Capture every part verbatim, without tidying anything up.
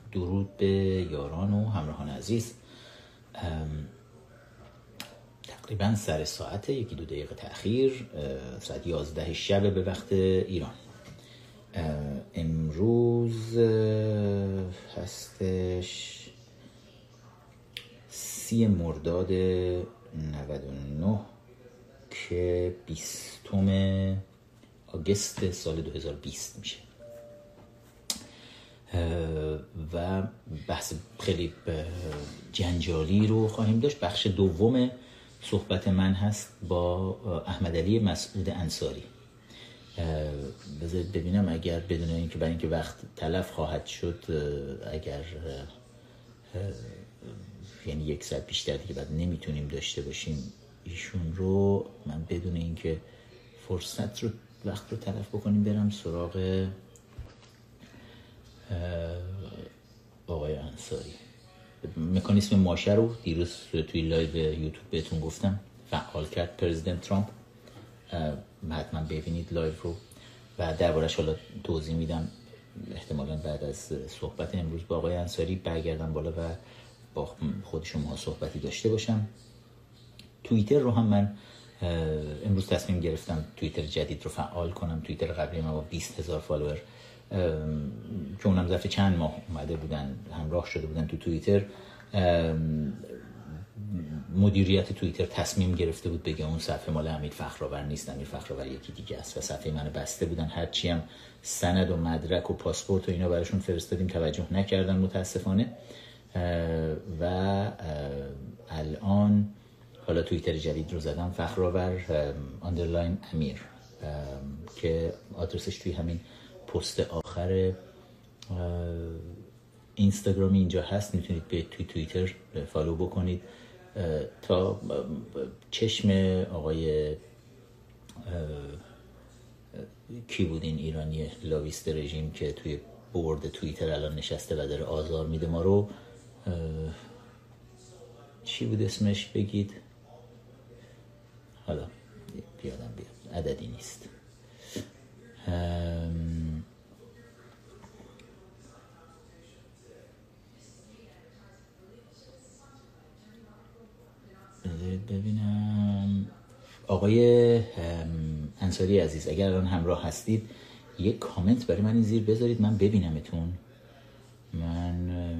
درود به یاران و همراهان عزیز. تقریبا سر ساعت یکی دو دقیقه تأخیر، ساعت یازده شب به وقت ایران. امروز هستش سی مرداد نود و نه که بیستم آگوست سال دو هزار و بیست میشه و بحث خیلی جنجالی رو خواهیم داشت. بخش دوم صحبت من هست با احمدعلی مسعود انصاری. بذارید ببینم اگر بدون اینکه برای اینکه وقت تلف خواهد شد، اگر یعنی یک ساعت بیشتر دیگه بعد نمیتونیم داشته باشیم ایشون رو، من بدون اینکه فرصت رو وقت رو تلف بکنیم برم سراغ آقای انصاری. مکانیسم ماشه رو دیروز توی لایو یوتیوب بهتون گفتم، فعال کرد پرزیدنت ترامپ. حتما ببینید لایو رو و دربارش حالا توضیح میدم. احتمالاً بعد از صحبت امروز با آقای انصاری برگردم بالا و با خود شما صحبتی داشته باشم. توییتر رو هم من امروز تصمیم گرفتم توییتر جدید رو فعال کنم. توییتر قبلی ما با بیست هزار فالوور که اونم ظرف چند ماه اومده بودن، همراه شده بودن تو توییتر، مدیریت توییتر تصمیم گرفته بود بگه اون صفحه مال امیر فخرآور نیست، امیر فخرآور یکی دیگه است و صفحه منو بسته بودن. هرچی هم سند و مدرک و پاسپورت و اینا براشون فرستادیم توجه نکردن متاسفانه. و الان حالا توییتر جدید رو زدم، فخرآور آندرلاین امیر، که آدرسش توی همین پست آخر اینستاگرام اینجا هست. میتونید به توی توییتر فالو بکنید تا چشم آقای کی بود این ایرانی لاویست رژیم که توی بورد توییتر الان نشسته و داره آزار میده ما رو، چی بود اسمش بگید؟ حالا بیادم بیاد، عددی نیست. ام... ببینم آقای انصاری عزیز، اگر الان همراه هستید یک کامنت برای من این زیر بذارید من ببینمتون. من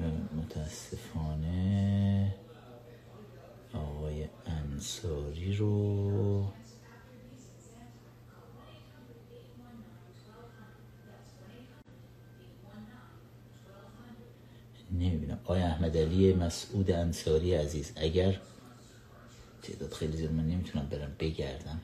متاسفانه آقای انصاری رو نمیبینم. آقای احمدعلی مسعود انصاری عزیز، اگر تعداد خیلی زیاد من نمیتونم برم بگردم.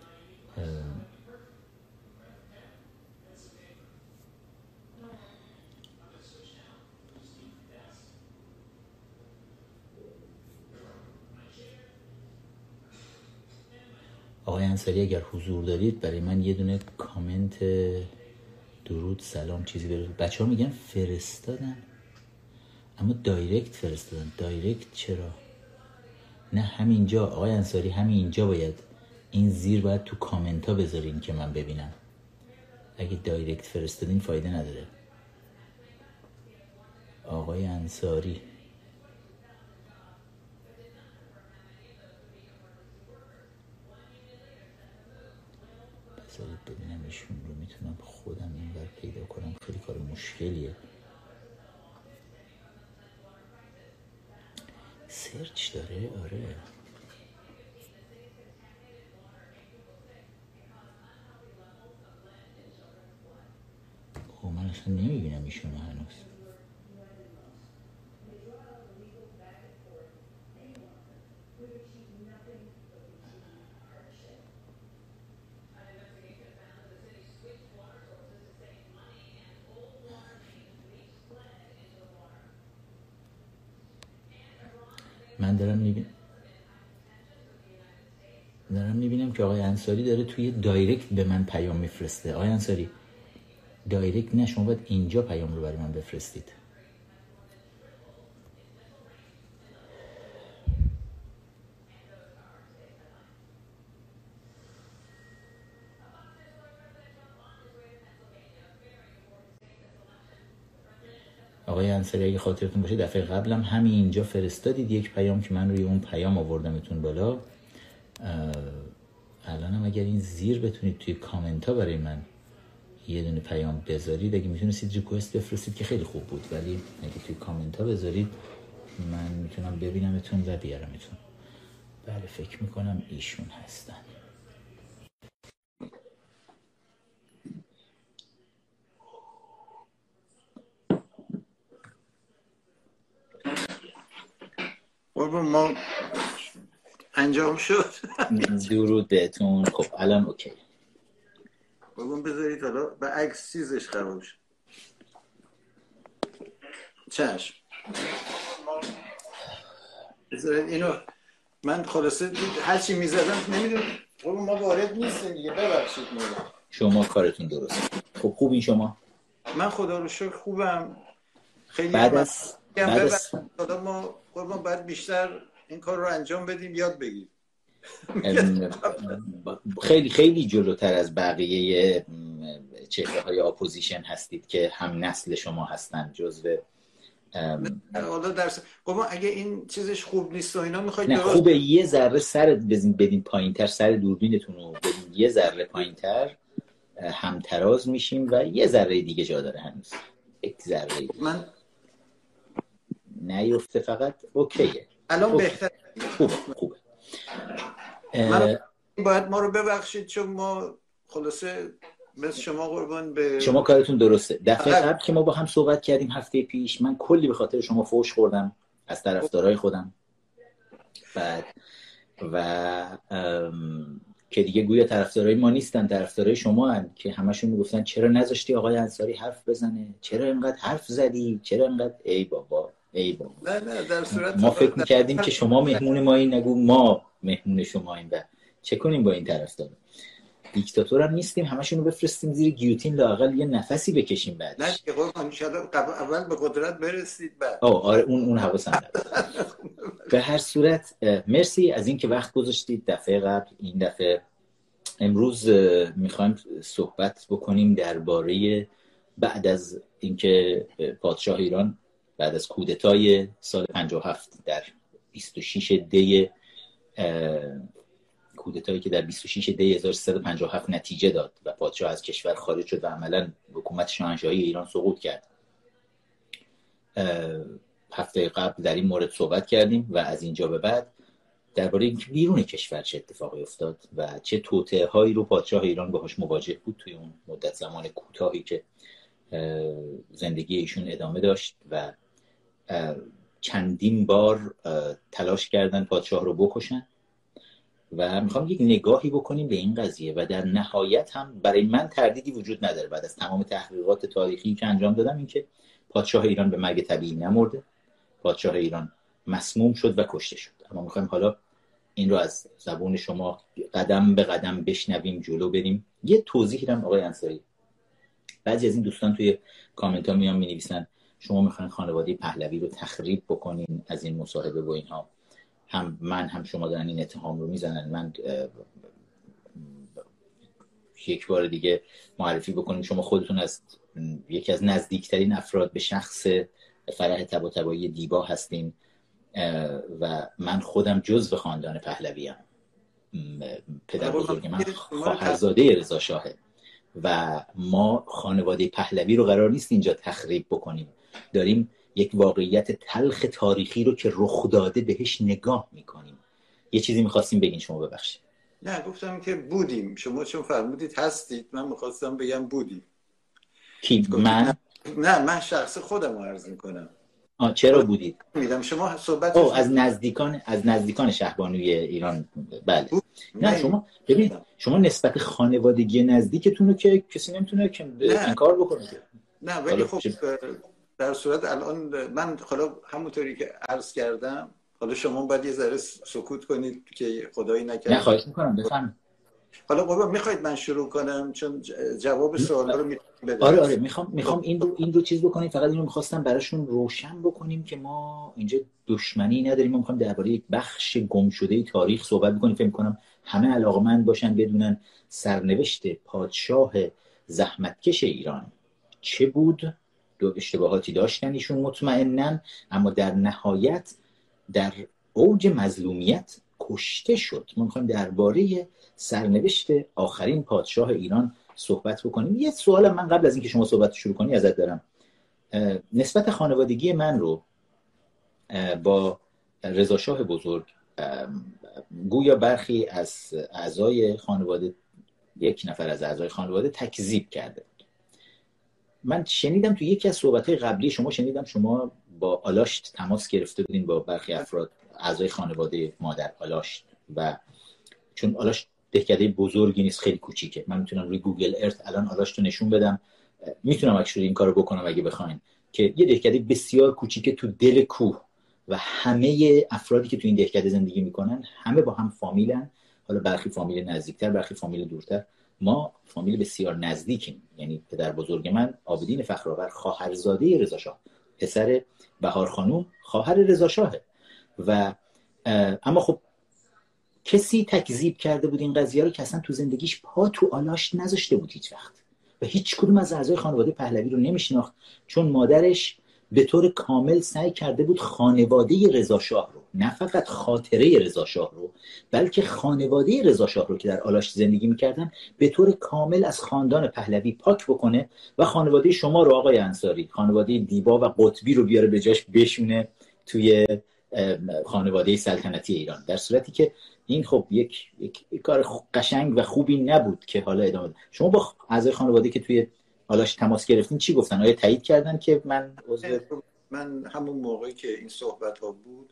آقای انصاری اگر حضور دارید برای من یه دونه کامنت درود سلام چیزی برید. بچه ها میگن فرستادن اما دایرکت فرستادن. دایرکت چرا؟ نه همینجا آقای انصاری، همینجا باید این زیر باید تو کامنت ها بذارین که من ببینم. اگه دایرکت فرستادین فایده نداره. آقای انصاری بذارید ببینم ایشون رو میتونم خودم این بر پیدا کنم. خیلی کار مشکلیه. سرچ داره؟ آره. او من اصلا نمیبینم ایشون رو هنوز. من دارم میبینم دارم میبینم که آقای انصاری داره توی دایرکت به من پیام میفرسته. آقای انصاری دایرکت نه، شما باید اینجا پیام رو برای من بفرستید. آقای انصاری اگه خاطرتون باشه دفعه قبلم همین اینجا فرستادید یک پیام که من روی اون پیام آوردمتون بالا. الانم اگر این زیر بتونید توی کامنت ها برای من یه دونه پیام بذارید، اگه میتونستید ریکوست بفرستید که خیلی خوب بود، ولی اگه توی کامنت ها بذارید من میتونم ببینمتون و بیارمتون. بله فکر میکنم ایشون هستن. قربون ما انجام شد. درود بهتون. خب الان اوکی. قربون بذارید حالا به عکس چیزش خراب شد. چشم بذارید اینو من خلاصه هر چی میزدم نمیدونم. قربون ما وارد نیستیم دیگه، ببخشید. میدونم شما کارتون درست. خب خوبین شما؟ من خدا رو شکر خوبم. خیلی بعد از بعد از حالا ما قربان باید بیشتر این کار رو انجام بدیم، یاد بگیریم. خیلی خیلی جلوتر از بقیه چهره های اپوزیشن هستید که هم نسل شما هستن. جزو حالا درس قربان اگه این چیزش خوب نیست و اینا میخواید نه درست خوبه یه ذره سر بدین بدین پایینتر، سر دوربینتون رو بدین یه ذره پایینتر، هم تراز میشیم و یه ذره دیگه جا داره هنوز. یک ذره دیگه. من نیفته فقط. اوکیه الان اوکی. بهتر خوبه خوبه. من باید ما رو ببخشید چون ما خلاصه مثل شما قربان به شما کارتون درسته. دفعه قبل که ما با هم صحبت کردیم هفته پیش من کلی به خاطر شما فوش خوردم از طرفدارای خودم. بعد و که دیگه گویا طرفدارای ما نیستن، طرفدارای شما هن که همشون میگفتن چرا نذاشتی آقای انصاری حرف بزنه، چرا اینقدر حرف زدی، چرا اینقدر. ای بابا ای بابا نه نه در صورت ما فکر می‌کردیم که شما مهمون مایی، نگو ما مهمون شماییم و چه کنیم با این طرفدارا. دیکتاتور هم نیستیم، همشون رو بفرستیم زیر گیوتین لااقل یه نفسی بکشیم بعدش. نه که قربان ان شاءالله اول به قدرت برسید بعد. آه آره اون اون حواسم هست. به هر صورت مرسی از اینکه وقت گذاشتید. دفعه قبل این دفعه امروز میخوایم صحبت بکنیم درباره بعد از اینکه پادشاه ایران بعد از کودتای سال پنجاه و هفت در بیست و شش دی کودتایی که در بیست و شش دی هزار و سیصد و پنجاه و هفت نتیجه داد و پادشاه از کشور خارج شد و عملاً حکومت شاهنشاهی ایران سقوط کرد. هفته قبل در این مورد صحبت کردیم و از اینجا به بعد درباره اینکه بیرون کشور چه اتفاقی افتاد و چه توطئه‌هایی رو پادشاه ایران باهاش مواجه بود توی اون مدت زمان کوتاهی که زندگی ایشون ادامه داشت و چندین بار تلاش کردن پادشاه رو بکشن و میخوام یک نگاهی بکنیم به این قضیه و در نهایت هم برای من تردیدی وجود نداره بعد از تمام تحقیقات تاریخی که انجام دادم این که پادشاه ایران به مرگ طبیعی نمرده، پادشاه ایران مسموم شد و کشته شد. اما میخوایم حالا این رو از زبون شما قدم به قدم بشنویم، جلو بریم. یه توضیحی هم آقای انصاری، بعضی از این دوستان توی کامنت ها میان مینویسن شما میخواین خانواده پهلوی رو تخریب بکنین از این مصاحبه و اینها. هم من هم شما دارن این اتهام رو میزنن. من یک بار دیگه معرفی بکنیم شما خودتون از یکی از نزدیکترین افراد به شخص فرح طباطبایی دیبا هستین و من خودم جزو خاندان پهلوی ام. پدر بزرگ من خواهرزاده رضا شاهه و ما خانواده پهلوی رو قرار نیست اینجا تخریب بکنیم. داریم یک واقعیت تلخ تاریخی رو که رخ داده بهش نگاه میکنیم. یه چیزی میخواستیم بگین شما ببخشید. نه گفتم که بودیم، شما چون فرمودید هستید من میخواستم بگم بودیم. کی من؟ نه من شخص خودم رو عرض میکنم. آه چرا بودید؟ میدم شما صحبت او از نزدیکان از نزدیکان شهبانوی ایران. بله نه شما ببینید شما نسبت خانوادگی نزدیکتون رو که کسی نمیتونه که انکار بکنه. نه ولی خب در صورت الان من حالا همونطوری که عرض کردم حالا شما باید یه ذره سکوت کنید که خدایی نکنه. نه خواهش میکنم بفرمایید. حالا بابا میخواید من شروع کنم چون جواب سوالا رو میتونم بدم. آره آره میخوام میخوام این رو این رو چیز بکنیم. فقط اینو میخواستم براشون روشن بکنیم که ما اینجا دشمنی نداریم. ما میخوایم درباره یک بخش گم شده تاریخ صحبت بکنیم. فکر میکنم همه علاقه‌مند باشن بدونن سرنوشت پادشاه زحمتکش ایران چه بود دو اشتباهاتی داشتن ایشون مطمئنن، اما در نهایت در اوج مظلومیت کشته شد. ما میخوایم درباره سرنوشت آخرین پادشاه ایران صحبت بکنیم. یه سوال من قبل از اینکه شما صحبت شروع کنی ازت دارم. نسبت خانوادگی من رو با رضا شاه بزرگ گویا برخی از اعضای خانواده، یک نفر از اعضای خانواده تکذیب کرده. من شنیدم تو یکی از صحبت‌های قبلی شما شنیدم شما با آلاشت تماس گرفته بودین با برخی افراد اعضای خانواده مادر آلاشت، و چون آلاشت دهکده بزرگی نیست، خیلی کوچیکه. من میتونم روی گوگل ارت الان آلاشت رو نشون بدم، میتونم اکچولی این کارو بکنم اگه بخواین، که یه دهکده بسیار کوچیکه تو دل کوه و همه افرادی که تو این دهکده زندگی میکنن همه با هم فامیلن. حالا برخی فامیل نزدیکتر، برخی فامیل دورتر. ما فامیل بسیار نزدیکیم. یعنی پدر بزرگ من عابدین فخرآور خواهرزاده رضا شاه، پسر بهار خانوم خواهر رضا شاهه. و اما خب کسی تکذیب کرده بود این قضیه رو که اصلا تو زندگیش پا تو آلاشت نذاشته بود هیچ وقت، و هیچ کدوم از اعضای خانواده پهلوی رو نمیشناخت، چون مادرش به طور کامل سعی کرده بود خانواده رضا شاه رو، نه فقط خاطره رضا شاه رو، بلکه خانواده رضا شاه رو که در آلاشت زندگی میکردن به طور کامل از خاندان پهلوی پاک بکنه و خانواده شما رو آقای انصاری، خانواده دیبا و قطبی رو بیاره به جاش بشونه توی خانواده سلطنتی ایران. در صورتی که این خب یک, یک،, یک کار قشنگ و خوبی نبود که حالا ادامه ده. شما با اعضای خانواده که توی آلاشت تماس گرفتین چی گفتن؟ آیا تایید کردن که من عضو؟ من همون موقعی که این صحبت ها بود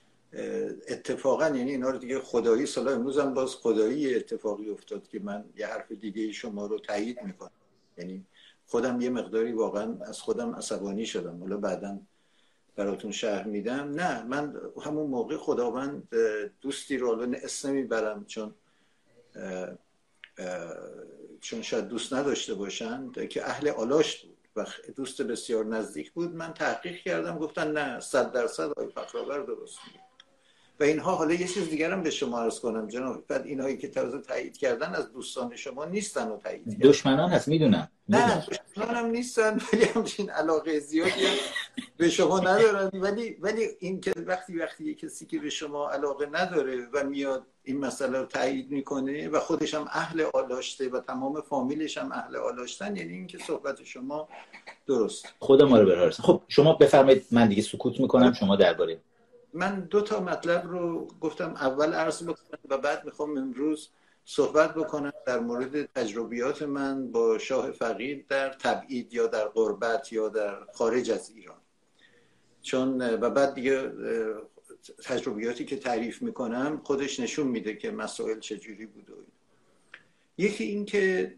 اتفاقا، یعنی اینا رو دیگه خدایی سال امروز هم باز خدایی اتفاقی افتاد که من یه حرف دیگه شما رو تایید میکنم. یعنی خودم یه مقداری واقعا از خودم عصبانی شدم، حالا بعداً براتون شرح میدم. نه، من همون موقع خداوند دوستی رو، حالا اسم نمیبرم چون اه اه چون شاید دوست نداشته باشن، که اهل آلاشت بود و دوست بسیار نزدیک بود. من تحقیق کردم، گفتن نه، صد درصد آقای فخرآور درست میگه. و اینها، حالا یه چیز دیگر هم به شما عرض کنم جناب، بعد اینهایی که تازه تایید کردن از دوستان شما نیستن و تایید کردن. دشمنان هست، میدونم. نه، دشمنان هم نیستن، ولی همچین علاقه زیادی هم به شما ندارن. ولی ولی این که وقتی وقتی یک کسی که به شما علاقه نداره و میاد این مسئله رو تایید میکنه و خودش هم اهل آلاشته و تمام فامیلش هم اهل آلاشتن، یعنی این که صحبت شما درست. خدا ما رو برسه. خب شما بفرمایید، من دیگه سکوت میکنم. شما درباره من دو تا مطلب رو گفتم اول عرض بکنم و بعد میخوام امروز صحبت بکنم در مورد تجربیات من با شاه فقید در تبعید یا در غربت یا در خارج از ایران. چون و بعد دیگه تجربیاتی که تعریف میکنم خودش نشون میده که مسائل چجوری بوده. یکی این که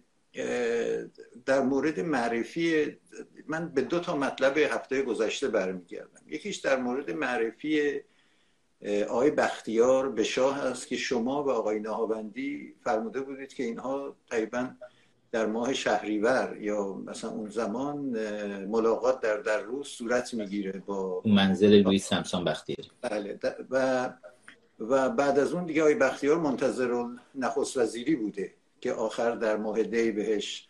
در مورد معرفی من به دو تا مطلب هفته گذشته برمیگردم. یکیش در مورد معرفی آقای بختیار به شاه است که شما و آقای نهاوندی فرموده بودید که اینها تقریباً در ماه شهریور یا مثلا اون زمان ملاقات در در روز صورت میگیره با منزل لوئیس سمسون بختیاری. بله. و و بعد از اون دیگه آقای بختیار منتظر نخست وزیری بوده که آخر در ماه دی بهش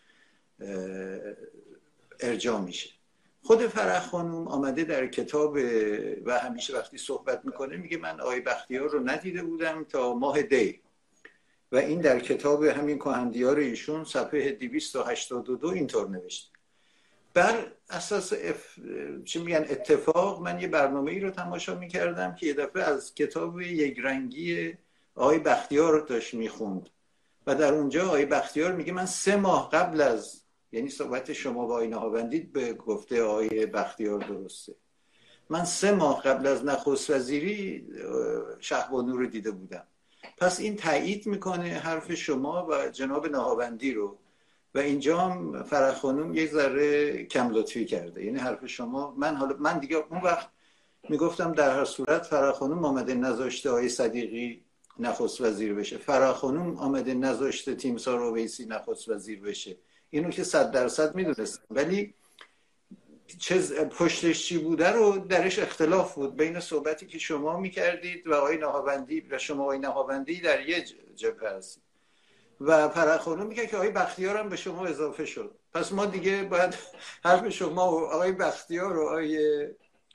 ارجاع میشه. خود فرح خانوم آمده در کتاب و همیشه وقتی صحبت میکنه میگه من آقای بختیار رو ندیده بودم تا ماه دی، و این در کتاب همین کهندیار ایشون صفحه دویست و هشتاد و دو اینطور نوشته. بر اساس اف... چی میگن اتفاق من یه برنامه ای رو تماشا میکردم که یه دفعه از کتاب یک رنگی آقای بختیار رو داشت میخوند و در اونجا آقای بختیار میگه من سه ماه قبل از، یعنی صحبت شما با آقای نهاوندی به گفته آقای بختیار درسته، من سه ماه قبل از نخست وزیری شهبانو رو دیده بودم. پس این تایید میکنه حرف شما و جناب نهاوندی رو، و اینجا هم فرح خانوم یک ذره کم لطفی کرده. یعنی حرف شما، من حالا من دیگه اون وقت میگفتم در هر صورت فرح خانوم آمده نذاشته آقای صدیقی نخست وزیر بشه، فرح خانوم آمده نذاشته تیمسار اویسی نخست وزیر بشه، اینو که صد درصد میدونستم، ولی چه پشتش چی بوده رو درش اختلاف بود بین صحبتی که شما میکردید و آقای نهاوندی و شما آقای نهاوندی در یه جبهه هستید و فرح خانوم میگه که آقای بختیار هم به شما اضافه شد. پس ما دیگه باید حرف شما و آقای بختیار و آقای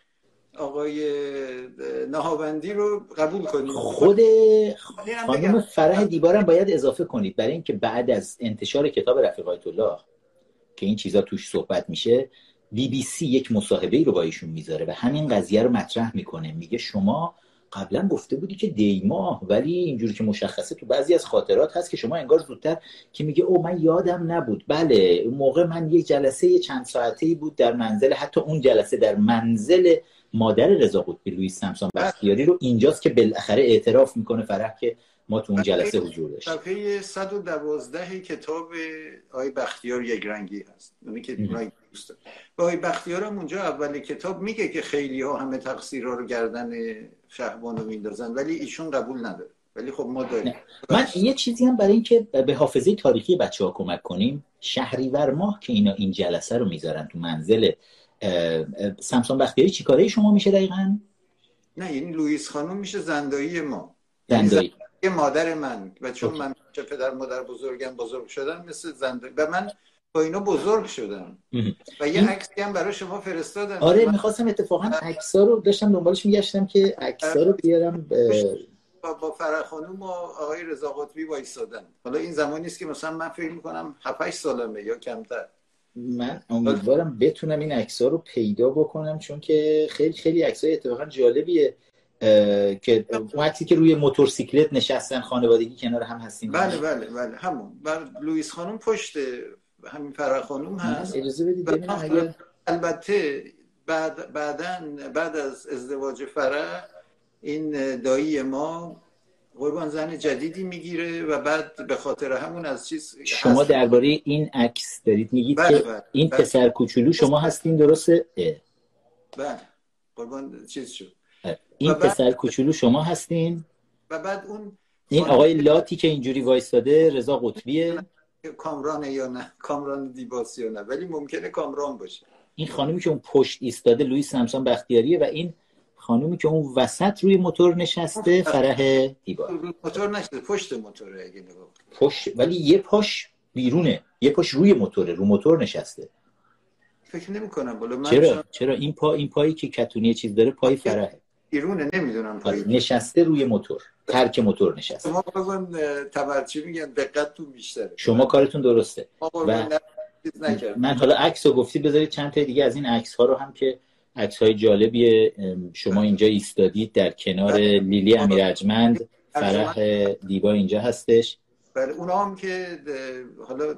آقای نهاوندی رو قبول کنیم. خود خانم فرح دیبارم باید اضافه کنید، برای اینکه بعد از انتشار کتاب رفیق آیت الله که این چیزا توش صحبت میشه، بی بی سی یک مصاحبه‌ای رو با ایشون میذاره و همین قضیه رو مطرح میکنه. میگه شما قبلا گفته بودی که دیما، ولی اینجوری که مشخصه تو بعضی از خاطرات هست که شما انگار زودتر، که میگه او من یادم نبود. بله اون موقع من یک جلسه چند ساعته‌ای بود در منزل، حتی اون جلسه در منزل مادر رضا قطبی، لوئیس سامسون بختیاری رو اینجاست که بالاخره اعتراف میکنه فرح که ما تو اون جلسه حضور داشتیم. صفحه صد و دوازده کتاب آقای بختیار یک رنگی هست، اونی که اونایی دوست داره. آقای بختیار هم اونجا اول کتاب میگه که خیلی ها همه تقصیرها رو گردن شهبانو میندازن، ولی ایشون قبول نداره. ولی خب ما داریم. من یه چیزی هم برای اینکه به حافظه تاریخی بچه‌ها کمک کنیم، شهریور ماه که اینا این جلسه رو میذارن تو منزل سامسون بختیاری، چیکاره شما میشه دقیقاً؟ نه یعنی لوئیس خانم میشه زندایی ما، زندایی یعنی مادر من، و چون من چه پدر مادر بزرگم بزرگ شدم مثل زندایی و من با اینا بزرگ شدم و یه عکسی هم برای شما فرستادم. آره من... میخواستم اتفاقا عکس‌ها رو داشتم دنبالش میگشتم که عکس‌ها رو بیارم ب... با, با فرح خانم و آقای رضا قطبی وایسادن. حالا این زمانی است که مثلا من فکر می‌کنم هفت هشت سالمه یا کمتر. من امیدوارم بتونم این عکس‌ها رو پیدا بکنم، چون که خیلی خیلی عکسای اتفاقا جالبیه که اون عکسی که روی موتورسیکلت نشستن خانوادگی کنار هم هستیم. بله بله بله همون. بعد لوئیس خانم پشت همین فرح خانم هست. اجازه بدید ببینم اگه البته بعد بعدن بعد از ازدواج فرح این دایی ما قربان زن جدیدی میگیره و بعد به خاطر همون از چیز. شما درباره این عکس دارید میگید بله که بله این بله. پسر کوچولو شما هستین، درسته؟ بله قربان چیز شد. این پسر کوچولو شما هستین و بعد اون این آقای لاتی که اینجوری وایستاده رضا قطبیه. کامرانه یا نه، کامران دیباس یا نه، ولی ممکنه کامران باشه. این خانومی که اون پشت ایستاده لوئیس سامسون بختیاریه و این خانومی که اون وسط روی موتور نشسته فرح دیبا. روی موتور نشسته، پشت موتوره اگه نگاه پشت، ولی یه پاش بیرونه، یه پاش روی موتوره، رو موتور نشسته. فکر نمی کنم بالا من چرا شان... چرا این پا این پایی که کتونی چیز داره پای فرحه، بیرونه نمیدونم پای نشسته روی موتور، ترک موتور نشسته. شما بگن تبرچی میگن دقتتون بیشتره. شما کارتون درسته. و من حالا عکسو گفتی بذارید چند تا دیگه از این عکس ها رو هم که عکس های جالبیه. شما اینجا ایستادید در کنار لیلی امیر ارجمند، فرح دیبا اینجا هستش. بله اونا هم که حالا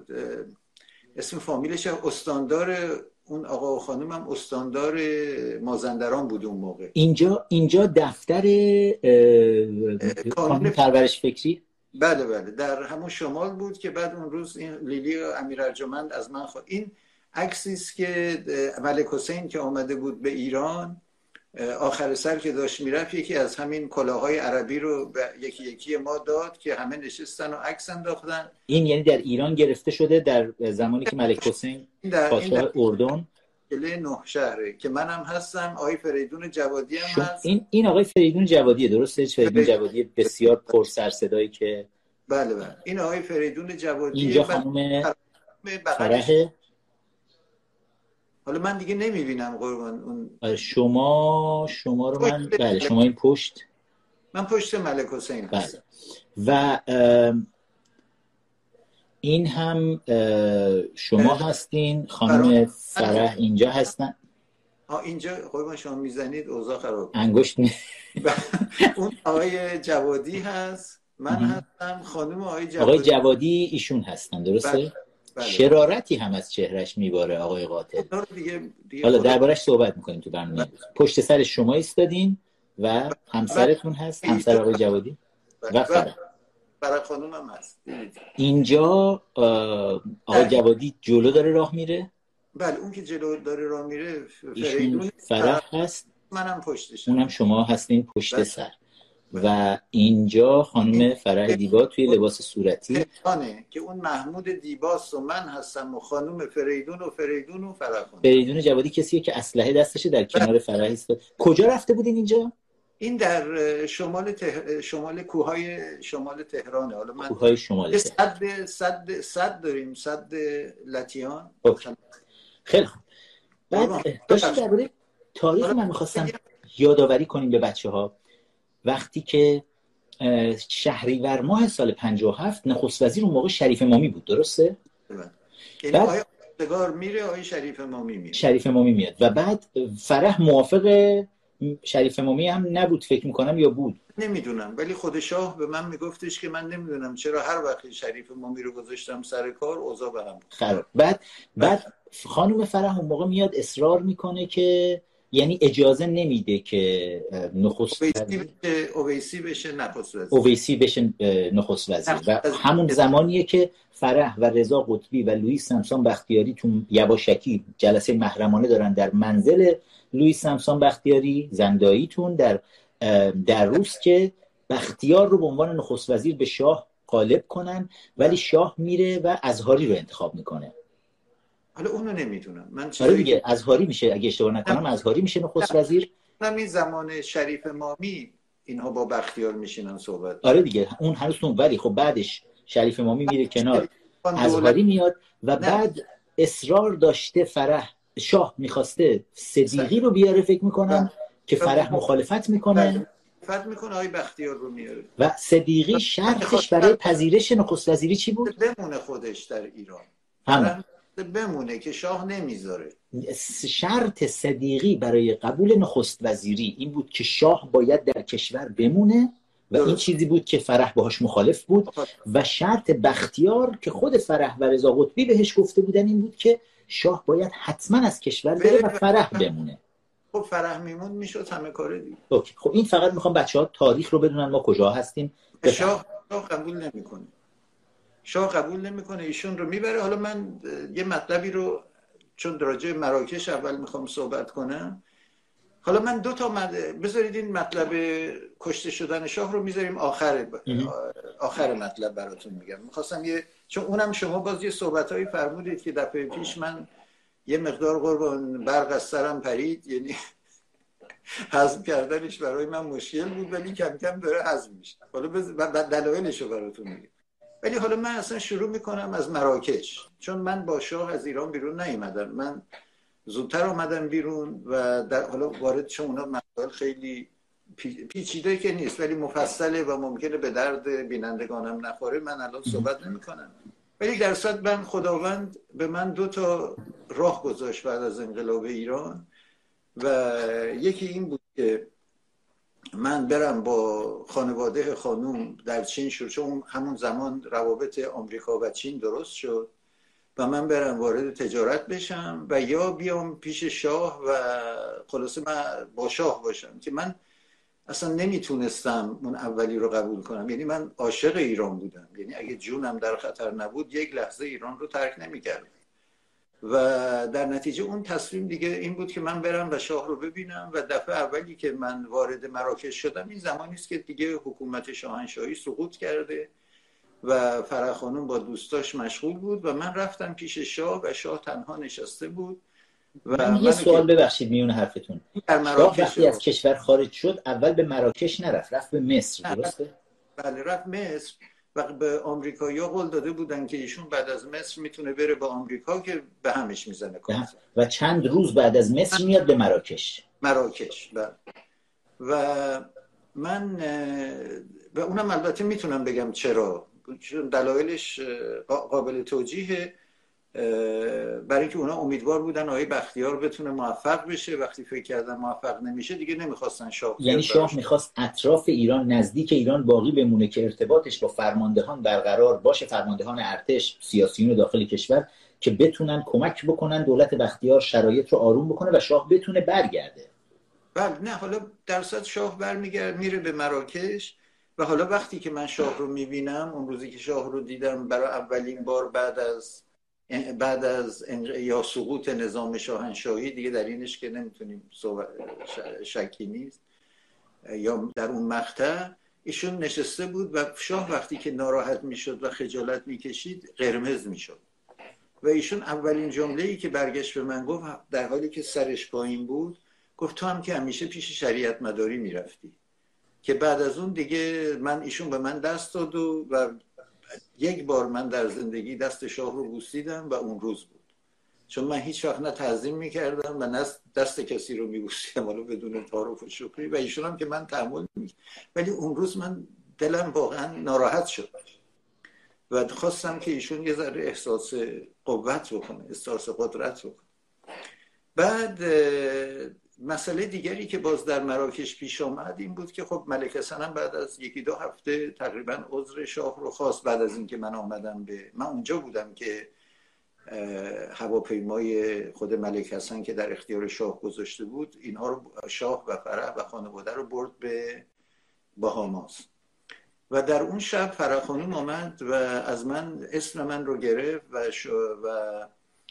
اسم فامیلش استاندار، اون آقا و خانم هم استاندار مازندران بود اون موقع. اینجا اینجا دفتر قانون پرورش فکری. بله بله در همون شمال بود که بعد اون روز این لیلی و امیر ارجمند از من خواست. این عکسی است که ملک حسین که آمده بود به ایران آخر سر که داشت میرفت، یکی از همین کلاهای عربی رو به یکی یکی ما داد که همه نشستن و عکس انداختن. این یعنی در ایران گرفته شده در زمانی که ملک حسین پادشاه اردن کله نه شهره که منم هستم، آقای فریدون جوادی هم هست. این این آقای فریدون جوادیه، درسته؟ فریدون جوادی بسیار پر سر صدایی که بله بله این آقای فریدون جوادی. اینجا خانم فرح. حالا من دیگه نمیبینم قربان اون. شما شما رو من بله شما این پشت، من پشت ملک حسین هستم. و این هم شما هستین، خانم فرح اینجا هستن. ها اینجا قربان شما میزنید اوضاع خراب. انگشت می... اون آقای جوادی هست، من هستم، خانم آقای جوادی. آقای جوادی ایشون هستن، درسته؟ بله. بله. شرارتی هم از چهرش میباره آقای قاتل. دیگه دیگه حالا دربارش صحبت میکنیم تو برنامه. بله. پشت سر شما ایستادین و همسرتون هست، همسر آقای جوادی و فرح. فرح خانم هم هست. اینجا آقای جوادی جلو داره راه میره. بله اون که جلو داره راه میره فریدون فرح هست، منم پشتشم. اونم شما هستین پشت بله. سر. و اینجا خانم فرح دیبا توی لباس صورتی خانه که اون محمود دیباست و من هستم و خانم فریدون و فریدون و فرح خانم. فریدون جوادی کسیه که اسلحه دستشه در کنار فرح ایستاد. کجا رفته بودین اینجا؟ این در شمال ته... شمال کوههای شمال تهرانه. حالا من کوههای شمال صد صد صد داریم، صد لتیان. خیلی خوب. بعد داشتم درباره تاریخ من میخواستم یادآوری کنیم به بچه ها. وقتی که شهریور ماه سال پنجاه و هفت نخست وزیر اون موقع شریف امامی بود، درسته؟ یعنی آقای آقای میره، آقای شریف امامی میره. شریف امامی میاد و بعد فرح موافق شریف امامی هم نبود فکر میکنم، یا بود نمیدونم، ولی خود شاه به من میگفتش که من نمیدونم چرا هر وقت شریف امامی رو گذاشتم سر کار اوضاع به هم خراب. بعد بعد خانم فرح اون موقع میاد اصرار میکنه که یعنی اجازه نمیده که نخست اویسی بشه نخست وزیر اویسی بشه نخست وزیر و همون زمانیه که فرح و رضا قطبی و لوئیس سمسان بختیاری تو یواشکی جلسه محرمانه دارن در منزل لوئیس سمسان بختیاری زنداییتون در در روز که بختیار رو به عنوان نخست وزیر به شاه غالب کنن، ولی شاه میره و ازهاری رو انتخاب میکنه. حالا اونو نمیدونم من چیزایی دیگه که... ازهاری میشه اگه اشتباه نکنم، ازهاری میشه نخست وزیر. همین زمان شریف امامی اینها با بختیار میشینن صحبت. آره دیگه اون هنوز اون، ولی خب بعدش شریف امامی میره کنار، ازهاری میاد و نه. بعد اصرار داشته فرح، شاه میخواسته صدیقی رو بیاره فکر میکنم که فرح مخالفت میکنه مخالفت میکنه آقای بختیار رو میاره و صدیقی شرطش برای پذیرش نخست وزیری چی بود؟ بمونه خودش در ایران، همون بمونه که شاه نمیذاره. شرط صدیقی برای قبول نخست وزیری این بود که شاه باید در کشور بمونه و درست. این چیزی بود که فرح باهاش مخالف بود و شرط بختیار که خود فرح و رضا قطبی بهش گفته بودن این بود که شاه باید حتما از کشور بره و فرح بمونه. خب فرح میمون میشد همه کاره دیگه. اوکی. خب این فقط میخوام بچه‌ها تاریخ رو بدونن ما کجا هستیم. شاه شاه قبول نمیکنه. شاه قبول نمیکنه، ایشون رو میبره. حالا من یه مطلبی رو چون راجع مراکش اول میخوام صحبت کنم، حالا من دو تا مد... بذارید این مطلب کشته شدن شاه رو میذاریم آخر ب... آخر مطلب براتون میگم. میخواستم یه چون اونم شما باز یه صحبتایی فرمودید که دفعه پیش من یه مقدار قربان برق از سرم پرید، یعنی هضم کردنش برای من مشکل بود ولی کم کم داره هضم میشه. حالا بز... دلایلش رو براتون میگم. ولی حالا من اصلا شروع میکنم از مراکش، چون من با شاه از ایران بیرون نیومدم، من زودتر آمدم بیرون و در حالا وارد چون اونا مسائل خیلی پی... پیچیده که نیست ولی مفصله و ممکنه به درد بینندگانم نخوره، من الان صحبت نمیکنم. ولی در صد من خداوند به من دو تا راه گذاشت بعد از انقلاب ایران و یکی این بود که من برم با خانواده خانوم در چین شد، چون همون زمان روابط آمریکا و چین درست شد و من برم وارد تجارت بشم و یا بیام پیش شاه و خلاصه من با شاه باشم که من اصلا نمیتونستم اون اولی رو قبول کنم. یعنی من عاشق ایران بودم، یعنی اگه جونم در خطر نبود یک لحظه ایران رو ترک نمیکردم و در نتیجه اون تصمیم دیگه این بود که من برم و شاه رو ببینم و دفعه اولی که من وارد مراکش شدم این زمانی است که دیگه حکومت شاهنشاهی سقوط کرده و فرح خانم با دوستاش مشغول بود و من رفتم پیش شاه و شاه تنها نشسته بود. و من یه سوال که... ببخشید میون حرفتون، شاه وقتی از کشور خارج شد اول به مراکش نرفت، رفت به مصر، درسته؟ بله رفت مصر و به آمریکایی‌ها قول داده بودن که ایشون بعد از مصر میتونه بره به آمریکا که به همش میزنه کار و چند روز بعد از مصر میاد به مراکش. مراکش بله. و من و اونم البته میتونم بگم چرا، چون دلایلش قابل توجیهه، برای اینکه اونا امیدوار بودن آقای بختیار بتونه موفق بشه. وقتی فکر کردن موفق نمیشه دیگه نمیخواستن شاه. یعنی شاه میخواست اطراف ایران، نزدیک ایران باقی بمونه که ارتباطش با فرماندهان برقرار باشه، فرماندهان ارتش، سیاسیون داخل کشور که بتونن کمک بکنن دولت بختیار شرایط رو آروم بکنه و شاه بتونه برگرده. بله نه حالا درصد شاه برمیگرد میره به مراکش و حالا وقتی که من شاه رو میبینم، اون روزی که شاه رو دیدم برای اولین بار بعد از بعد از یا سقوط نظام شاهنشاهی، دیگه در اینش که نمیتونیم شکی نیست، یا در اون مقطع ایشون نشسته بود و شاه وقتی که ناراحت میشد و خجالت میکشید قرمز میشد و ایشون اولین جمله‌ای که برگشت به من گفت در حالی که سرش پایین بود گفت تو هم که همیشه پیش شریعت مداری میرفتی. که بعد از اون دیگه من ایشون به من دست داد و, و یک بار من در زندگی دست شاه رو بوسیدم و اون روز بود، چون من هیچ وقت نه تعظیم میکردم و نه دست کسی رو میبوسیدم ولی بدون تعارف و شکری، و ایشون هم که من تحمل میکردم، ولی اون روز من دلم واقعا ناراحت شد و خواستم که ایشون یه ذره احساس قوت بکنه، احساس قدرت بکنه. بعد مسئله دیگری که باز در مراکش پیش آمد این بود که خب ملک حسن هم بعد از یکی دو هفته تقریبا عذر شاه رو خواست. بعد از اینکه من آمدم به من اونجا بودم که هواپیمای خود ملک حسن که در اختیار شاه گذاشته بود اینها رو شاه و فرح و خانواده رو برد به بهاماس و در اون شب فرح خانوم آمد و از من اسم من رو گرفت و و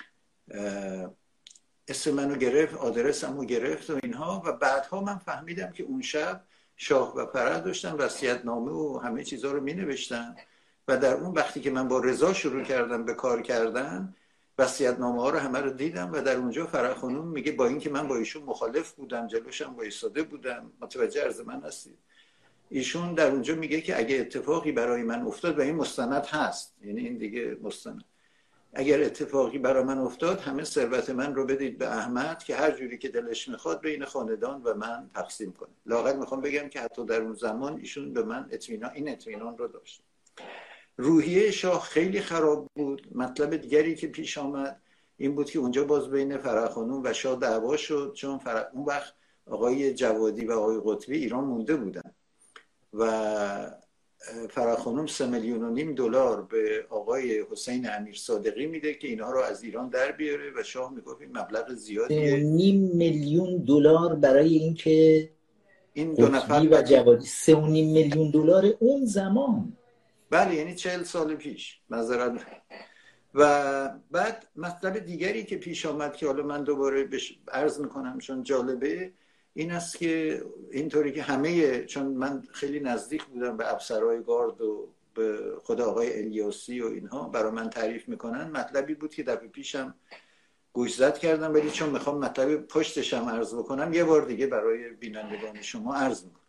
اسم من رو گرفت، آدرسم رو گرفت و اینها، و بعدها من فهمیدم که اون شب شاه و فرح داشتن وصیت‌نامه و همه چیزا رو می نوشتن و در اون وقتی که من با رضا شروع کردم به کار کردن وصیت‌نامه ها رو همه رو دیدم و در اونجا فرح خانوم میگه با اینکه من با ایشون مخالف بودم، جلوشم وایساده بودم، متوجه عرض من هستید، ایشون در اونجا میگه که اگه اتفاقی برای من افتاد و این مستند هست، یعنی این دیگه مستند، اگر اتفاقی برای من افتاد همه ثروت من رو بدید به احمد که هر جوری که دلش میخواد بین خاندان و من تقسیم کنه. لااقل میخوام بگم که حتی در اون زمان ایشون به من اطمینان این اطمینان رو داشت. روحیه شاه خیلی خراب بود. مطلب دیگری که پیش آمد این بود که اونجا باز بین فرح خانوم و شاه دعوا شد، چون فرح... اون وقت آقای جوادی و آقای قطبی ایران مونده بودن و فرح خانوم سه میلیون و نیم دلار به آقای حسین امیر صادقی میده که اینها رو از ایران در بیاره و شاه میگفت این مبلغ زیادیه. سه و نیم میلیون دلار برای اینکه این دو نفر و جوادی سه و نیم میلیون دلار اون زمان، بله یعنی چهل سال پیش معذرت. و بعد مطلب دیگری که پیش آمد که حالا من دوباره بش... عرض میکنم چون جالبه، این است که اینطوری که همه، چون من خیلی نزدیک بودم به افسرهای گارد و به خود آقای الیاسی و اینها برای من تعریف میکنن، مطلبی بود که دفعه پیشم گوشزد کردم ولی چون میخوام مطلب پشتشم عرض بکنم یه بار دیگه برای بینندگان شما عرض میکنم.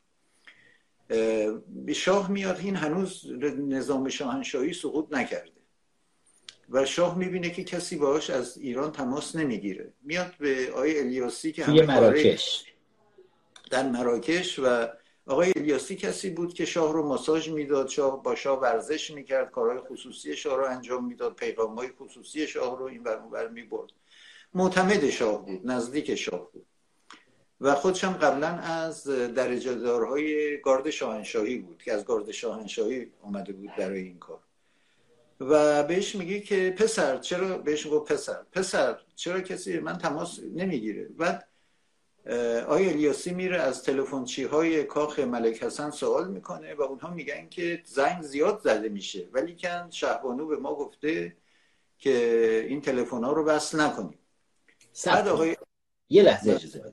شاه میاد، این هنوز نظام شاهنشاهی سقوط نکرده و شاه میبینه که کسی باهاش از ایران تماس نمیگیره، میاد به آقای الیاسی که توی مراکش در مراکش و آقای الیاسی کسی بود که شاه رو ماساژ میداد، شاه با شاه ورزش میکرد، کارهای خصوصی شاه رو انجام میداد، پیغامهای خصوصی شاه رو این ور اون ور میبرد، معتمد شاه بود، نزدیک شاه بود و خودش هم قبلا از درجه دارهای گارد شاهنشاهی بود که از گارد شاهنشاهی اومده بود برای این کار و بهش میگه که پسر چرا، بهش گفت پسر پسر چرا کسی من تماس نمیگیره. بعد آقای الیاسی میره از تلفنچی های کاخ ملک حسن سوال میکنه و اونها میگن که زنگ زیاد زده میشه ولی کن شهبانو به ما گفته که این تلفن ها رو وصل نکنیم. بعد آقای یه لحظه اجازه بدید،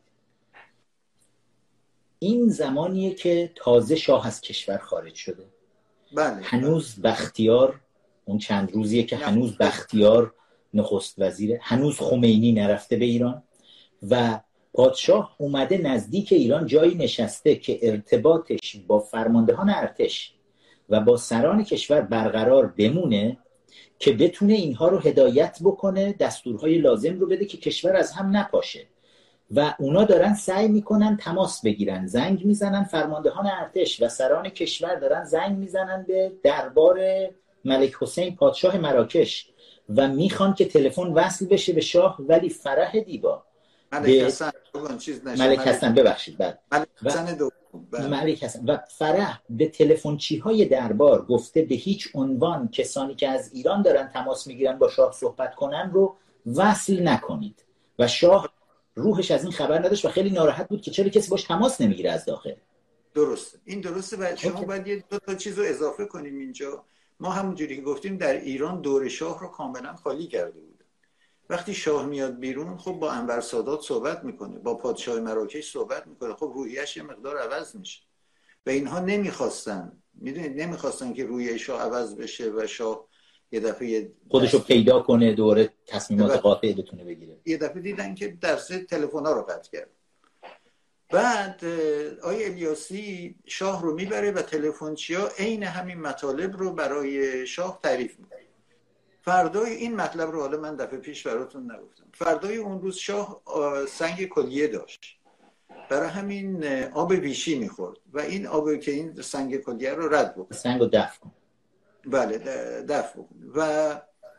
این زمانیه که تازه شاه از کشور خارج شده. بله. هنوز بختیار، اون چند روزیه که هنوز بختیار نخست وزیره، هنوز خمینی نرفته به ایران و پادشاه اومده نزدیک ایران جایی نشسته که ارتباطش با فرماندهان ارتش و با سران کشور برقرار بمونه که بتونه اینها رو هدایت بکنه، دستورهای لازم رو بده که کشور از هم نپاشه و اونا دارن سعی میکنن تماس بگیرن، زنگ میزنن، فرماندهان ارتش و سران کشور دارن زنگ میزنن به دربار ملک حسین پادشاه مراکش و میخوان که تلفن وصل بشه به شاه، ولی فرح دیبا ملک حسن ملک حسن ببخشید بعد ملک حسن دو ملک حسن و فرح به تلفنچی های دربار گفته به هیچ عنوان کسانی که از ایران دارن تماس میگیرن با شاه صحبت کنن رو وصل نکنید و شاه روحش از این خبر نداشت و خیلی ناراحت بود که چرا کسی باش تماس نمیگیره از داخل. درسته، این درسته و شما باید یه دو تا چیز رو اضافه کنیم اینجا. ما همونجوری که گفتیم در ایران دور شاه رو کاملا خالی کرده بودن. وقتی شاه میاد بیرون خب با انور سادات صحبت میکنه، با پادشاه مراکش صحبت میکنه، خب روحیه‌اش یه مقدار عوض میشه و اینها نمیخواستن، میدونید نمیخواستن که روحیه شاه عوض بشه و شاه یه دفعه خودشو پیدا کنه، دوره تصمیمات قاطع بتونه بگیره. یه دفعه دیدن که درس تلفن‌ها رو قطع کرد بعد آقای الیاسی شاه رو میبره و تلفنچیا عین همین مطالب رو برای شاه تعریف میکنه. فردای این مطلب رو حالا من دفعه پیش براتون نگفتم، فردای اون روز شاه سنگ کلیه داشت، برای همین آب ویشی میخورد و این آب که این سنگ کلیه رو رد بکنه، سنگ رو دفع کن. بله دفع بکنه. و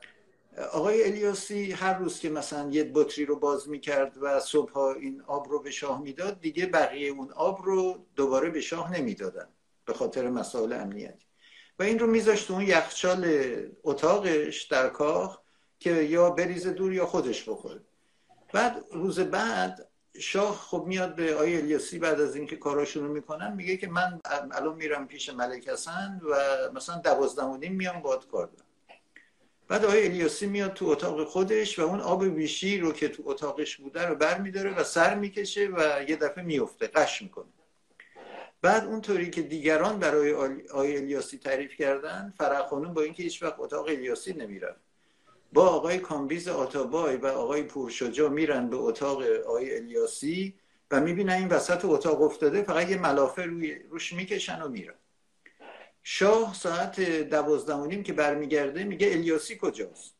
آقای الیاسی هر روز که مثلا یه بطری رو باز میکرد و صبح این آب رو به شاه میداد، دیگه بقیه اون آب رو دوباره به شاه نمیدادن به خاطر مسائل امنیتی، و این رو میذاشت اون یخچال اتاقش در کاخ که یا بریزه دور یا خودش بخوره. بعد روز بعد شاه خب میاد به آقای الیاسی بعد از اینکه کاراشون رو میکنن میگه که من الان میرم پیش ملک حسن و مثلا دوازده و نیم میام باهات کار دارم. بعد آقای الیاسی میاد تو اتاق خودش و اون آب ویشی رو که تو اتاقش بوده رو بر میداره و سر میکشه و یه دفعه میفته، قش میکنه. بعد اونطوری که دیگران برای آقای الیاسی تعریف کردن، فرح خانم با اینکه هیچ وقت اتاق الیاسی نمیرفت، با آقای کامبیز آتابای و آقای پورشجاع میرن به اتاق آقای الیاسی و میبینن این وسط اتاق افتاده، فقط یه ملافه روی روش میکشن و میرن. شاه ساعت دوازده و نیم که برمیگرده میگه الیاسی کجاست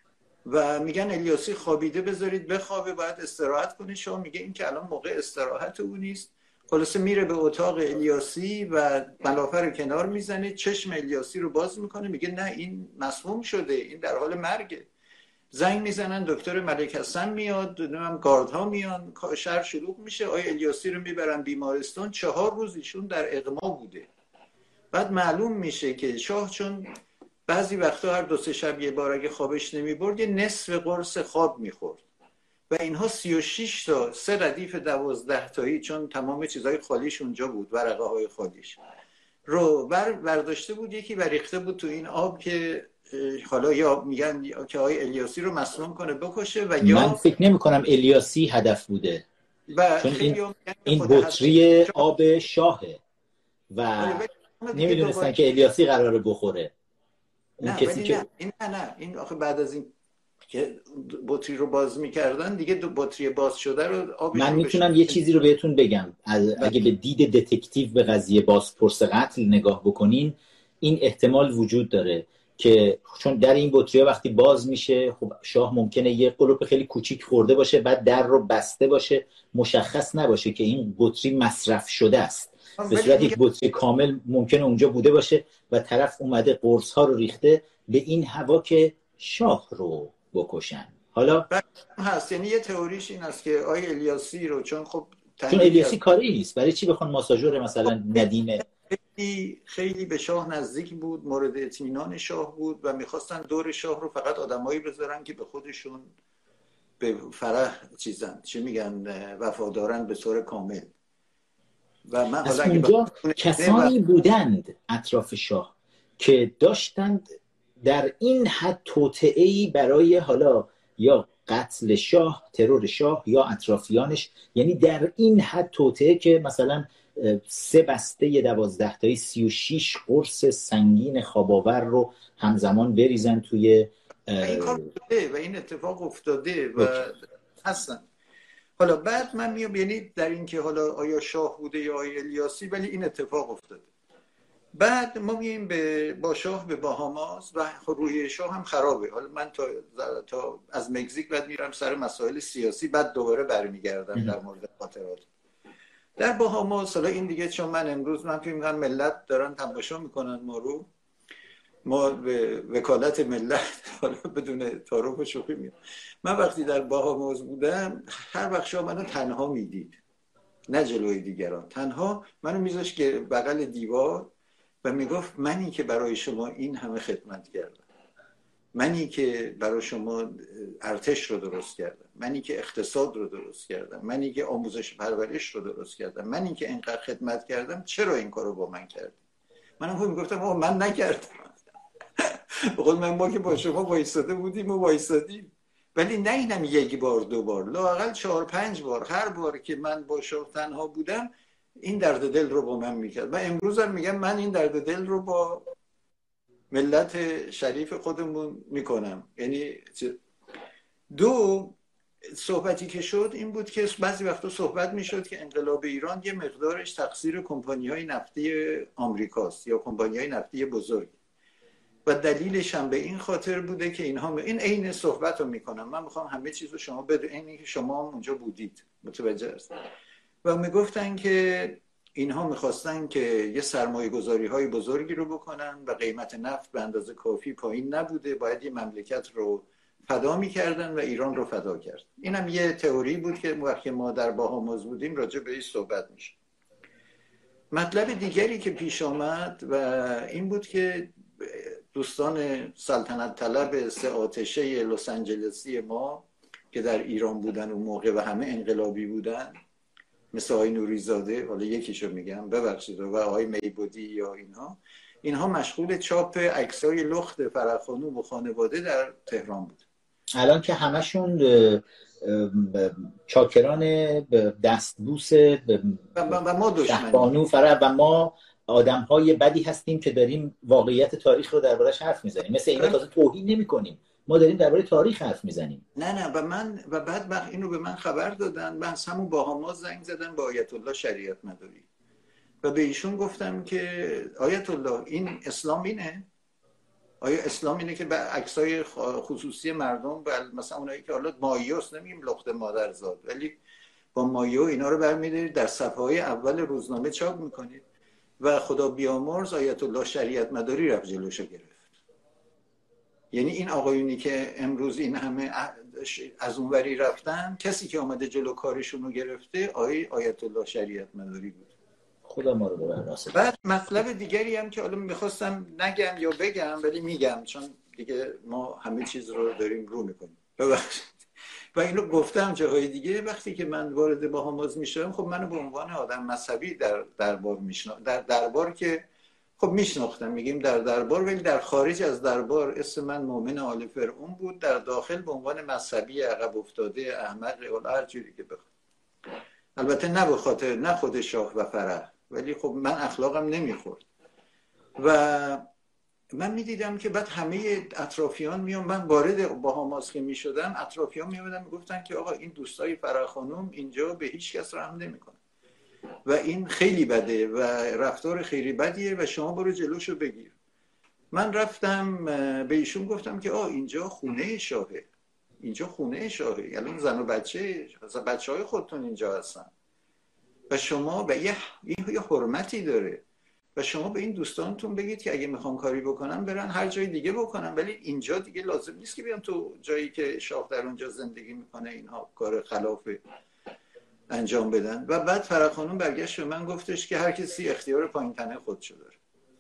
و میگن الیاسی خوابیده، بذارید بخوابه، باید استراحت کنه. شاه میگه این که الان موقع استراحت او نیست. خلاصه میره به اتاق الیاسی و ملافه رو کنار میزنه، چشم الیاسی رو باز میکنه، میگه نه این مسموم شده، این در حال مرگه. زنگ میزنن دکتر ملک حسن میاد، نمیدونم گاردها میان، شهر شلوغ میشه، آقای الیاسی رو میبرن بیمارستان. چهار روز ایشون در اغما بوده. بعد معلوم میشه که شاه چون بعضی وقتا هر دو سه شب یه بار اگه خوابش نمیبرد یه نصف قرص خواب میخورد و اینها سی و شش تا سه ردیف دوازده تایی، چون تمام چیزای خالیش اونجا بود، ورقه های خالیش رو بر برداشته بود، یکی وریخته بود تو این آب که حالا یا میگن که آقای الیاسی رو مسموم کنه بکشه و یا من فکر نمی کنم الیاسی هدف بوده و چون این این خود بطری آب شاهه و نمیدونستن دوباره... که الیاسی قراره بخوره. اون نه کسی ولی که نه این نه نه این آخه بعد از این که بطری رو باز میکردن دیگه دو بطری باز شده رو آبش من رو میتونم بشه. یه چیزی رو بهتون بگم. اگه به دید دتکتیو به قضیه بازپرس قتل نگاه بکنین، این احتمال وجود داره که چون در این بطری وقتی باز میشه، خب شاه ممکنه یه قلوپ خیلی کوچیک خورده باشه، بعد در رو بسته باشه، مشخص نباشه که این بطری مصرف شده است. به صورت یک بطری کامل ممکنه اونجا بوده باشه و طرف اومده قرص ها رو ریخته به این هوا که شاه رو بکشن. حالا هست یعنی یه تئوریش این است که آقای الیاسی رو چون خب چون الیاسی کاری نیست، برای چی بخوان ماساژور مثلا ندیمه؟ خیلی خیلی به شاه نزدیک بود، مورد اطمینان شاه بود و میخواستن دور شاه رو فقط آدمایی بذارن که به خودشون به فرح چیزن، چی میگن، وفادارن به طور کامل. و من از حالا اونجا اگه کسانی بودند اطراف شاه که داشتند در این حد توطئه‌ای برای حالا یا قتل شاه، ترور شاه یا اطرافیانش، یعنی در این حد توطئه که مثلا سه بسته دوازده تایی سی و شیش قرص سنگین خواباور رو همزمان بریزن توی این کار شده و این اتفاق افتاده و هستن. حالا بعد من میام یعنی در این که حالا آیا شاه بوده یا آیا الیاسی، ولی این اتفاق افتاده. بعد ما میایم به با شاه به باهاماس و روی شاه هم خرابه. حالا من تا, تا از مکزیک بعد میرم سر مسائل سیاسی، بعد دوباره برمیگردم در مورد خاطرات. در باهاماس حالا این دیگه چون من امروز من فکر می‌کنم ملت دارن تماشا میکنن ما رو، ما به وکالت ملت حالا بدون تعارف و شوخی میگم، من وقتی در باهاماس بودم هر وقت شاه منو تنها میدید، نه جلوی دیگران، تنها منو میذاشت که بغل دیوار و میگفت منی که برای شما این همه خدمت کردم، منی که برای شما ارتش رو درست کردم، منی که اقتصاد رو درست کردم، منی که آموزش پرورش رو درست کردم، منی که اینقدر خدمت کردم، چرا این کارو با من کردی؟ منم خود میگفتم آقا من نکردم. بقول من ما که با شما وایساده بودیم و وایسادیم، ولی نه اینم یک بار دو بار، لااقل چهار پنج بار، هر بار که من با شاه تنها بودم این درد دل رو با من میکرد. و امروز هم میگم من این درد دل رو با ملت شریف خودمون میکنم. یعنی دو صحبتی که شد این بود که بعضی وقتا صحبت میشد که انقلاب ایران یه مقدارش تقصیر کمپانی‌های نفتی آمریکاست یا کمپانی‌های نفتی بزرگ و دلیلش هم به این خاطر بوده که اینها این عین صحبت رو میکنم. من میخوام همه چیز رو شما بدونید، اینی که شما هم اونجا بودید متوجه است. و میگفتن که اینها میخواستن که یه سرمایه گذاری های بزرگی رو بکنن و قیمت نفت به اندازه کافی پایین نبوده، باید یه مملکت رو فدا میکردن و ایران رو فدا کرد. اینم یه تئوری بود که وقتی ما در باهاموز بودیم راجع به این صحبت میشه. مطلب دیگری که پیش آمد و این بود که دوستان سلطنت طلب سه آتشه لس آنجلسی ما که در ایران بودن اون موقع و همه انقلابی بودن، مثل آقای نوریزاده، حالا یکیشو میگم ببخشید، و آقای میبودی یا اینها اینها مشغول چاپ عکسای لخت فرح خانوم و خانواده در تهران بود. الان که همشون چاکران دستبوس و ما دشمنیم بانو فرح و ما آدم‌های بدی هستیم که داریم واقعیت تاریخ رو دربارش حرف میزنیم. مثل اینا تازه توهین نمی‌کنیم، ما داریم درباره تاریخ حرف میزنیم. نه نه و من و بعد وقت اینو به من خبر دادن، من همون باهاماز زنگ زدن با آیت الله شریعت مداری و به ایشون گفتم که آیت الله این اسلام اینه؟ آیا اسلام اینه که به عکسای خصوصی مردم مثلا اونایی که حالا مایوس نمیگیم لخت مادرزاد ولی با مایو اینا رو برمی‌دارید در صفحه‌های اول روزنامه چاپ می‌کنید و خدا بیامرز آیت الله شریعت مداری رفت جلوشو گرفت. یعنی این آقایونی که امروز این همه از اونوری رفتن، کسی که آمده جلو کارشون رو گرفته آقای آیت الله شریعت مداری بود. خدا ما رو ببره راست. بعد مطلب دیگری هم که حالا میخواستم نگم یا بگم ولی میگم چون دیگه ما همه چیز رو داریم رو میکنیم ببخشید و اینو گفتم جاهای دیگه. وقتی که من وارد باهاماز میشدم خب منو به عنوان آدم مذهبی در دربار میشناختم، در دربار که خب میشناختم، میگیم در دربار ولی در خارج از دربار اسم من مومن آل فرعون بود، در داخل به عنوان مذهبی عقب افتاده احمق و هر جوری که بخواد. البته نه به خاطر نه خود شاه و فرح، ولی خب من اخلاقم نمیخورد و من میدیدم که بعد همه اطرافیان میان، من وارد باهاماز که میشدم اطرافیان میامدن میگفتن که آقا این دوستای فرح خانم اینجا به هیچ کس رحم نمیکنن و این خیلی بده و رفتار خیلی بدیه و شما برو جلوشو بگیر. من رفتم به ایشون گفتم که آه اینجا خونه شاهه، اینجا خونه شاهه، یعنی زن و بچه بچه های خودتون اینجا هستن و شما به یه یه حرمتی داره و شما به این دوستانتون بگید که اگه میخوان کاری بکنن برن هر جای دیگه بکنن، ولی اینجا دیگه لازم نیست که بیان تو جایی که شاه در اونجا زندگی میکنه اینها کار خلاف انجام بدن. و بعد فرح خانم برگشت به من گفتش که هر کسی اختیار پایین تنه خودشو داره.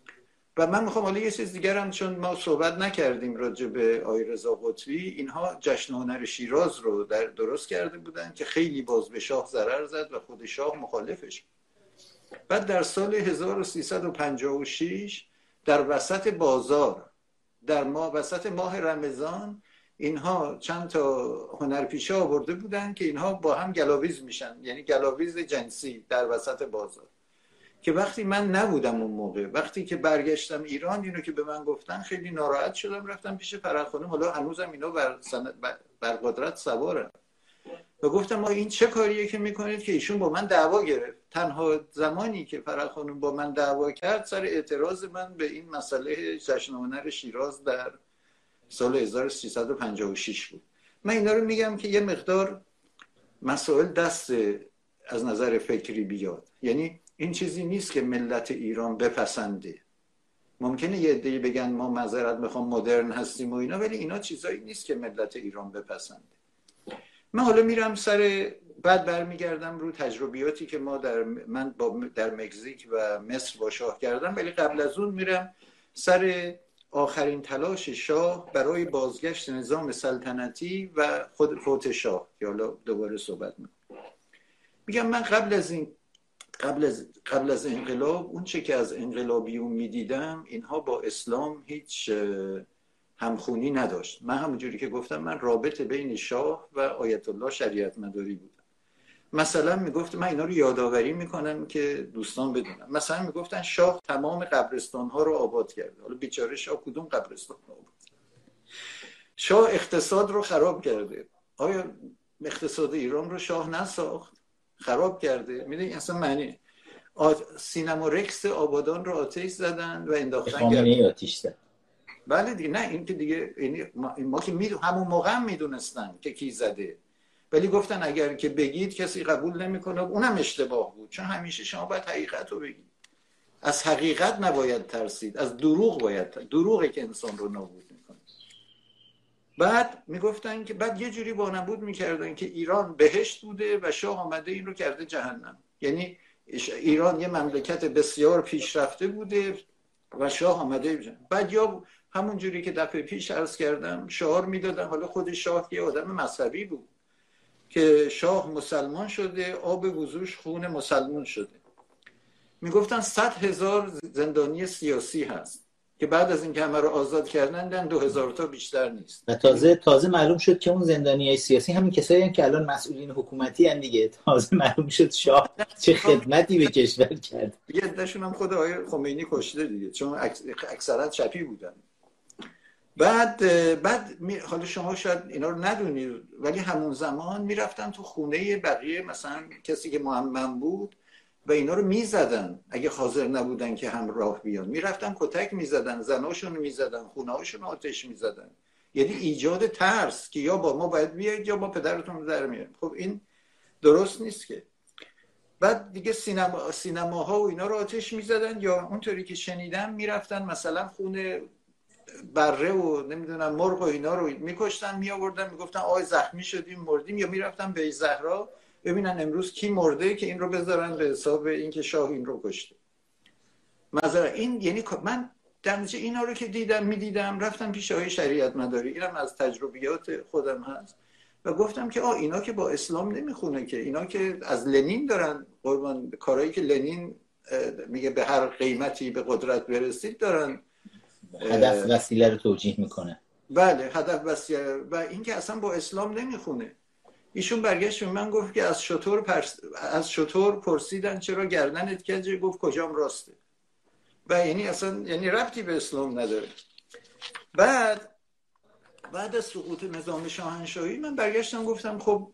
و من میخوام حالا یه چیز دیگر هم، چون ما صحبت نکردیم راجع به آقای رضا قطبی، اینها جشن هنر شیراز رو در درست کرده بودن که خیلی باز به شاه ضرر زد و خود شاه مخالفش. بعد در سال هزار و سیصد و پنجاه و شش در وسط بازار، در ما وسط ماه رمضان، اینها چند تا هنرپیشه آورده بودن که اینها با هم گلاویز میشن، یعنی گلاویز جنسی در وسط بازار. که وقتی من نبودم اون موقع، وقتی که برگشتم ایران اینو که به من گفتن خیلی ناراحت شدم، رفتم پیش فرح خانم، حالا هنوزم اینا بر, بر قدرت سوارن و گفتم ما این چه کاریه که میکنید که ایشون با من دعوا گرفت. تنها زمانی که فرح خانم با من دعوا کرد سر اعتراض من به این مسئله جشن هنر شیراز در سال هزار و سیصد و پنجاه و شش بود. من اینا رو میگم که یه مقدار مسائل دست از نظر فکری بیاد، یعنی این چیزی نیست که ملت ایران بپسنده. ممکنه یه عده‌ای بگن ما معذرت میخوام مدرن هستیم و اینا، ولی اینا چیزایی نیست که ملت ایران بپسنده. من حالا میرم سر بعد برمیگردم رو تجربیاتی که ما در من با در مکزیک و مصر با شاه کردم، ولی قبل از اون میرم سر آخرین تلاش شاه برای بازگشت نظام سلطنتی و خود فوت شاه که حالا دوباره صحبت میکنم. میگم من قبل از این قبل از قبل از انقلاب اون چه که از انقلابیون میدیدم اینها با اسلام هیچ همخونی نداشت. من همونجوری که گفتم من رابطه بین شاه و آیت الله شریعت مداری بودم. مثلا میگفت، من اینا رو یادآوری میکنم که دوستان بدونن، مثلا میگفتن شاه تمام قبرستان ها رو آباد کرده. حالا بیچاره شاه کدوم قبرستان آباد؟ شاه اقتصاد رو خراب کرده. آیا اقتصاد ایران رو شاه نساخت، خراب کرده. میدونی اصلا معنی آت... سینما رکس آبادان رو آتش زدن و انداختن خامنه‌ای آتش زد. بله دیگه، نه این که دیگه این ما, این ما که میدون همون موقع هم میدونستن که کی زده، ولی گفتن اگر که بگید کسی قبول نمیکنه. اونم اشتباه بود، چون همیشه شما باید حقیقت رو بگید. از حقیقت نباید ترسید، از دروغ باید ترسید. دروغه که انسان رو نابود میکنه. بعد میگفتن که بعد یه جوری وانمود میکردن که ایران بهشت بوده و شاه آمده این رو کرده جهنم. یعنی ایران یه مملکت بسیار پیشرفته بوده و شاه آمده بجن. بعد یا همون جوری که دفعه پیش عرض کردم شعار میدادن، حالا خود شاه یه آدم مذهبی بود، که شاه مسلمان شده، آب وضوش خون مسلمان شده. میگفتن صد هزار زندانی سیاسی هست که بعد از اینکه همه رو آزاد کردن دن دو هزار تا بیشتر نیست. و تازه تازه معلوم شد که اون زندانیای سیاسی همین کسایی هستن که الان مسئولین حکومتی ان دیگه. تازه معلوم شد شاه چه خدمتی به کشور کرد. یه عده‌شون هم خود آقای خمینی کشته دیگه، چون اکثرا چپی بودن. بعد بعد حالا شما شاید اینا رو ندونید، ولی همون زمان میرفتن تو خونه بقیه، مثلا کسی که مؤمن بود و اینا رو میزدن اگه حاضر نبودن که همراه بیان، میرفتن کتک میزدن، زناشون رو میزدن، خونه هاشون رو آتش میزدن. یعنی ایجاد ترس که یا با ما باید بیاید یا با پدرتون رو در میاریم. خب این درست نیست که. بعد دیگه سینما سینماها و اینا رو آتش میزدن، یا اونطوری که شنیدم میرفتن مثلا خونه بره و نمیدونم مرغ و اینا رو میکشتن، میآوردن میگفتن آی زخمی شدیم مردیم، یا میرفتن به زهرا ببینن امروز کی مرده که این رو بذارن به حساب این که شاه این رو کشته. مثلا این یعنی من در نتیجه اینا رو که دیدم میدیدم رفتم پیش آقای شریعت مداری، اینم از تجربیات خودم هست، و گفتم که آ اینا که با اسلام نمیخونه، که اینا که از لنین دارن قربان کارهایی که لنین میگه به هر قیمتی به قدرت برسید دارن هدف وسیله رو توجیه میکنه. بله هدف وسیله، و این که اصلا با اسلام نمیخونه. ایشون برگشت به من گفت که از شطور پرس... از شطور پرسیدن چرا گردنت کجه، گفت کجام راسته. و یعنی اصلا یعنی ربطی به اسلام نداره. بعد بعد از سقوط نظام شاهنشاهی من برگشتم گفتم خب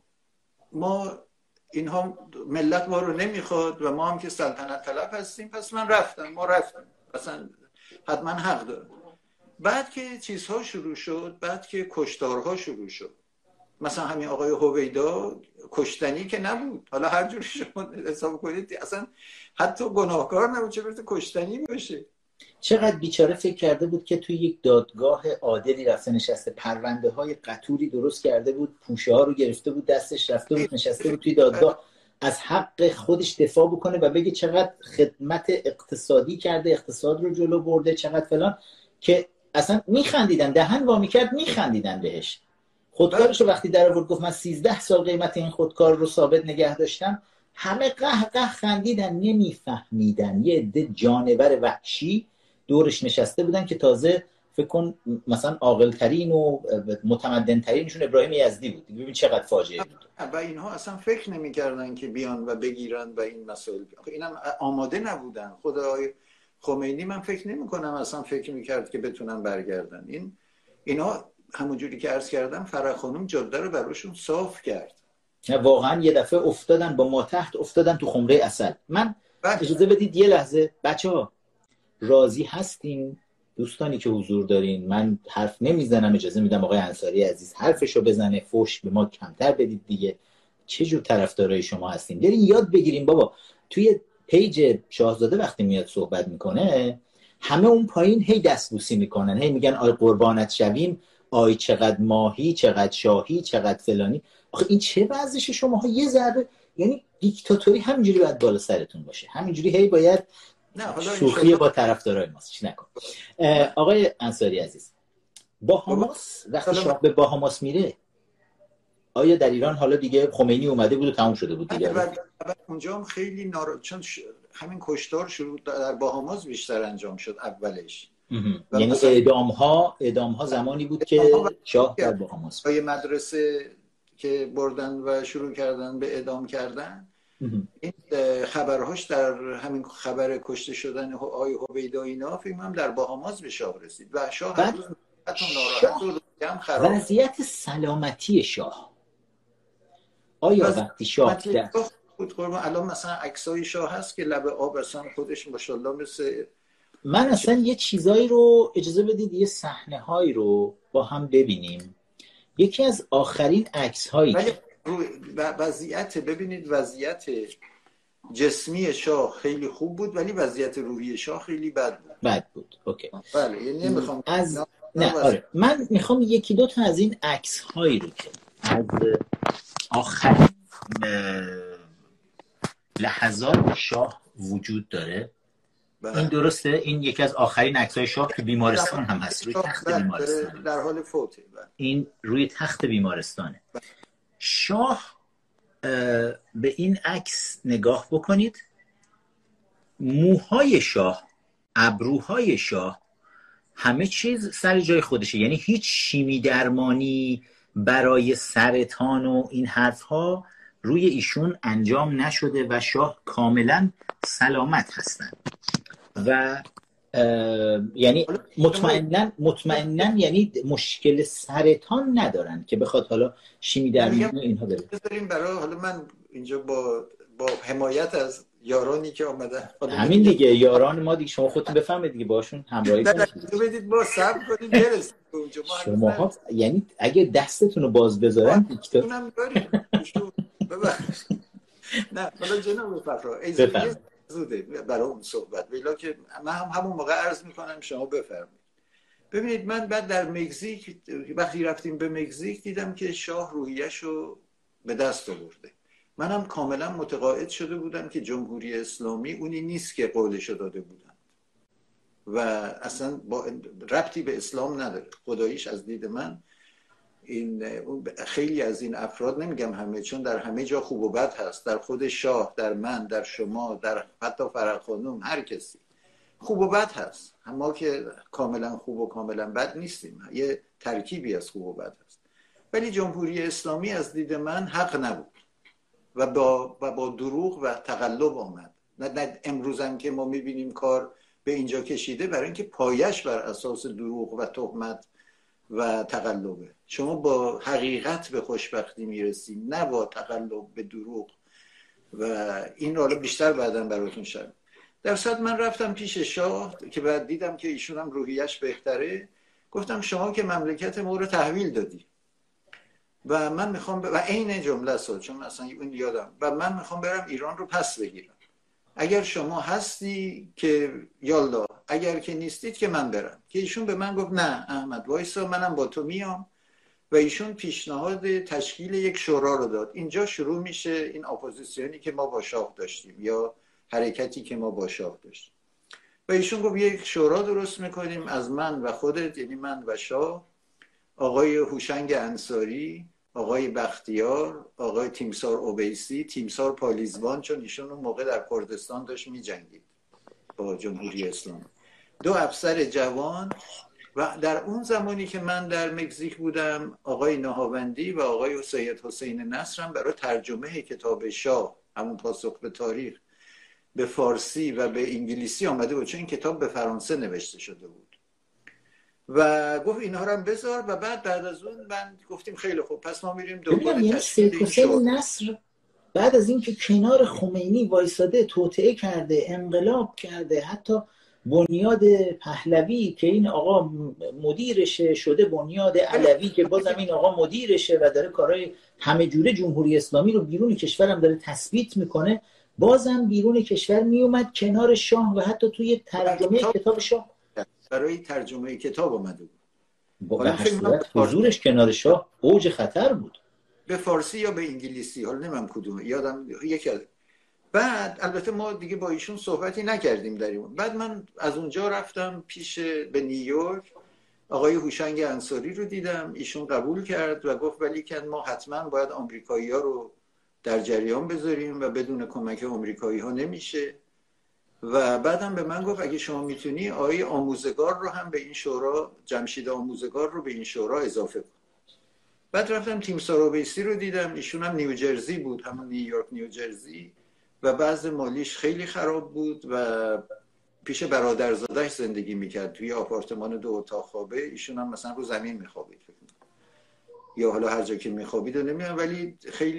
ما اینها ملت ما رو نمیخواد و ما هم که سلطنت طلب هستیم، پس من رفتم ما رفتیم اصلا حتما حق داره. بعد که چیزها شروع شد، بعد که کشتارها شروع شد، مثلا همین آقای هویدا کشتنی که نبود، حالا هر جوری شما حساب کنید اصلا حتی گناهکار نبود، چه برسه کشتنی باشه. چقدر بیچاره فکر کرده بود که توی یک دادگاه عادلی رفته نشسته، پرونده های قطوری درست کرده بود، پوشه ها رو گرفته بود دستش، رفته بود نشسته بود توی دادگاه از حق خودش دفاع بکنه و بگه چقدر خدمت اقتصادی کرده، اقتصاد رو جلو برده، چقدر فلان، که اصلا میخندیدن، دهن وامی کرد میخندیدن بهش. خودکارش رو وقتی در آورد گفت من سیزده سال قیمت این خودکار رو ثابت نگه داشتم، همه قه قه خندیدن، نمیفهمیدن. یه عده جانور وحشی دورش نشسته بودن که تازه فکر کن مثلا عاقل‌ترین و متمدن‌ترینشون ابراهیم یزدی بود. ببین چقدر فاجعه بود. و اینها اصلا فکر نمی‌کردن که بیان و بگیرن و این مسائل، اینم آماده نبودن. خدای خمینی من فکر نمی‌کنم اصلا فکر می‌کرد که بتونن برگردن. این اینا همونجوری که عرض کردم فرح خانم جاده رو براشون صاف کرد. واقعا یه دفعه افتادن با ما تحت، افتادن تو خمره عسل. من اجازه بدید یه لحظه بچه‌ها راضی هستین دوستانی که حضور دارین؟ من حرف نمیزنم، اجازه میدم آقای انصاری عزیز حرفشو بزنه، فوش به ما کمتر بدید دیگه. چه جور طرفدارای شما هستین؟ برین یاد بگیریم بابا. توی پیج شاهزاده وقتی میاد صحبت میکنه همه اون پایین هی دستبوسی میکنن، هی میگن آی قربانت شویم، آی چقدر ماهی، چقدر شاهی، چقدر فلانی. آخه این چه وضعشه؟ شماها یه ذره یعنی دیکتاتوری همینجوری باید بالا سرتون باشه، همینجوری هی باید شوخی با طرفدارای ماست. چی نکن. آقای انصاری عزیز، باهاماس وقتی شاه به باهاماس میره، آیا در ایران حالا دیگه خمینی اومده بود و تموم شده بود دیگه؟ اونجا هم خیلی نارا... چون ش... همین کشتار شروع در باهاماس بیشتر انجام شد اولش. یعنی مثلا... اعدام ها اعدام ها زمانی بود که شاه در باهاماس بود. مدرسه که بردن و شروع کردن به اعدام کردن، این خبرهاش در همین خبر کشته شدن آقای هویدا اینا فکر کنم در باهاماس به شاه رسید و شاه هنوز حتی ناراحت و هم خراب. وضعیت سلامتی شاه آیا وقتی شاه ده... بود قربان الان مثلا عکسای شاه هست که لب آب اصلا خودش ماشاءالله مثل من اصلا یه چیزایی رو اجازه بدید یه صحنه هایی رو با هم ببینیم. یکی از آخرین عکس هایی ولی که وضعیت ببینید وضعیت جسمی شاه خیلی خوب بود ولی وضعیت روحی شاه خیلی بد بود. بد بود. اوکی. بله یعنی نمیخوام از نه, نه آره من میخوام یکی دو تا از این عکس هایی رو که از آخرین لحظات شاه وجود داره. بله. این درسته؟ این یکی از آخرین عکس‌های شاه تو بیمارستان هم هست، روی تخت بیمارستان در حال فوته. این روی تخت بیمارستانه. شاه به این عکس نگاه بکنید، موهای شاه، ابروهای شاه، همه چیز سر جای خودشه، یعنی هیچ شیمی درمانی برای سرطان و این حرفها روی ایشون انجام نشده و شاه کاملا سلامت هستن و یعنی مطمئنن مطمئنن یعنی مشکل سرطان ندارن که بخواد حالا شیمی درمانی اینها بره. بذاریم برای حالا من اینجا با با حمایت از یارانی که آمدن همین دیگه یاران ما دیگه، شما خودتون بفهمید دیگه باشون همراهی کنید. بدید ما صبر کنیم برسیم اونجا. شما ها یعنی اگه دستتون رو باز بذارن دیکتاتور اونم داریم. ببخشید. نه حالا جناب فخرا ایزویه زوده برای اون صحبت ولی که من هم همون موقع عرض میکنم شما بفرمایید. ببینید من بعد در مکزیک وقتی رفتیم به مکزیک دیدم که شاه روحیه‌شو به دست آورده. منم کاملا متقاعد شده بودم که جمهوری اسلامی اونی نیست که قولشو داده بودن و اصلا با ربطی به اسلام نداره. خداییش از دید من این خیلی از این افراد، نمیگم همه چون در همه جا خوب و بد هست، در خود شاه، در من، در شما، در حتی فرح خانم، هر کسی خوب و بد هست. ما که کاملا خوب و کاملا بد نیستیم، یه ترکیبی از خوب و بد هست. ولی جمهوری اسلامی از دید من حق نبود و با, و با دروغ و تقلب آمد. نه, نه امروز هم که ما میبینیم کار به اینجا کشیده برای اینکه پایش بر اساس دروغ و تهمت و تقلبه. شما با حقیقت به خوشبختی میرسیم نه با تقلب به دروغ و این رو بیشتر بعداً براتون شد. در صورت من رفتم پیش شاه که بعد دیدم که ایشون هم روحیش بهتره. گفتم شما که مملکت ما رو تحویل دادی و من میخوام ب... و عین جمله سو چون اصلا اون یادم و من میخوام برم ایران رو پس بگیرم. اگر شما هستی که یالا، اگر که نیستید که من برم. که ایشون به من گفت نه احمد وایسا منم با تو میام و ایشون پیشنهاد تشکیل یک شورا رو داد. اینجا شروع میشه این اپوزیسیونی که ما با شاه داشتیم یا حرکتی که ما با شاه داشتیم و ایشون گفت یک شورا درست میکنیم از من و خودت، یعنی من و شاه، آقای هوشنگ انصاری، آقای بختیار، آقای تیمسار اویسی، تیمسار پالیزبان، چون ایشون اون موقع در کردستان داشت میجنگید با جمهوری اسلامی، دو افسر جوان. و در اون زمانی که من در مکزیک بودم آقای نهاوندی و آقای سید حسین نصر هم برای ترجمه کتاب شاه، همون پاسخ به تاریخ، به فارسی و به انگلیسی آمده بود چون این کتاب به فرانسه نوشته شده بود و گفت اینها رو هم بذار و بعد بعد از اون من گفتیم خیلی خوب پس ما میریم دنبال تشکیل این شورا. نصر بعد از اینکه کنار خمینی وایساده، توطئه کرده، انقلاب کرده، حتی بنیاد پهلوی که این آقا مدیرشه شده بنیاد علوی که بازم این آقا مدیرشه و داره کارهای همه جوره جمهوری اسلامی رو بیرون کشورم داره تثبیت میکنه، بازم بیرون کشور میومد کنار شاه و حتی توی ترجمه کتاب شاه برای ترجمه کتاب اومده بود. به هر صورت حضورش کنار شاه اوج خطر بود. به فارسی یا به انگلیسی، حالا نمیدونم کدومه، یادم یکی از. بعد البته ما دیگه با ایشون صحبتی نکردیم در این. بعد من از اونجا رفتم پیش به نیویورک، آقای هوشنگ انصاری رو دیدم، ایشون قبول کرد و گفت ولی که ما حتما باید آمریکایی‌ها رو در جریان بذاریم و بدون کمک آمریکایی‌ها نمیشه. و بعدم به من گفت اگه شما میتونی آقای آموزگار رو هم به این شورا، جمشید آموزگار رو به این شورا اضافه کن. بعد رفتم تیمسار اویسی رو دیدم، ایشون هم نیوجرسی بود، همون نیویورک نیوجرسی و بعض مالیش خیلی خراب بود و پیش برادرزادش زندگی میکرد توی آپارتمان دو اتاق خوابه. ایشون هم مثلا رو زمین میخوابید یا حالا هر جا که میخوابید نمیدونم، ولی خیلی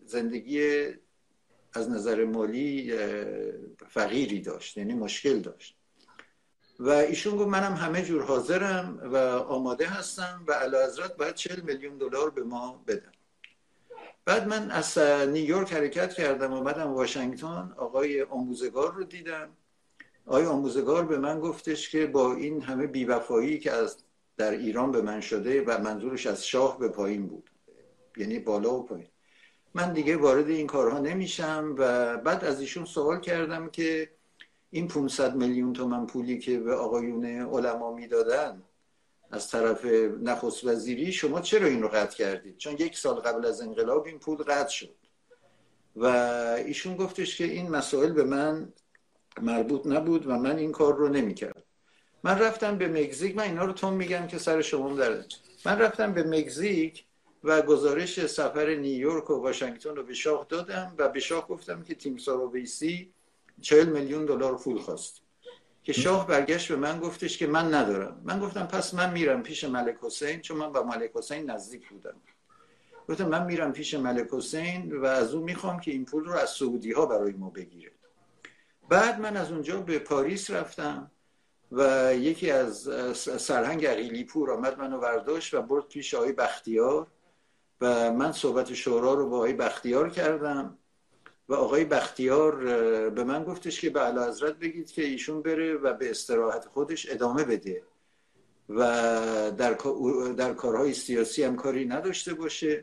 زندگی از نظر مالی فقیری داشت، یعنی مشکل داشت و ایشون گفت منم همه جور حاضرم و آماده هستم و اعلیحضرت باید چهل میلیون دلار به ما بدن. بعد من از نیویورک حرکت کردم اومدم واشنگتن، آقای آموزگار رو دیدم. آقای آموزگار به من گفتش که با این همه بیوفایی که از در ایران به من شده و منظورش از شاه به پایین بود، یعنی بالا و پایین، من دیگه وارد این کارها نمیشم. و بعد از ایشون سوال کردم که این پانصد میلیون تومان پولی که به آقایون علما میدادن از طرف نخست وزیری، شما چرا این رو قطع کردید؟ چون یک سال قبل از انقلاب این پول قطع شد. و ایشون گفتش که این مسائل به من مربوط نبود و من این کار رو نمی‌کردم. من رفتم به مکزیک، من اینا رو تون میگم که سر شما درد. من رفتم به مکزیک و گزارش سفر نیویورک و واشنگتن رو به شاه دادم و به شاه گفتم که تیمسار اویسی چهل میلیون دلار پول خواست که شاه برگشت به من گفتش که من ندارم. من گفتم پس من میرم پیش ملک حسین، چون من با ملک حسین نزدیک بودم. گفتم من میرم پیش ملک حسین و از اون میخوام که این پول رو از سعودی ها برای ما بگیره. بعد من از اونجا به پاریس رفتم و یکی از سرهنگ عقیلی پور آمد منو برداشت و برد پیش آقای بختیار و من صحبت شورا رو با آقای بختیار کردم و آقای بختیار به من گفتش که به اعلیحضرت بگید که ایشون بره و به استراحت خودش ادامه بده و در در کارهای سیاسی هم کاری نداشته باشه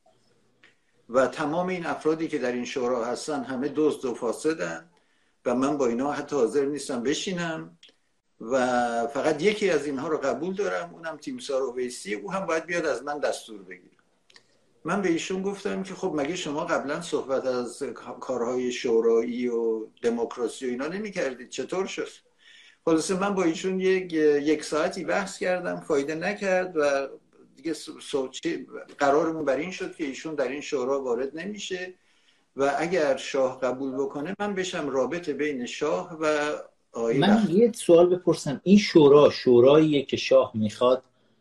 و تمام این افرادی که در این شورا هستن همه دزد و فاسدن و من با اینا حتی حاضر نیستم بشینم و فقط یکی از اینها رو قبول دارم، اونم تیمسار اویسی، او هم باید بیاد از من دستور بگیره. من به ایشون گفتم که خب مگه شما قبلا صحبت از کارهای شورایی و دموکراسی و اینا نمی کردید؟ چطور شد؟ خلاصه من با ایشون یک یک ساعتی بحث کردم، فایده نکرد و دیگه قرارمون بر این شد که ایشون در این شورا وارد نمیشه و اگر شاه قبول بکنه من بشم رابط بین شاه و آقای من بخت. یه سوال بپرسم، این شورا شوراییه که شاه میخواد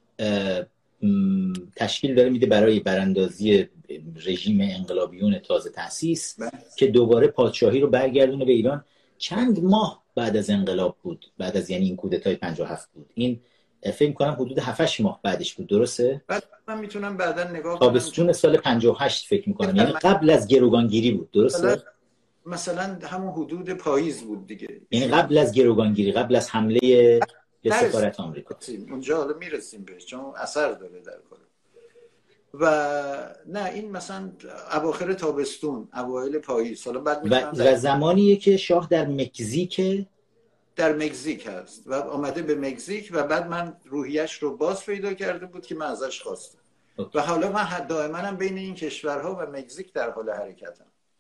تشکیل داره میده برای براندازی رژیم انقلابیون تازه تأسیس که دوباره پادشاهی رو برگردونه به ایران؟ چند ماه بعد از انقلاب بود، بعد از یعنی این کودتای پنجاه و هفت بود، این فکر کنم حدود هفت هشت ماه بعدش بود، درسته؟ بعد من میتونم بعدا نگاه کنم، تابستون سال پنجاه و هشت فکر میکنم، یعنی قبل از گروگانگیری بود، درسته؟ مثلا همون حدود پاییز بود دیگه، یعنی قبل از گروگانگیری، قبل از حمله به سفارت آمریکا. اونجا حالا میرسیم بهش چون اثر داره در کار. و نه این مثلا اواخر تابستون اوایل پاییز، حالا بعد و, و زمانیه که شاه در مکزیک در مکزیک هست و آمده به مکزیک و بعد من روحیش رو باز پیدا کرده بود که من ازش خواستم و حالا من دائما هم بین این کشورها و مکزیک در حال حرکتم.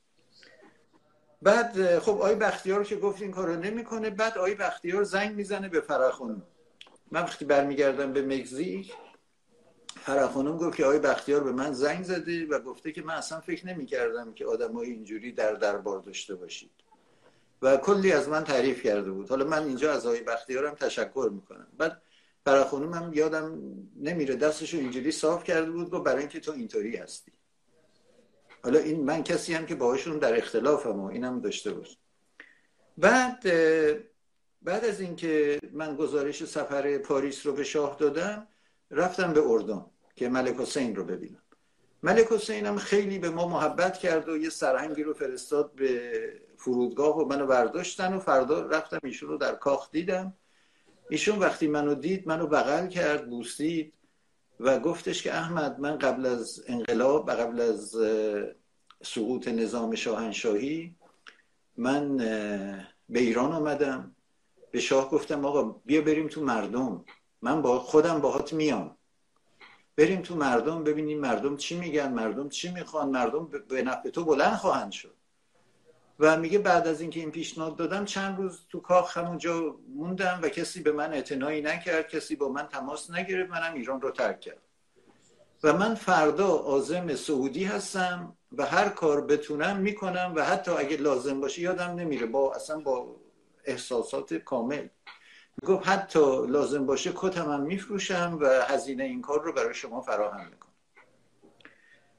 بعد خب آقای بختیار که گفت این کارو نمیکنه، بعد آقای بختیار زنگ میزنه به فرخ‌خانم. من وقتی برمیگردم به مکزیک، فرخ‌خانم گفت که آقای بختیار به من زنگ زده و گفته که من اصلا فکر نمی‌کردم که آدمای اینجوری در دربار داشته باشید و کلی از من تعریف کرده بود. حالا من اینجا از آقای بختیارم تشکر میکنم. بعد فرخ‌خانم هم یادم نمیره دستشو اینجوری صاف کرده بود و برای اینکه تو اینطوری هستی. حالا این من کسی هم که باهاشون در اختلافم و اینم داشته باش. بعد بعد از اینکه من گزارش سفر پاریس رو به شاه دادم، رفتم به اردن که ملک حسین رو ببینم. ملک حسین هم خیلی به ما محبت کرد و یه سرهنگی رو فرستاد به فرودگاه و منو برداشتن و فردا رفتم ایشون رو در کاخ دیدم. ایشون وقتی منو دید منو بغل کرد، بوسید و گفتش که احمد، من قبل از انقلاب و قبل از سقوط نظام شاهنشاهی من به ایران آمدم، به شاه گفتم آقا بیا بریم تو مردم، من با خودم باهات میام، بریم تو مردم ببینیم مردم چی میگن، مردم چی میخوان، مردم به نفع تو بلند خواهند شد. و میگه بعد از اینکه این پیشنهاد دادم چند روز تو کاخ همونجا موندم و کسی به من اعتنایی نکرد، کسی با من تماس نگرفت، منم ایران رو ترک کردم و من فردا عازم سعودی هستم و هر کار بتونم میکنم و حتی اگه لازم باشه، یادم نمیره، با اصلا با احساسات کامل گفت حتی لازم باشه کتم هم میفروشم و هزینه این کار رو برای شما فراهم میکنم.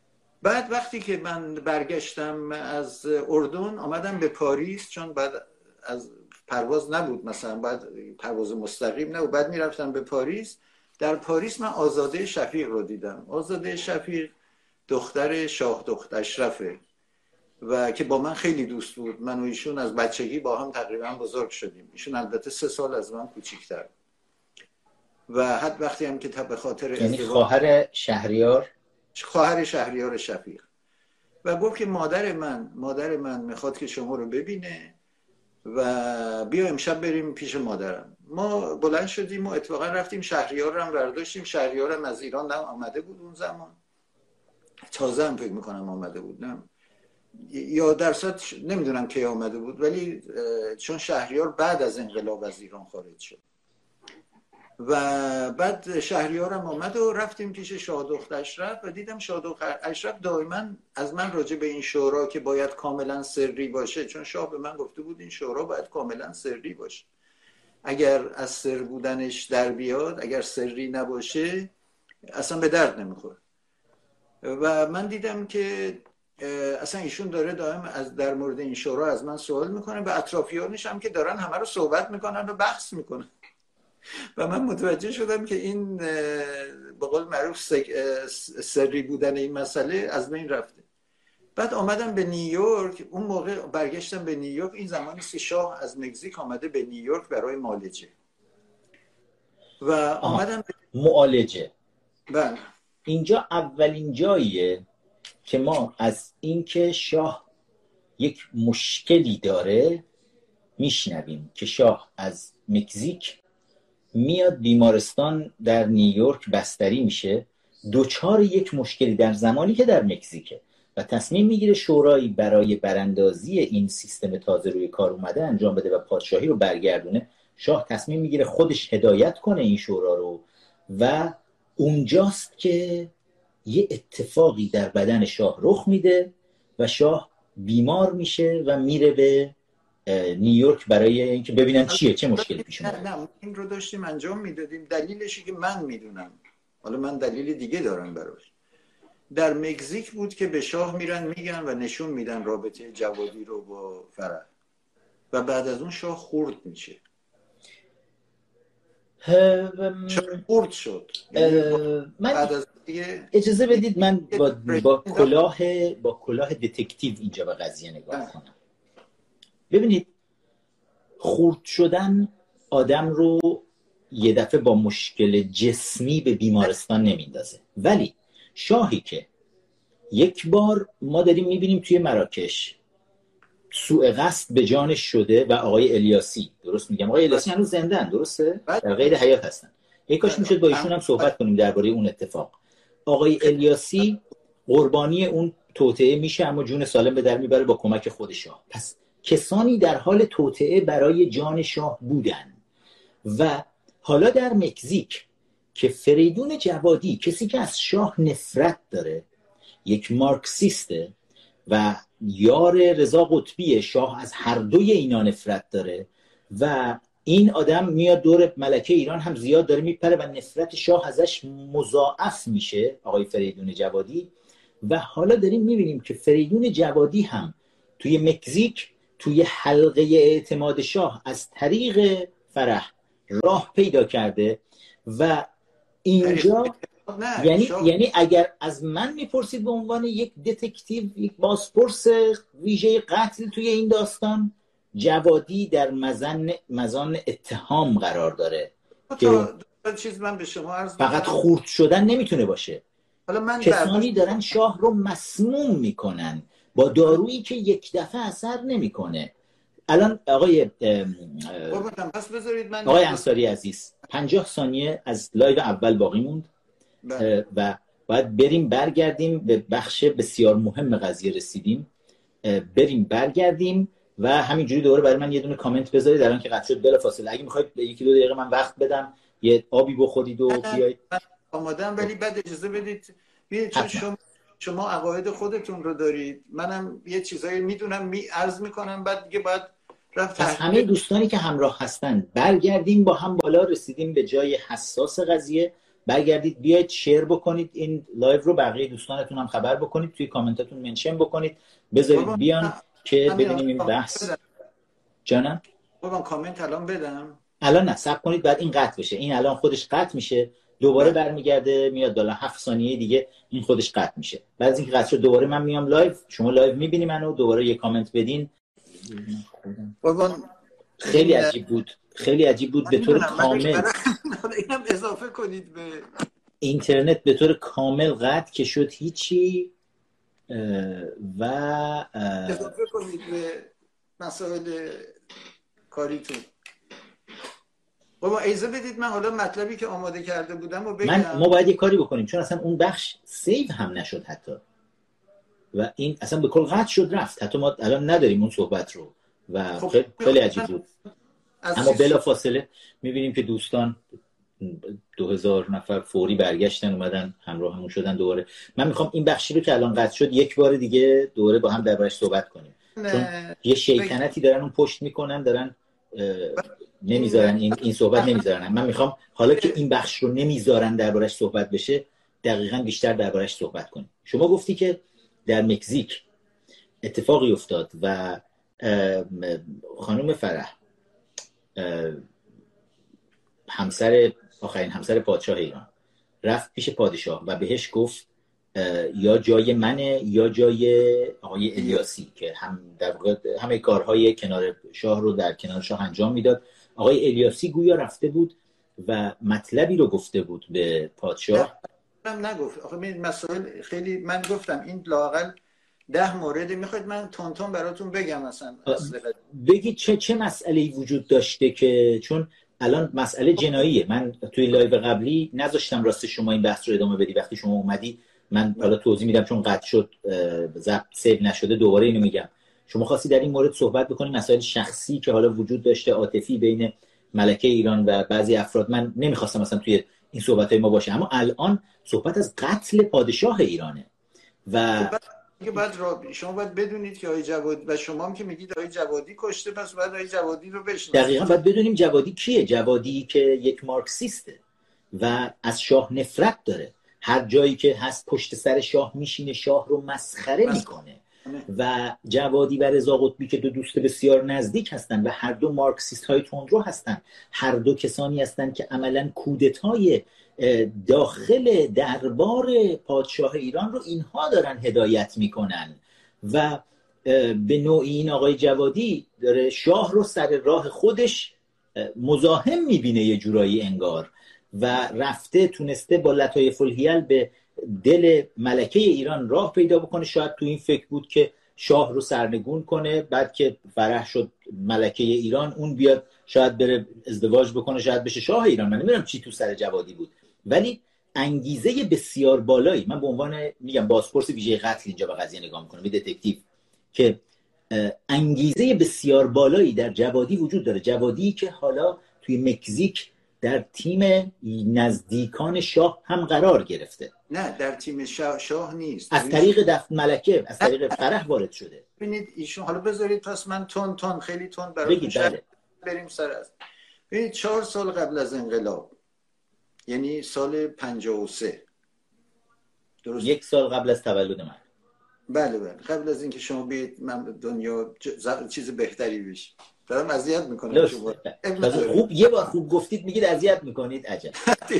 بعد وقتی که من برگشتم از اردن آمدم به پاریس، چون بعد از پرواز نبود، مثلا بعد پرواز مستقیم نبود، بعد میرفتم به پاریس. در پاریس من آزاده شفیق رو دیدم. آزاده شفیق دختر شاه دخت اشرفه و که با من خیلی دوست بود. من و ایشون از بچگی با هم تقریبا بزرگ شدیم. ایشون البته سه سال از من کوچیک‌تر و حتی وقتی هم که به خاطر یعنی خواهر شهریار خواهر شهریار شفیق و گفت که مادر من مادر من میخواد که شما رو ببینه و بیا امشب بریم پیش مادرم. ما بلند شدیم و اتفاقا رفتیم شهریار رو هم برداشتیم. شهریار هم از ایران نه آمده بود اون زمان، تازه هم فکر میکنم آمده بود، نه یا درصد نمیدونم کی آمده بود، ولی چون شهریار بعد از انقلاب از ایران خارج شد و بعد شهریارم آمد و رفتیم پیش شاه دخت اشرف و دیدم شاه دخت اشرف دائما از من راجع به این شورا که باید کاملا سری باشه، چون شاه به من گفته بود این شورا باید کاملا سری باشه، اگر از سر بودنش در بیاد، اگر سری نباشه اصلا به درد نمیخوره. و من دیدم که اصلا ایشون داره دائم از در مورد این شورا از من سوال میکنه و اطرافیانش هم که دارن همه رو صحبت میکنن و بحث میکنن و من متوجه شدم که این به قول معروف سری بودن این مسئله از بین رفته. بعد آمدم به نیویورک. اون موقع برگشتم به نیویورک. این زمانی است که شاه از مکزیک آمده به نیویورک برای معالجه و آمدم به... معالجه. بله. اینجا اولین جاییه که ما از اینکه شاه یک مشکلی داره میشنویم که شاه از مکزیک میاد بیمارستان در نیویورک بستری میشه، دوچار یک مشکلی در زمانی که در مکزیکه و تصمیم میگیره شورایی برای براندازی این سیستم تازه روی کار اومده انجام بده و پادشاهی رو برگردونه. شاه تصمیم میگیره خودش هدایت کنه این شورا رو و اونجاست که یه اتفاقی در بدن شاه رخ میده و شاه بیمار میشه و میره به نیویورک برای اینکه ببینن چیه، چه مشکلی پیش اومده. نه نه این رو داشتیم انجام میدادیم. دلیلشی که من میدونم، حالا من دلیل دیگه دارم براش، در مکزیک بود که به شاه میرن میگن و نشون میدن رابطه جوادی رو با فرح و بعد از اون شاه خورد میشه. شاه خورد شد. من از دیگه... اجازه بدید من با, با کلاه با کلاه دتکتیو اینجا به قضیه نگاه کنم. ببینید، خورد شدن آدم رو یه دفعه با مشکل جسمی به بیمارستان نمیندازه، ولی شاهی که یک بار ما داریم میبینیم توی مراکش سوء قصد به جانش شده و آقای الیاسی، درست میگم؟ آقای الیاسی هنوز زنده‌اند، درسته؟ در غیر حیات هستن. یک کاش میشد با ایشون هم صحبت کنیم درباره اون اتفاق. آقای الیاسی قربانی اون توطئه میشه اما جون سالم به در میبره با کمک خود شاه. پس کسانی در حال توطئه برای جان شاه بودن و حالا در مکزیک که فریدون جوادی، کسی که از شاه نفرت داره، یک مارکسیسته و یار رضا قطبی، شاه از هر دوی اینا نفرت داره و این آدم میاد دور ملکه ایران هم زیاد داره میپره و نفرت شاه ازش مضاعف میشه، آقای فریدون جوادی. و حالا داریم میبینیم که فریدون جوادی هم توی مکزیک توی حلقه اعتماد شاه از طریق فرح راه پیدا کرده و اینجا یعنی شاه... یعنی اگر از من میپرسید به عنوان یک دتکتیو، یک بازپرس ویژه قتل توی این داستان، جوادی در مزن مزان اتهام قرار داره که چیز من به شما عرض فقط خورد شدن نمیتونه باشه. حالا من کسانی دارن شاه رو مسموم میکنن با دارویی که یک دفعه اثر نمیکنه. الان آقای پس بذارید من آقای انصاری عزیز، پنجاه ثانیه از لایو اول باقی موند و باید بریم برگردیم به بخش بسیار مهم قضیه رسیدیم. بریم برگردیم و همینجوری دوباره برای من یه دونه کامنت بذارید الان که قطع شد بلافاصله. اگه میخواید یکی دو دقیقه من وقت بدم یه آبی بخورید و بیایید. آمادم، ولی بعد اجازه بدید ببینید، چون شما شما عقاید خودتون رو دارید، منم یه چیزایی میدونم می عرض میکنم، بعد دیگه باید رفت. از همه دوستانی که همراه هستن برگردیم با هم بالا. رسیدیم به جای حساس قضیه برگردید بیاید شیر بکنید این لایو رو، بقیه دوستانتون هم خبر بکنید، توی کامنتاتون منشن بکنید، بذارید بیان که ببینیم این بحث. جانم بابا کامنت الان بدم؟ الان نه، صبر کنید بعد این قطع بشه. این الان خودش قطع میشه، دوباره برمیگرده میاد بالا، هفت ثانیه دیگه این خودش قطع میشه. بعد از اینکه قطع شد دوباره من میام لایو، شما لایو میبینی منو، دوباره یه کامنت بدین. بابا خیلی عجیب بود، خیلی عجیب بود به طور کامل. اینم اضافه کنید به اینترنت به طور کامل قطع که شد هیچی و اضافه کنید به مسائل کاریتون. بابا ایزه بدید من حالا مطلبی که آماده کرده بودم و بگم. من ما باید یه کاری بکنیم چون اصلا اون بخش سیو هم نشد حتی و این اصلا به کل قطع شد رفت، حتی ما الان نداریم اون صحبت رو و خب خیلی, خیلی عجیب بود. اما بلا فاصله میبینیم که دوستان دو هزار نفر فوری برگشتن اومدن همراه همون شدن دوباره. من میخوام این بخشی رو که الان قطع شد یک بار دیگه دوباره با هم دربارش صحبت کنیم نه. چون یه شیطنتی دارن اون پشت میکنن، دارن نمیذارن این این صحبت نمیذارن. من میخوام حالا که این بخش رو نمیذارن دربارش صحبت بشه دقیقاً بیشتر دربارش صحبت کنیم. شما گفتی که در مکزیک اتفاقی افتاد و خانم فرح همسر آخرین همسر پادشاه ایران رفت پیش پادشاه و بهش گفت یا جای منه یا جای آقای الیاسی که هم در واقع همه کارهای کنار شاه رو در کنار شاه انجام میداد. آقای الیاسی گویا رفته بود و مطلبی رو گفته بود به پادشاه. من نگفت. آخه این مسائل خیلی من گفتم این لااقل ده مورد. میخواید من تون تون براتون بگم مثلا بگید چه چه مسئله‌ای وجود داشته که چون الان مسئله جناییه. من توی لایو قبلی نذاشتم راست شما این بحث رو ادامه بدی. وقتی شما اومدی من حالا توضیح میدم چون قطع شد ضبط سیو نشده دوباره اینو میگم. شما خواستی در این مورد صحبت بکنی مسائل شخصی که حالا وجود داشته عاطفی بین ملکه ایران و بعضی افراد. من نمیخواستم مثلا توی این صحبت‌های ما باشه، اما الان صحبت از قتل پادشاه ایرانه و که بعد شما باید بدونید که آقای جوادی و شما هم که میگید آقای جوادی کشته، پس باید آقای جوادی رو بشناسید. دقیقاً باید بدونیم جوادی کیه. جوادی که یک مارکسیسته و از شاه نفرت داره، هر جایی که هست پشت سر شاه میشینه، شاه رو مسخره میکنه و جوادی و رضا قطبی که دو دوست بسیار نزدیک هستن و هر دو مارکسیست های تندرو هستن، هر دو کسانی هستن که عملاً کودتای داخل دربار پادشاه ایران رو اینها دارن هدایت میکنن و به نوعی این آقای جوادی داره شاه رو سر راه خودش مزاحم میبینه یه جورایی انگار و رفته تونسته با لطایف الحیل به دل ملکه ایران راه پیدا بکنه. شاید تو این فکر بود که شاه رو سرنگون کنه، بعد که فرح شد ملکه ایران اون بیاد شاید بره ازدواج بکنه، شاید بشه شاه ایران. من نمیدونم چی تو سر جوادی بود، ولی انگیزه بسیار بالایی. من به عنوان میگم بازپرس ویژه قتل اینجا به قضیه نگاه میکنم، یه دتکتیو که انگیزه بسیار بالایی در جوادی وجود داره. جوادی که حالا توی مکزیک در تیم نزدیکان شاه هم قرار گرفته. نه در تیم شاه, شاه نیست، از طریق دفن ملکه، از طریق فرح وارد شده. ببینید ایشون حالا بذارید پس من تون تون خیلی تون براتون بله. بریم سر از ببینید چهار سال قبل از انقلاب، یعنی سال پنجاه و سه، درست یک سال قبل از تولد من. بله بله قبل از اینکه شما بیاید من دنیا چیز بهتری بشه. دارم اذیت میکنم شما. خوب یه بار خوب گفتید میگید اذیت میکنید. عجب.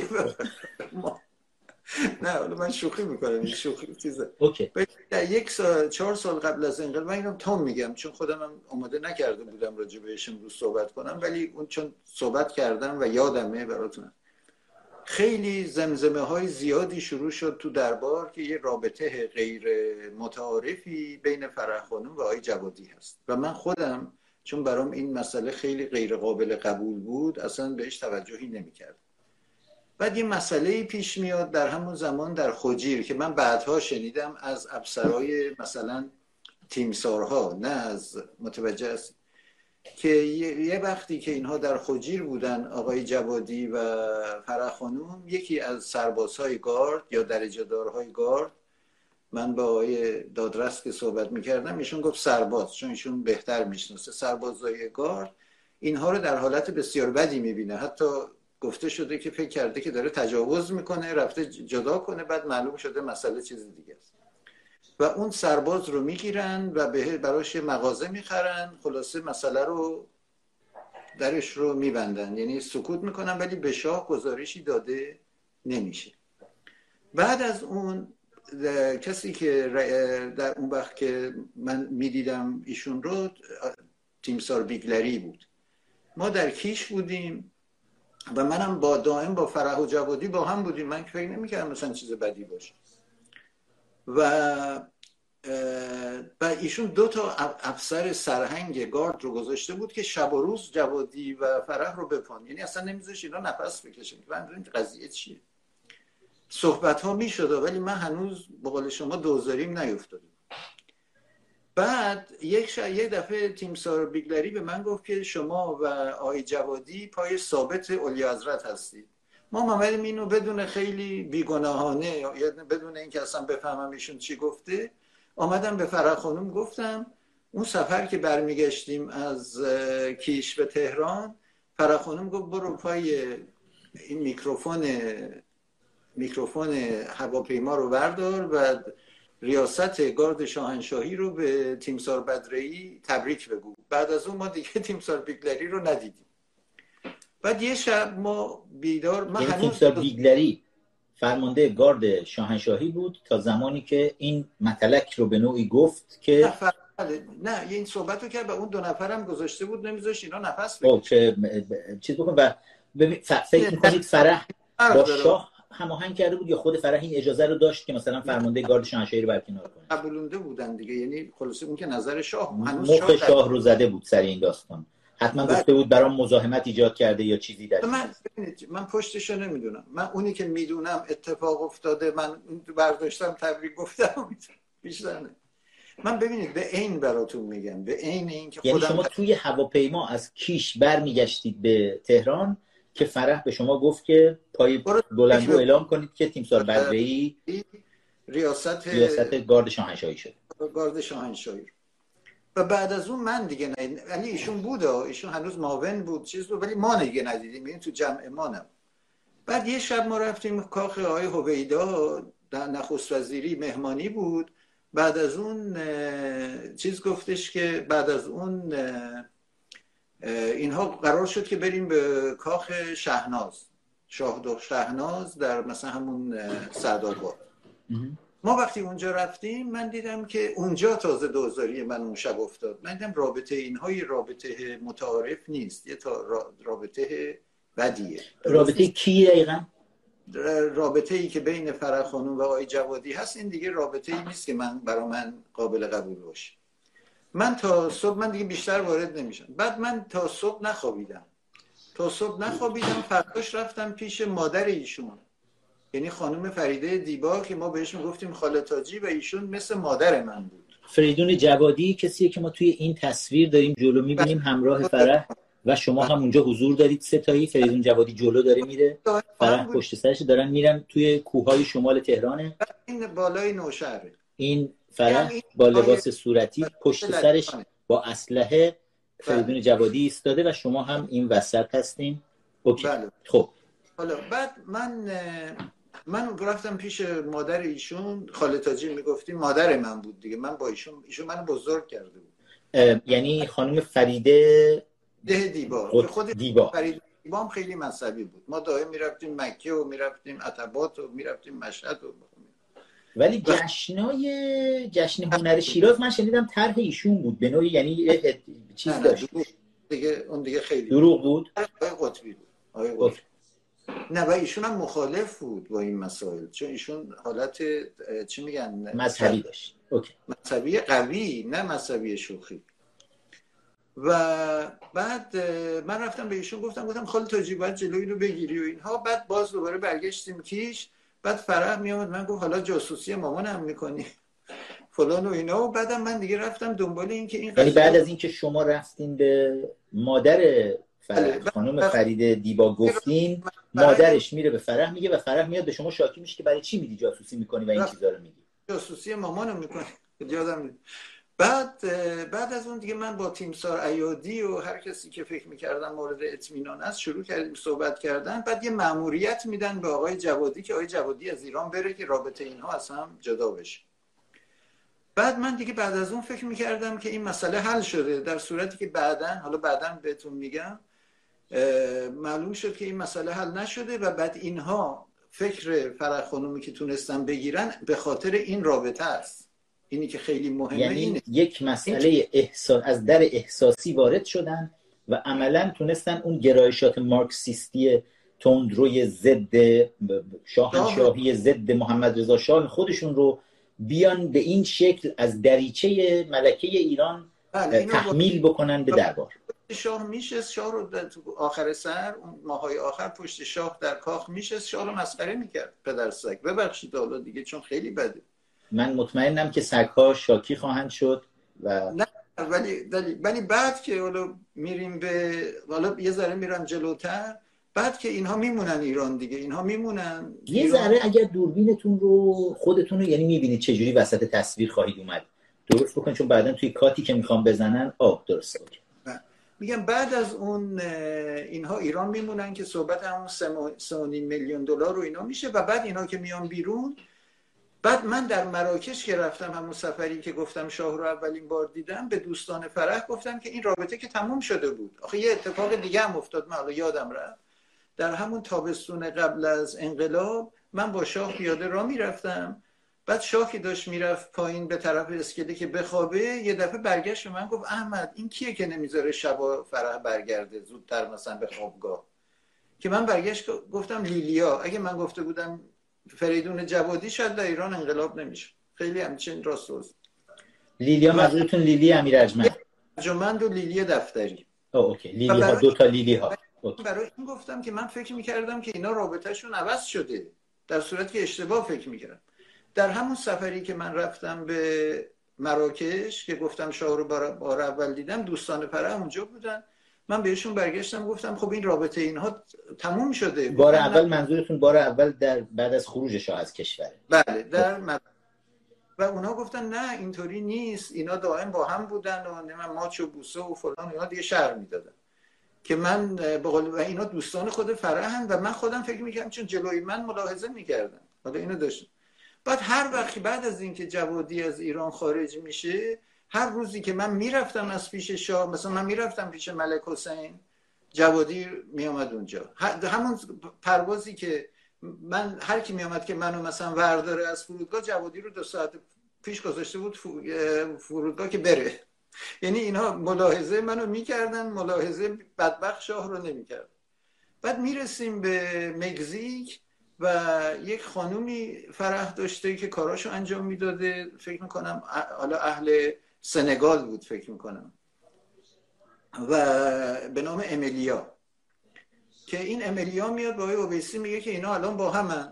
نه حالا من شوخی میکنم، این شوخی چیزه. اوکی. در یک سال چهار سال قبل از انقلاب، من اینو تام میگم چون خودم هم آماده نکرده بودم راجع بهش امروز صحبت کنم، ولی اون چون صحبت کردم و یادمه براتون. خیلی زمزمه های زیادی شروع شد تو دربار که یه رابطه غیر متعارفی بین فرح خانم و آقای جوادی هست و من خودم چون برام این مسئله خیلی غیر قابل قبول بود اصلا بهش توجهی نمی‌کردم. بعد یه مسئله پیش میاد در همون زمان در خجیر که من بعدها شنیدم از افسرهای مثلا تیمسارها، نه از متوجه است، که یه وقتی که اینها در خجیر بودن آقای جوادی و فرح خانوم، یکی از سربازهای گارد یا درجه دارهای گارد، من با آقای دادرس که صحبت میکردم ایشون گفت سرباز چون ایشون بهتر میشناسه، سربازهای گارد اینها رو در حالت بسیار بدی میبینه، حتی گفته شده که فکر کرده که داره تجاوز میکنه، رفته جدا کنه، بعد معلوم شده مسئله چیز دیگه است و اون سرباز رو میگیرن و به براش مغازه میخرن، خلاصه مسئله رو درش رو میبندن، یعنی سکوت میکنن ولی به شاه گزارشی داده نمیشه. بعد از اون کسی که در اون وقت که من میدیدم ایشون رو، تیمسار بیگلری بود. ما در کیش بودیم و منم با دائم با فرح و جوادی با هم بودیم، من که فکر نمی‌کردم مثلا چیز بدی باشه. و و ایشون دو تا افسر سرهنگ گارد رو گذاشته بود که شب و روز جوادی و فرح رو بپان، یعنی اصلا نمیذاش اینا نفس بکشن. من این قضیه چیه؟ صحبت ها میشد ولی من هنوز به قول شما دوزاریم نیفتاده. بعد یک ش... یک دفعه تیمسار بیگلری به من گفت که شما و آقای جوادی پای ثابت اولیاحضرت هستید. ما اومدیم اینو بدون خیلی بیگناهانه یا بدون اینکه اصلا بفهمم ایشون چی گفته، آمدم به فرح خانم گفتم. اون سفر که برمیگشتیم از کیش به تهران، فرح خانم گفت برو پای این میکروفون میکروفون هواپیما رو بردار و ریاست گارد شاهنشاهی رو به تیمسار بدرعی تبریک بگو. بعد از اون ما دیگه تیمسار بیگلری رو ندیدیم. بعد یه شب ما بیدار، من هنوز تیمسار بیگلری فرمانده گارد شاهنشاهی بود تا زمانی که این مطلق رو به نوعی گفت که نه, نه این صحبت رو کرد و اون دو نفرم گذاشته بود نمیذاشت اینا نفس بکشن. که چیز بکن و فکر می‌کنید فرح با شاه هماهنگ کرده بود یا خود فرح این اجازه رو داشت که مثلا فرمانده گارد شاهنشاهی رو برکنار کنه؟ قبولونده بودن دیگه، یعنی خلاصه اون که نظر شاه هنوز مخ شاه, شاه رو زده بود سر این داستان. حتما بله. گفته بود برام مزاحمت ایجاد کرده یا چیزی در من من پشتشو نمیدونم. من اونی که میدونم اتفاق افتاده، من برداشتم تبریک گفتم بیشتر نه. من ببینید به عین براتون میگم، به عین این که یعنی خودم شما توی هواپیما از کیش برمیگشتید به تهران که فرح به شما گفت که پای بلندگو اعلام کنید که تیمسار بدرعی ریاست ریاست گارد شاهنشاهی شد. گارد شاهنشاهی. و بعد از اون من دیگه نه، ولی ایشون بود، ایشون هنوز معاون بود چیز بود، ولی ما دیگه ندیدیم، این تو جمع ما نم. بعد یه شب ما رفتیم کاخ آقای هویدا در نخست وزیری، مهمانی بود. بعد از اون چیز گفتش که بعد از اون اینها قرار شد که بریم به کاخ شهناز، شاهدخ شهناز در مثلا همون سعدآباد. ما وقتی اونجا رفتیم من دیدم که اونجا تازه دوزاری من اون شب افتاد. من دیدم رابطه اینها یه رابطه متعارف نیست، یه تا رابطه بدیه. رابطه کی دقیقا؟ رابطه ای که بین فرح خانم و آقای جوادی هست، این دیگه رابطه ای نیست که من برای من قابل قبول باشه. من تا صبح من دیگه بیشتر وارد نمیشم. بعد من تا صبح نخوابیدم تا صبح نخوابیدم فرداش رفتم پیش مادر ایشون، یعنی خانم فریده دیبا که ما بهش میگفتیم خاله تاجی و ایشون مثل مادر من بود. فریدون جوادی کسیه که ما توی این تصویر داریم جلو میبینیم همراه فرح و شما هم اونجا حضور دارید ستایی. فریدون جوادی جلو داره میره، فرح پشت سرش، دارن میرن توی کوههای شمال تهرانه. این بالای نوشهره. این فرح با لباس صورتی پشت سرش با اسلحه فریدون جوادی ایستاده و شما هم این وسط هستین. اوکی. بله. خب حالا بعد من من رفتم پیش مادر ایشون، خاله تاجی میگفتیم، مادر من بود دیگه. من با ایشون ایشون منو بزرگ کرده بود. یعنی خانم فریده ده دیبا. خود خود دیبا. فریده دیبا هم خیلی مذهبی بود. ما دائم میرفتیم مکه و میرفتیم عتبات و میرفتیم مشهد و ولی جشنای جشن هنر شیراز من شنیدم طرح ایشون بود به نوعی، یعنی چیز داشت دیگه. اون دیگه خیلی دروغ بود. آقای قطبی بود. آقای قطبی. نه و ایشون هم مخالف بود با این مسائل، چون ایشون حالت چی میگن مذهبی داشت. اوکی. مذهبی قوی، نه مذهبی شوخی. و بعد من رفتم به ایشون گفتم گفتم خاله تاجی باید جلوی رو بگیری و اینها. بعد باز دوباره برگشتیم کیش. بعد فرح میامد من گفت حالا جاسوسی مامانم میکنی فلان و اینا. و بعدم من دیگه رفتم دنبال این که این یعنی بعد از اینکه شما رفتین به مادر فرح خانم فریده دیبا گفتین، مادرش میره به فرح میگه و فرح میاد به شما شاکی میشه که برای چی میدی جاسوسی میکنی و این چیزا رو میگی؟ جاسوسی مامانم میکنی. یادم بعد بعد از اون دیگه من با تیمسار ایادی و هر کسی که فکر میکردم مورد اطمینان است شروع کردیم صحبت کردن. بعد یه مأموریت میدن به آقای جوادی که آقای جوادی از ایران بره که رابطه اینها از هم جدا بشه. بعد من دیگه بعد از اون فکر میکردم که این مسئله حل شده، در صورتی که بعداً حالا بعداً بهتون میگم معلوم شد که این مسئله حل نشده و بعد اینها فکر فرح خانومی که تونستن بگیرن به خاطر این رابطه است. اینی که خیلی مهمه، یعنی اینه. یک مسئله احساس از در احساسی وارد شدن و عملاً تونستن اون گرایشات مارکسیستی تندروی ضد شاهنشاهی ضد محمد رضا شاه خودشون رو بیان به این شکل از دریچه ملکه ایران تحمیل بکنن به دربار. شاه میشست، شاه رو تو آخر سر اون ماهای آخر پشت شاه در کاخ میشست، شاه رو مسخره میکرد. پدر سگ ببخشید حالا دیگه چون خیلی بده. من مطمئنم که سگ‌ها شاکی خواهند شد و نه ولی ولی بعد که حالا میریم به حالا یه ذره میرم جلوتر، بعد که اینها میمونن ایران دیگه، اینها میمونن یه ایران... ذره اگر دوربینتون رو خودتون رو یعنی میبینید چجوری وسط تصویر خواهید اومد درست بکن، چون بعدن توی کاتی که میخوام بزنن آب درست بکن. میگم بعد از اون اینها ایران میمونن که صحبت همون سه و نیم میلیون دلار رو اینا میشه و بعد اینا که میان بیرون. بعد من در مراکش که رفتم همون سفری که گفتم شاه رو اولین بار دیدم، به دوستان فرح گفتم که این رابطه که تموم شده بود. آخه یه اتفاق دیگه هم افتاد، من حالا یادم رفت. در همون تابستون قبل از انقلاب من با شاه پیاده راه میرفتم، بعد شاه که داشت میرفت پایین به طرف اسکله که بخوابه، یه دفعه برگشت و من گفت احمد این کیه که نمیذاره شبا فرح برگرده زودتر مثلا به خوابگاه؟ که من برگشت گفتم لیلیا. اگه من گفته بودم فریدون جوادی شاید در ایران انقلاب نمیشه. خیلی همچین راست روز. لیلیا منظورتون لیلی امیر ارجمند؟ ارجمند و لیلی دفتری. اوه اوکی، لیلی ها دو تا لیلی ها. برای این گفتم که من فکر میکردم که اینا رابطهشون عوض شده، در صورتی که اشتباه فکر میکردم. در همون سفری که من رفتم به مراکش که گفتم شاه رو بار اول دیدم، دوستان فرح اونجا بودن، من بهشون برگشتم گفتم خب این رابطه اینها تموم شده. بار اول منظورتون بار اول در بعد از خروج شاه از کشور؟ بله در مراکش. و اونا گفتن نه اینطوری نیست، اینا دائم با هم بودن و من ماچ و بوسه و فلان اینا دیگه شعر میدادن که من بقول و اینا دوستان خود فرحن و من خودم فکر میکردم چون جلوی من ملاحظه میکردن. حالا اینو داشتم. بعد هر وقتی بعد از اینکه جوادی از ایران خارج میشه، هر روزی که من میرفتم از پیش شاه، مثلا من میرفتم پیش ملک حسین، جوادی میامد اونجا. همون پروازی که من هر کی میامد که منو مثلا ورداره از فرودگاه، جوادی رو دو ساعت پیش گذاشته بود فرودگاه که بره. یعنی اینها ملاحظه منو میکردن، ملاحظه بدبخت شاه رو نمیکردن. بعد میرسیم به مکزیک و یک خانومی فرح داشته که کاراشو انجام میداده، فکر میکنم حالا اهل سنگال بود فکر میکنم، و به نام امیلیا، که این امیلیا میاد با آقای اویسی میگه که اینا الان با همن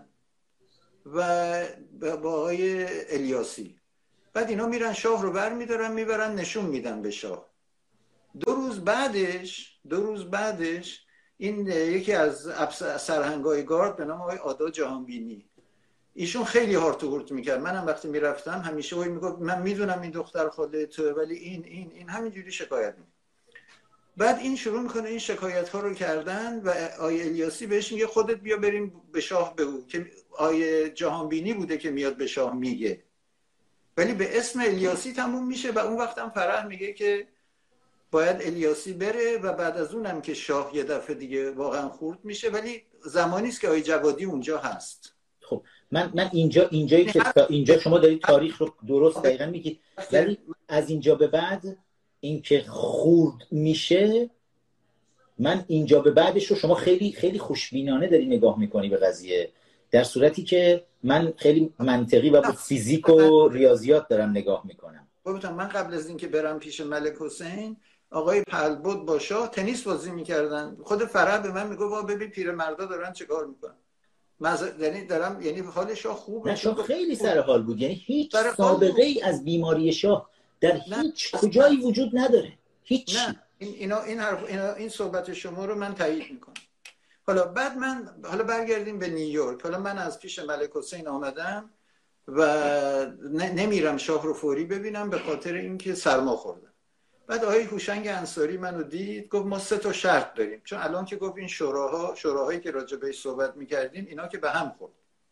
و با آقای الیاسی. بعد اینا میرن شاه رو بر میدارن میبرن نشون میدن به شاه. دو روز بعدش دو روز بعدش این یکی از سرهنگای گارد به نام آقای آدا جهانبینی، ایشون خیلی هارت و هورت میکرد. منم وقتی میرفتم همیشه اوی میگفت من میدونم این دختر خاله تو، ولی این این این همینجوری شکایت میکنه. بعد این شروع میکنه این شکایت ها رو کردن و آقای الیاسی بهش میگه خودت بیا بریم به شاه بگو، که آقای جهانبینی بوده که میاد به شاه میگه، ولی به اسم الیاسی تموم میشه. و اون وقت هم فرح میگه که باید الیاسی بره و بعد از اونم که شاه یه دفعه دیگه واقعا خورد میشه، ولی زمانی است که آقای جوادی اونجا هست. خب من من اینجا اینجایی که اینجا شما دارید تاریخ رو درست دقیقاً میگید، ولی از اینجا به بعد اینکه خورد میشه، من اینجا به بعدش رو شما خیلی خیلی خوشبینانه داری نگاه میکنی به قضیه، در صورتی که من خیلی منطقی و با فیزیک و ریاضیات دارم نگاه میکنم. گفتم من قبل از اینکه برم پیش ملک حسین، آقای پهلبد با شاه تنیس بازی میکردن. خود فرح به من میگه وا ببین پیرمردا دارن چیکار میکنن. یعنی دارم یعنی حال شاه خوبه. نه شاه خیلی سر حال بود، یعنی هیچ سابقه ای از بیماری شاه در هیچ کجایی وجود نداره، هیچ. نه این اینا این حرف اینا این صحبت شما رو من تایید میکنم. حالا بعد من حالا برگردیم به نیویورک. حالا من از پیش ملک حسین آمدم و نمیرم شاه رو فوری ببینم به خاطر اینکه سرما خوردم. بعد آقای هوشنگ انصاری منو دید، گفت ما سه تا شرط داریم، چون الان که گفت این شوراها شوراهایی که راجع بهش صحبت میکردیم اینا که به هم خورد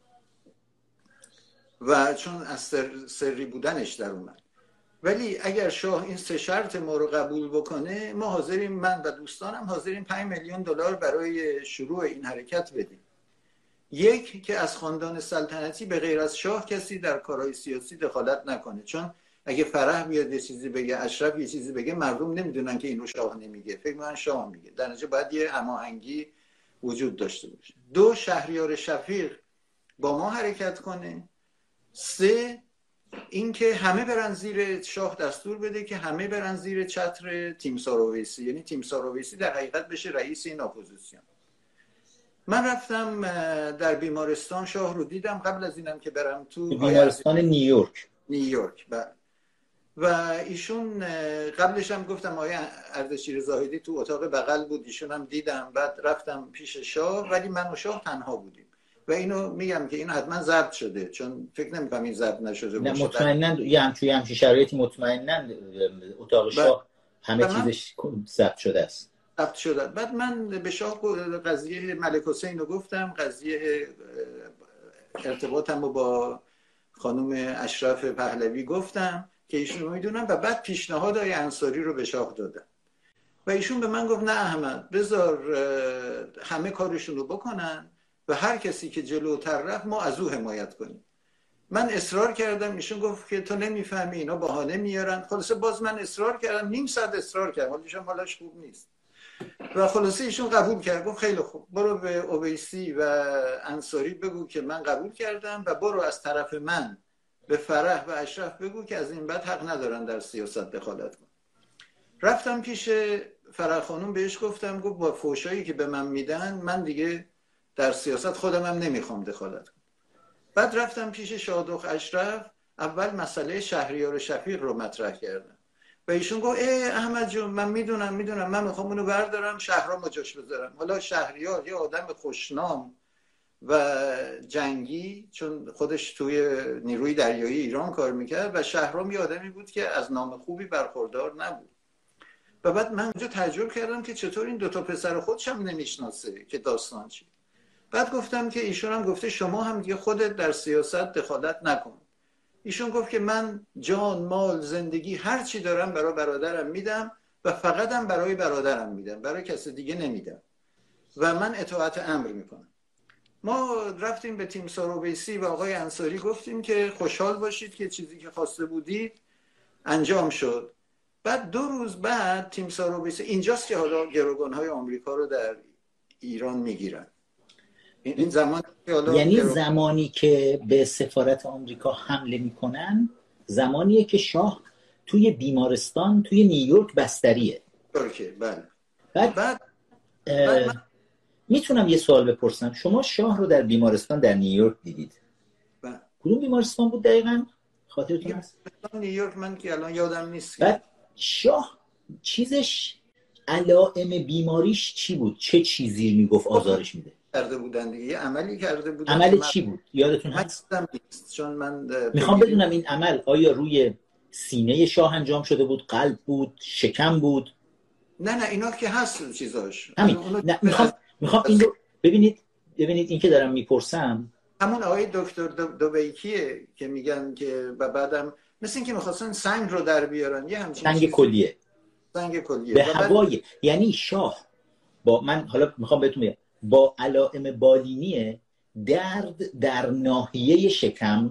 و چون از سر، سری بودنش در اومد، ولی اگر شاه این سه شرط ما رو قبول بکنه ما حاضریم، من و دوستانم حاضریم پنج میلیون دلار برای شروع این حرکت بدیم. یک، که از خاندان سلطنتی به غیر از شاه کسی در کارهای سیاسی دخالت نکنه، چون اگه فرح بیاد یه چیزی بگه، اشرف یه چیزی بگه، مردم نمیدونن که اینو شاه نمیگه، فکر میکنن شاه میگه. در نتیجه باید یه هماهنگی وجود داشته باشه. دو، شهریار شفیق با ما حرکت کنه. سه، اینکه همه برن زیر شاه دستور بده که همه برن زیر چتر تیمسار اویسی، یعنی تیمسار اویسی در حقیقت بشه رئیس این اپوزیسیون. من رفتم در بیمارستان، شاه رو دیدم قبل از اینم که برم تو بیمارستان نیویورک. نیویورک بله. و ایشون قبلش هم گفتم آقای اردشیر زاهدی تو اتاق بغل بود، ایشون هم دیدم. بعد رفتم پیش شاه، ولی من و شاه تنها بودیم و اینو میگم که این حتما ضبط شده، چون فکر نمی‌کنم این ضبط نشده باشه. نه مطمئناً یه همچین همچین شرایطی مطمئناً اتاق شاه همه چیزش ضبط شده است. ضبط شده. بعد من به شاه قضیه ملک حسین رو گفتم، قضیه ارتباطم رو با خانم اشرف پهلوی گفتم که ایشون رو میدونم، و بعد پیشنهاد آقای انصاری رو به شاه دادم و ایشون به من گفت نه احمد، بذار همه کارشون رو بکنن و هر کسی که جلوتر رفت ما از او حمایت کنیم. من اصرار کردم، ایشون گفت که تو نمیفهمی اینا بهانه میارن. خلاصه باز من اصرار کردم، نیم ساعت اصرار کردم، ولی ایشون حالش خوب نیست و خلاصه ایشون قبول کرد. گفت خیلی خوب، برو به اویسی و انصاری بگو که من قبول کردم و برو از طرف من به فرح و اشرف بگو که از این بعد حق ندارن در سیاست دخالت کنن. رفتم پیش فرح خانم، بهش گفتم، گفت با فوشایی که به من میدن من دیگه در سیاست خودم هم نمیخوام دخالت کنم. بعد رفتم پیش شادخ اشرف، اول مسئله شهریار شفیق رو مطرح کردم و ایشون گفت ای احمد جون، من میدونم میدونم من میخوام اونو بردارم شهرام جاش بذارم. حالا شهریار یه آدم خوشنام و جنگی، چون خودش توی نیروی دریایی ایران کار میکرد، و شهرام یه آدمی بود که از نام خوبی برخوردار نبود. و بعد من اونجا تعجب کردم که چطور این دوتا پسر خودش هم نمیشناسه که داستان چی. بعد گفتم که ایشون هم گفته شما هم دیگه خودت در سیاست دخالت نکن. ایشون گفت که من جان، مال، زندگی، هر چی دارم برای برادرم میدم و فقط هم برای برادرم میدم، برای کسی دیگه نمیدم و من اطاعت امر میکنم. ما رفتیم به تیمسار اویسی و آقای انصاری گفتیم که خوشحال باشید که چیزی که خواسته بودید انجام شد. بعد دو روز بعد تیمسار اویسی، اینجاست که حالا گروگان‌های آمریکا رو در ایران میگیرن. این زمان یعنی زمانی که به سفارت آمریکا حمله میکنن، زمانیه که شاه توی بیمارستان توی نیویورک بستریه. اوکی بله. بعد, بعد, بعد من... میتونم یه سوال بپرسم؟ شما شاه رو در بیمارستان در نیویورک دیدید؟ بله. کدوم بیمارستان بود دقیقاً؟ خاطرتون هست؟ نیویورک، من که الان یادم نیست. بعد شاه چیزش، علائم بیماریش چی بود؟ چه چیزی میگفت آزارش میده؟ کرده بودن دیگه، یه عملی کرده بودن. عمل چی بود؟ یادتون هست؟ چون من میخوام بدونم این عمل آیا روی سینه شاه انجام شده بود، قلب بود، شکم بود؟ نه نه اینا که هست چیزاش. همین. نه میخوام میخوام این رو ببینید ببینید این که دارم میپرسم همون آقای دکتر دوبیکیه که میگن که و بعدم مثل این که میخواستن سنگ رو در بیارن، یه همچین سنگ کلیه. سنگ کلیه به هوای، یعنی شاه با من حالا میخوام بهتون بگم با علائم بالینی درد در ناحیه شکم،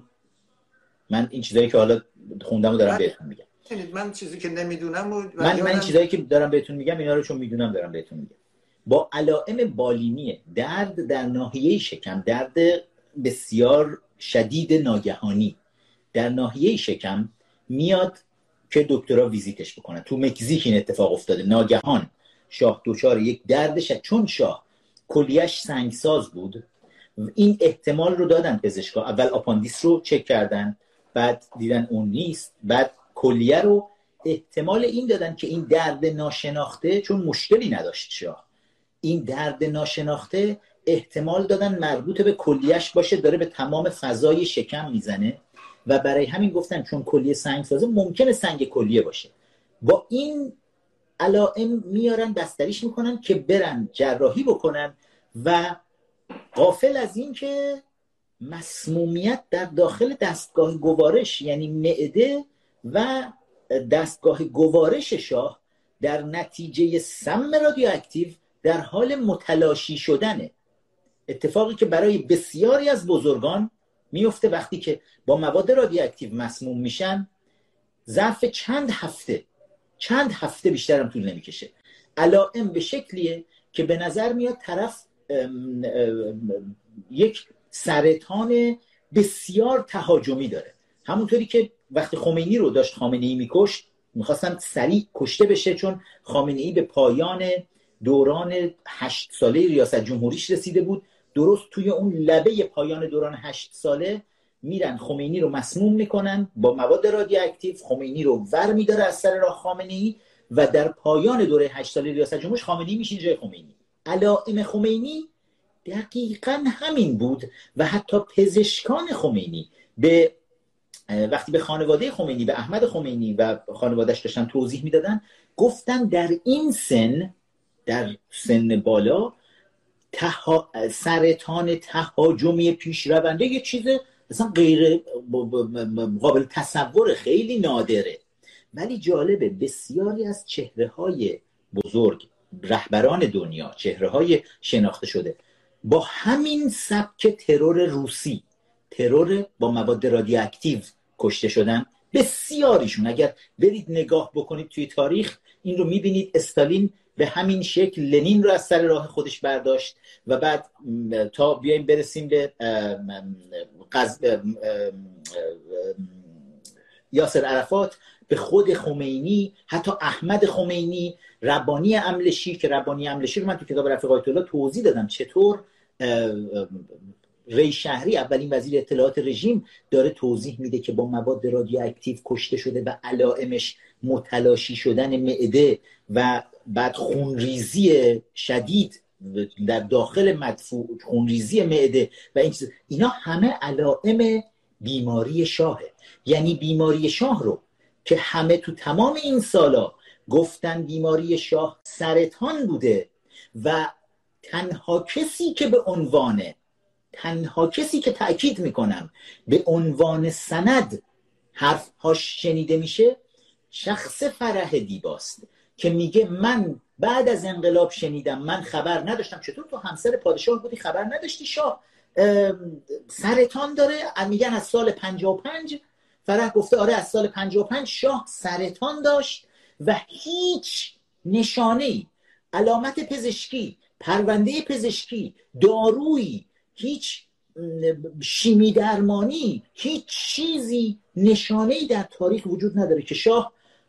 من این چیزایی که حالا خوندم و دارم بهتون میگم. من چیزی که نمیدونم و من من این چیزایی که دارم بهتون میگم اینا رو چون میدونم دارم بهتون میگم. با علائم بالینی درد در ناحیه شکم، درد بسیار شدید ناگهانی در ناحیه شکم میاد که دکترها ویزیتش بکنن. تو مکزیک این اتفاق افتاده، ناگهان شاه دچار یک درد شد، چون شاه کلیه‌اش سنگساز بود. این احتمال رو دادن پزشکا، اول آپاندیس رو چک کردن، بعد دیدن اون نیست، بعد کلیه رو احتمال این دادن که این درد ناشناخته، چون مشکلی نداشت شاه، این درد ناشناخته احتمال دادن مربوط به کلیه‌اش باشه، داره به تمام فضای شکم میزنه و برای همین گفتن چون کلیه سنگ سازه ممکنه سنگ کلیه باشه. با این علائم میارن بستریش میکنن که برن جراحی بکنن و غافل از این که مسمومیت در داخل دستگاه گوارش یعنی معده و دستگاه گوارش شاه در نتیجه سم رادیواکتیو در حال متلاشی شدنه. اتفاقی که برای بسیاری از بزرگان میفته وقتی که با مواد رادیواکتیو مسموم میشن، ظرف چند هفته چند هفته بیشتر هم طول نمیکشه. علائم به شکلیه که به نظر میاد طرف ام ام یک سرطان بسیار تهاجمی داره. همونطوری که وقتی خمینی رو داشت خامنه‌ای میکشت میخواستن سریع کشته بشه، چون خامنه‌ای به پایان دوران هشت ساله ریاست جمهوریش رسیده بود. درست توی اون لبه پایان دوران هشت ساله میرن خمینی رو مسموم میکنن با مواد رادیواکتیو، خمینی رو ور میداره از سر راه خامنه‌ای و در پایان دوره هشت ساله ریاست جمهوریش خامنه‌ای میشین جای خمینی. علائم خمینی دقیقاً همین بود و حتی پزشکان خمینی به وقتی به خانواده خمینی، به احمد خمینی و خانواده‌اش داشتن توضیح میدادن، گفتن در این سن، در سن بالا، تها... سرطان تهاجمی پیشرونده یه چیز مثلا غیر قابل تصور، خیلی نادره. ولی جالبه بسیاری از چهره‌های بزرگ رهبران دنیا، چهره‌های شناخته شده، با همین سبک ترور روسی، ترور با مواد رادیواکتیو کشته شدن. بسیاریشون اگر برید نگاه بکنید توی تاریخ این رو میبینید. استالین به همین شکل لنین رو از سر راه خودش برداشت و بعد تا بیایم برسیم به قز... یاسر عرفات، به خود خمینی، حتی احمد خمینی، ربانی املشی که ربانی املشی رو من تو کتاب رفیق آیت الله توضیح دادم چطور ری شهری اولین وزیر اطلاعات رژیم داره توضیح میده که با مواد رادیواکتیو کشته شده و علائمش متلاشی شدن معده و بعد خونریزی شدید در داخل مدفوع، خونریزی معده و این چیز. اینا همه علائم بیماری شاهه. یعنی بیماری شاه رو که همه تو تمام این سالا گفتن بیماری شاه سرطان بوده و تنها کسی که به عنوانه تنها کسی که تأکید میکنم به عنوان سند حرفهاش شنیده میشه شخص فرح دیباست که میگه من بعد از انقلاب شنیدم، من خبر نداشتم. چطور تو همسر پادشاه بودی خبر نداشتی شاه سرطان داره؟ میگن از سال پنجاه و پنج. فرح گفته آره از سال پنجاه و پنج شاه سرطان داشت و هیچ نشانه‌ای، علامت پزشکی، پرونده پزشکی، دارویی، هیچ شیمی درمانی، هیچ چیزی، نشانه‌ای در تاریخ وجود نداره که شاه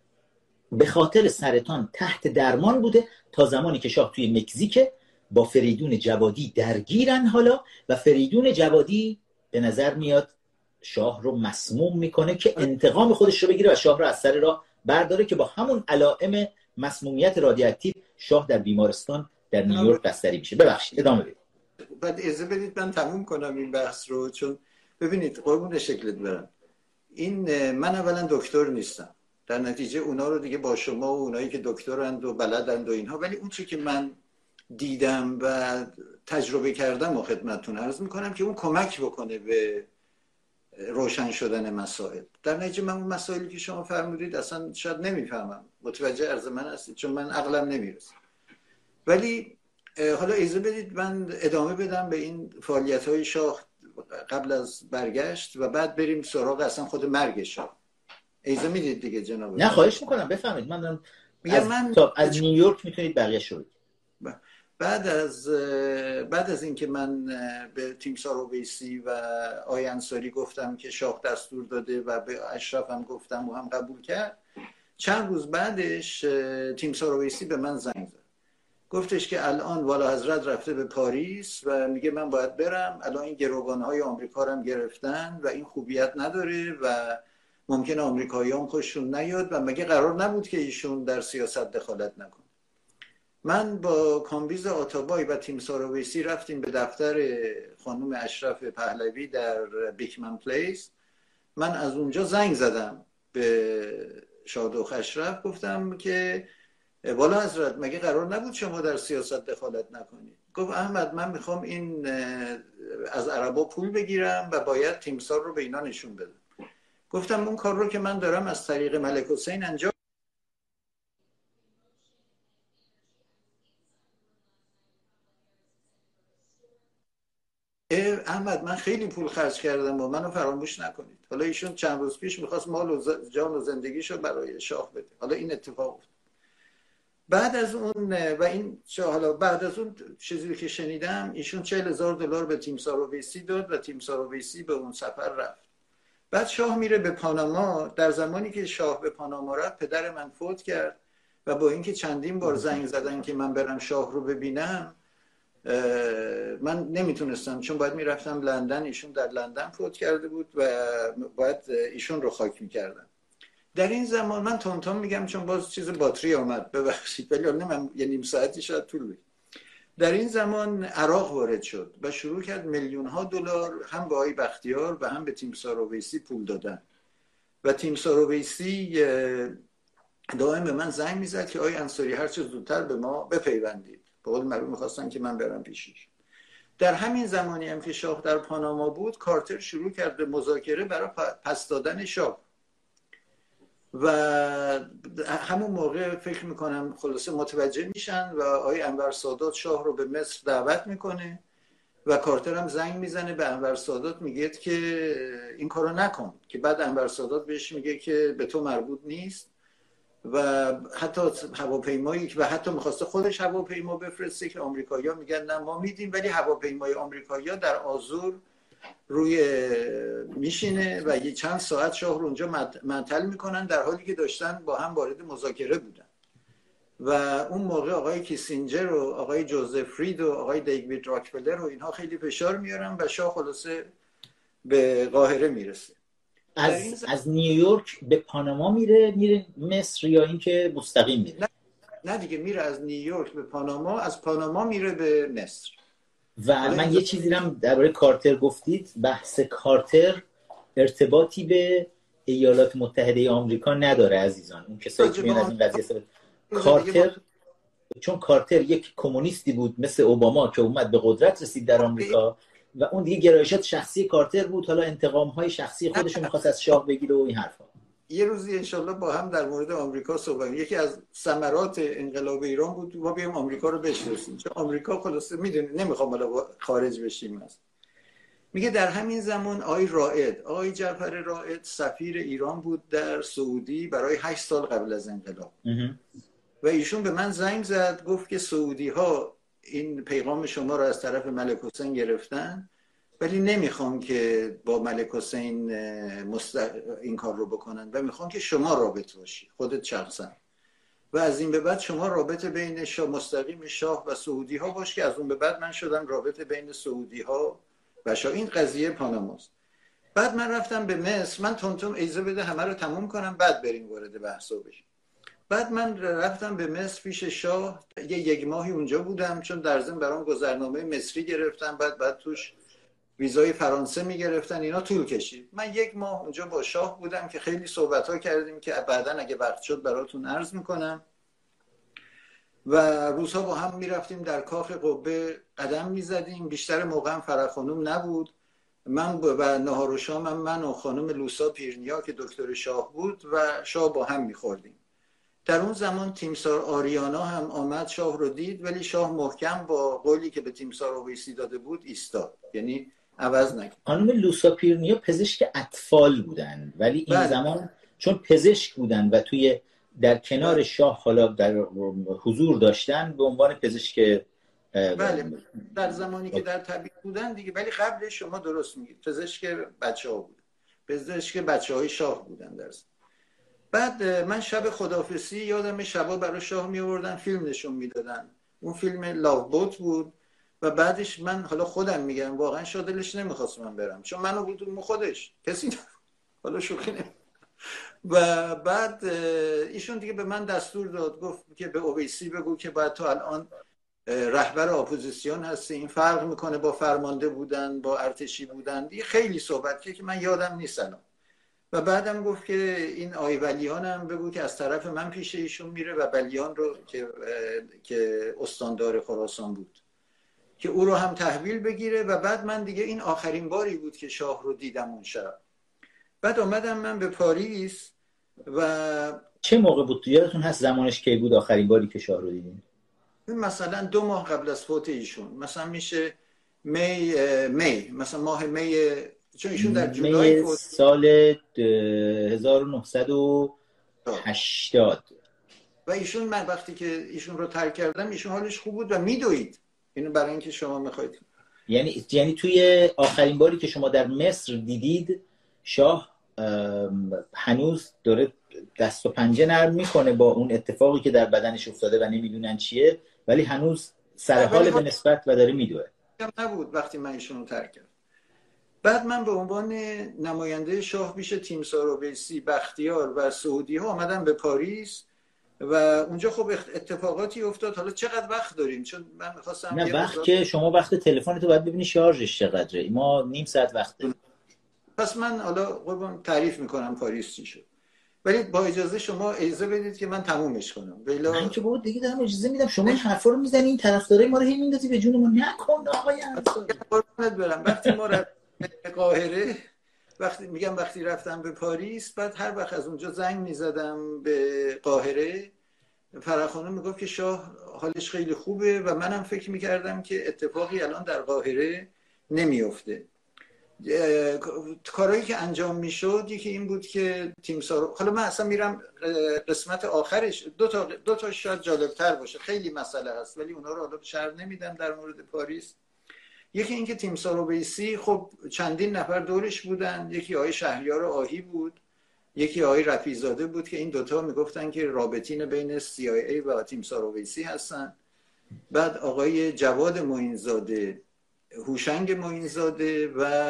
به خاطر سرطان تحت درمان بوده تا زمانی که شاه توی مکزیک با فریدون جوادی درگیرن حالا و فریدون جوادی به نظر میاد شاه رو مسموم میکنه که انتقام خودش رو بگیره و شاه رو از سر راه برداره که با همون علائم مسمومیت رادیواکتیو شاه در بیمارستان در نیویورک بستری میشه. ببخشید ادامه بدید. بعد اجازه بدید من تموم کنم این بحث رو، چون ببینید قربون شکلت برم، این من اولا دکتر نیستم، در نتیجه اونا رو دیگه با شما و اونایی که دکترند و بلدند و اینها، ولی اون چیزی که من دیدم و تجربه کردم و خدمتتون عرض میکنم که اون کمک بکنه به روشن شدن مسائل. در نتیجه من اون مسائلی که شما فرمودید اصلا شاید نمیفهمم، متوجه عرض من هستید، چون من عقلم نمیرسه. ولی حالا اجازه بدید من ادامه بدم به این فعالیت‌های شاه قبل از برگشت و بعد بریم سراغ اصلا خود مرگ شاه. اجازه میدید دیگه جناب؟ نه خواهش میکنم بفرمایید. من از, من تا از نیویورک میتونید بقیه شروع. بعد از بعد از اینکه من به تیمسار اویسی و آقای انصاری گفتم که شاه دستور داده و به اشرف هم گفتم و هم قبول کرد، چند روز بعدش تیمسار اویسی به من زنگ زد، گفتش که الان والا حضرت رفته به پاریس و میگه من باید برم، الان این گروگانهای آمریکا رو هم گرفتن و این خوبیت نداره و ممکنه آمریکایی هم خوششون نیاد و مگه قرار نبود که ایشون در سیاست دخالت نکنه. من با کامبیز آتابای و تیمسار اویسی رفتیم به دفتر خانم اشرف پهلوی در بیکمن پلیس من از اونجا زنگ زدم به شادخ اشرف، گفتم که والا حضرت مگه قرار نبود شما در سیاست دخالت نکنید؟ گفت احمد من میخوام این از عربا پول بگیرم و باید تیمسار رو به اینا نشون بدم. گفتم اون کار رو که من دارم از طریق ملک حسین انجام احمد من خیلی پول خرج کردم و منو فراموش نکنید. حالا ایشون چند روز پیش میخواست مال و جان و زندگیشو برای شاه بده. حالا این اتفاق افتاد. بعد از اون و این حالا بعد از اون چیزی که شنیدم ایشون چهل هزار دلار به تیمسار اویسی داد و تیمسار اویسی به اون سفر رفت. بعد شاه میره به پاناما. در زمانی که شاه به پاناما رفت پدر من فوت کرد و با اینکه چندین بار زنگ زدن که من برم شاه رو ببینم من نمیتونستم، چون باید میرفتم لندن. ایشون در لندن فوت کرده بود و باید ایشون رو خاک میکردم. در این زمان من تونتون میگم چون باز چیز باتری آمد ببخشید، ولی من یه نیم ساعتی شاید طول بید. در این زمان عراق وارد شد و شروع کرد میلیون ها دلار هم به آقای بختیار و هم به تیمسار اویسی پول دادن و تیمسار اویسی دائم به من زنگ میزد که آقای انصاری هر چه زودتر به ما بپیوندید. به قول معروف میخواستن که من برم پیشش. در همین زمانی هم که شاه در پاناما بود کارتر شروع کرد به مذاکره برای پس دادن شاه و همون موقع فکر میکنم خلاصه متوجه میشن و آقای انور سادات شاه رو به مصر دعوت میکنه و کارتر هم زنگ میزنه به انور سادات میگه که این کارو نکن، که بعد انور سادات بهش میگه که به تو مربوط نیست و حتی هواپیمایی و حتی میخواسته خودش هواپیما بفرسته که آمریکایی‌ها میگن نه ما میدیم، ولی هواپیمای آمریکایی‌ها در آذور روی میشینه و یه چند ساعت شاه رو اونجا معطل میکنن در حالی که داشتن با هم وارد مذاکره بودن. و اون موقع آقای کیسینجر و آقای جوزف رید و آقای دیوید راکفلر و اینها خیلی فشار میارن و شاه خلاصه به قاهره میرسه. از زم... از نیویورک به پاناما میره میره مصر یا اینکه مستقیم میره؟ نه نه دیگه میره از نیویورک به پاناما، از پاناما میره به مصر. و من یه چیزی هم درباره کارتر گفتید، بحث کارتر ارتباطی به ایالات متحده آمریکا نداره عزیزان. اون کسایی که میان از این قضیه سبب کارتر، چون کارتر یک کمونیستی بود مثل اوباما که اومد به قدرت رسید در آمریکا و اون دیگه گرایشات شخصی کارتر بود، حالا انتقام‌های شخصی خودش رو می‌خواست از شاه بگیره و این حرفا. یه روزی انشالله با هم در مورد آمریکا صحبت، یکی از ثمرات انقلاب ایران بود ما بیایم آمریکا رو بشناسیم، چون آمریکا خلاصه میدونید نمیخوام حالا خارج بشیم. است میگه در همین زمان آقای رائد آقای جعفر رائد سفیر ایران بود در سعودی برای هشت سال قبل از انقلاب و ایشون به من زنگ زد گفت که سعودی ها این پیغام شما رو از طرف ملک حسین گرفتن ولی نمیخوام که با ملک حسین مست... این کار رو بکنن و میخوام که شما رابط باشی خودت شخصا و از این به بعد شما رابط بین شاه مستقیم شاه و سعودی ها باش، که از اون به بعد من شدم رابط بین سعودی ها و شاه. این قضیه پاناماست. بعد من رفتم به مصر. من تونتون ایزه بده همه رو تموم کنم بعد بریم وارد بحثا بشیم. بعد من رفتم به مصر پیش شاه، یه یک ماهی اونجا بودم چون در ضمن برام گذرنامه مصری گرفتم، بعد بعد توش ویزای فرانسه میگرفتن، اینا طول کشید. من یک ماه اونجا با شاه بودم که خیلی صحبت ها کردیم که بعداً اگه وقت شد براتون عرض میکنم و روزها با هم میرفتیم در کاخ قبه قدم میزدیم. بیشتر موقع هم فرح خانوم نبود، من و نهار و شام هم من و خانم لوسا پیرنیا که دکتر شاه بود و شاه با هم میخوردیم. در اون زمان تیمسار آریانا هم آمد شاه رو دید، ولی شاه محکم با قولی که به تیمسار اویسی داده بود ایستاد، یعنی عوض نکرد. خانم لوسا پیرنیا پزشک اطفال بودن ولی این بله. زمان چون پزشک بودن و توی در کنار بله. شاه حالا در حضور داشتن به عنوان پزشک بله در زمانی که در طبیب بودن دیگه، ولی قبل شما درست میگید پزشک بچه ها بود، پزشک بچه های شاه بودن در زمان. بعد من شب خداحافظی یادم شبا برای شاه می آوردن فیلم نشون میدادن، اون فیلم لاو بوت بود و بعدش من حالا خودم میگم واقعا شادلش نمیخواست من برم چون منو بود اون خودش کسی حالا شوخی نمی و بعد ایشون دیگه به من دستور داد گفت که به اویسی بگو که باید تو الان رهبر اپوزیسیون هستی، این فرق میکنه با فرمانده بودن با ارتشی بودن دیگه. خیلی صحبت که که من یادم نیست الان. و بعدم گفت که این آی ولیان هم بگو که از طرف من پیش ایشون میره و ولیان رو که که استاندار خراسان بود که او رو هم تحویل بگیره. و بعد من دیگه این آخرین باری بود که شاه رو دیدم اون شب. بعد آمدم من به پاریس. و چه موقع بود؟ تو یادتون هست زمانش کی بود آخرین باری که شاه رو دیدین؟ مثلا دو ماه قبل از فوت ایشون، مثلا میشه می می مثلا ماه می، چون ایشون در جولای فوت سال هزار و نهصد و هشتاد. و ایشون من وقتی که ایشون رو ترک کردم ایشون حالش خوب بود و میدوید. اینو برای اینکه شما میخواید، یعنی یعنی توی آخرین باری که شما در مصر دیدید شاه هنوز داره دست و پنجه نرم میکنه با اون اتفاقی که در بدنش افتاده و نمیدونن چیه، ولی هنوز سر حال به نسبت و داره میدوه. نبود وقتی من ایشون رو ترک کردم. بعد من به عنوان نماینده شاه پیش تیمسار اویسی، بختیار و سعودی ها آمدم به پاریس و اونجا خب اتفاقاتی افتاد. حالا چقدر وقت داریم؟ چون من می‌خواستم نه وقت که شما وقت تلفنتو باید ببینی شارژش چقدره. ما نیم ساعت وقت داریم. پس من حالا قربان تعریف میکنم پاریس چی شد، ولی با اجازه شما اجازه بدید که من تمومش کنم. بلا من که بود دیگه دارم اجازه میدم. شما این حرفا رو میزنی، این طرفدارای ما رو هی میندازی به جونمون. نکن آقای انصاری. قربونت برم. وقتی ما رفتیم به قاهره، وقتی میگم وقتی رفتم به پاریس، بعد هر وقت از اونجا زنگ میزدم به قاهره، فرح خانم میگفت که شاه حالش خیلی خوبه و منم فکر میکردم که اتفاقی الان در قاهره نمیفته. کارهایی که انجام میشد یکی این بود که تیمسار، حالا من اصلا میرم قسمت آخرش، دو تا دو تا شاید جالبتر باشه، خیلی مسئله هست ولی اونا رو حالا شرح نمیدم در مورد پاریس. یکی این که تیمسار اویسی خب چندین نفر دورش بودن، یکی آقای شهریار آهی بود، یکی آقای رفیع‌زاده بود که این دوتا میگفتن که رابطین بین سی آی ای و تیمسار اویسی هستن. بعد آقای جواد معینزاده، هوشنگ معینزاده و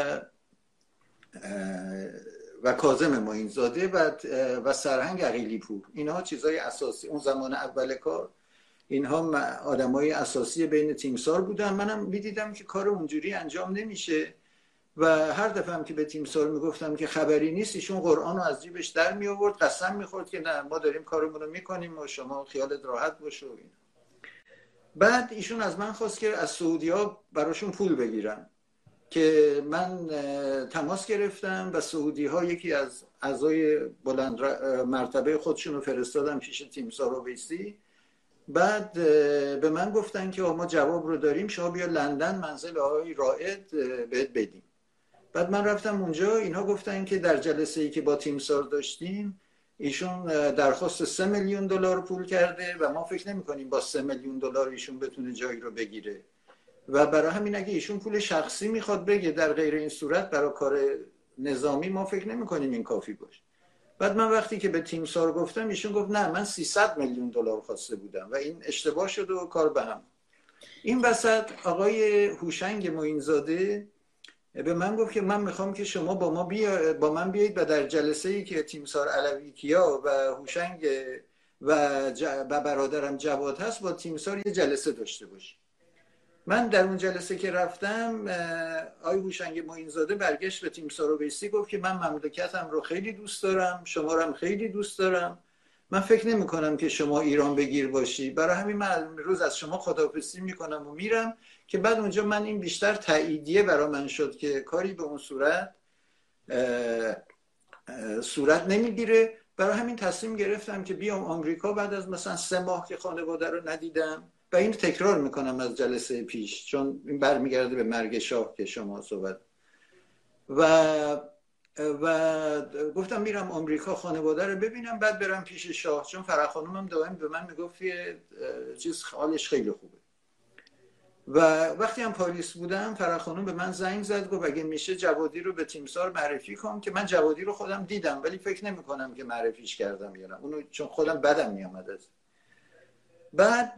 و کاظم معینزاده و و سرهنگ عقیلی پور، اینها چیزای اساسی اون زمان اول کار، اینها آدمای اساسی بین تیمسار بودن. منم میدیدم که کار اونجوری انجام نمیشه و هر دفعه هم که به تیمسار میگفتم که خبری نیست، ایشون قرآن رو از جیبش در می آورد، قسم میخورد که نه ما داریم کارمون رو میکنیم و شما خیالت راحت باشه و این. بعد ایشون از من خواست که از سعودی‌ها براشون پول بگیرم که من تماس گرفتم و سعودی‌ها یکی از اعضای بلند مرتبه خودشون رو فرستادم پیش تیمسار اویسی. بعد به من گفتن که ما جواب رو داریم، شما بیا لندن منزل آقای رائد بهت بدیم. بعد من رفتم اونجا، اینها گفتن که در جلسه‌ای که با تیمسار داشتیم ایشون درخواست سه میلیون دلار پول کرده و ما فکر نمی‌کنیم با سه میلیون دلار ایشون بتونه جایی رو بگیره و برای همین اگه ایشون پول شخصی میخواد بگه، در غیر این صورت برای کار نظامی ما فکر نمی‌کنیم این کافی باشه. بعد من وقتی که به تیمسار گفتم ایشون گفت نه من سیصد میلیون دلار خواسته بودم و این اشتباه شد و کار به هم. این وسط آقای هوشنگ معینزاده به من گفت که من میخوام که شما با ما بیا با من بیایید و در جلسه‌ای که تیمسار علوی‌کیا و هوشنگ و, ج... و برادرم جواد هست با تیمسار یه جلسه داشته باشیم. من در اون جلسه که رفتم آقای هوشنگ معینزاده برگشت به تیمسار اویسی گفت که من مملکتم رو خیلی دوست دارم، شما رو هم خیلی دوست دارم، من فکر نمی کنم که شما ایران بگیر باشی، برای همین من روز از شما خداحافظی میکنم و میرم. که بعد اونجا من این بیشتر تاییدیه برای من شد که کاری به اون صورت صورت نمیگیره. برای همین تصمیم گرفتم که بیام آمریکا بعد از مثلا سه ماه که خانواده رو ندیدم. و این تکرار میکنم از جلسه پیش چون این برمیگرده به مرگ شاه که شما صحبت و و گفتم میرم آمریکا خانواده رو ببینم بعد برم پیش شاه، چون فرح خانومم دائم به من میگفت که چیز حالش خیلی خوبه. و وقتی هم پاریس بودم فرح خانوم به من زنگ زد گفت اگه میشه جوادی رو به تیمسار معرفی کن، که من جوادی رو خودم دیدم ولی فکر نمی کنم که معرفیش کردم یا نه اونو، چون خودم بدم میامد از. بعد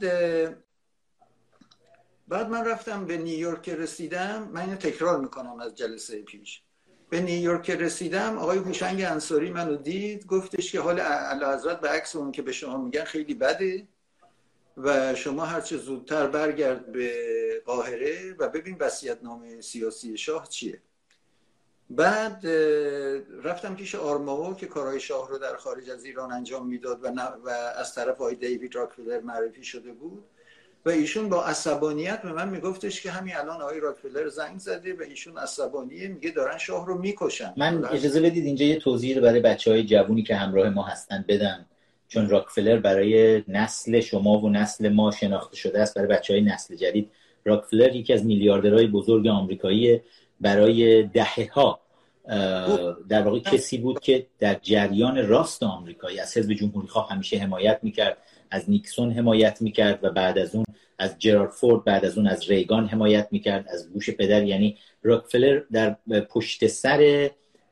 بعد من رفتم به نیویورک رسیدم، من اینو تکرار میکنم از جلسه پیش. به نیویورک رسیدم آقای هوشنگ انصاری منو دید، گفتش که حال اعلیحضرت به عکس اون که به شما میگن خیلی بده و شما هرچه زودتر برگرد به قاهره و ببین وصیت‌نامه سیاسی شاه چیه. بعد رفتم پیش آرماو که کارهای شاه رو در خارج از ایران انجام میداد و, و از طرف آقای دیوید راکفلر معرفی شده بود و ایشون با عصبانیت به من میگفتش که همین الان آقای راکفلر زنگ زده و ایشون عصبانیه، میگه دارن شاه رو میکشن. من اجازه بدید اینجا یه توضیح رو برای بچهای جوونی که همراه ما هستن بدم، چون راکفلر برای نسل شما و نسل ما شناخته شده است. برای بچهای نسل جدید، راکفلر یکی از میلیاردرهای بزرگ آمریکایی برای دهه‌ها در واقع کسی بود که در جریان راست آمریکایی از حزب جمهوری‌خواه همیشه حمایت میکرد، از نیکسون حمایت میکرد و بعد از اون از جرارد فورد، بعد از اون از ریگان حمایت میکرد، از بوش پدر. یعنی راکفلر در پشت سر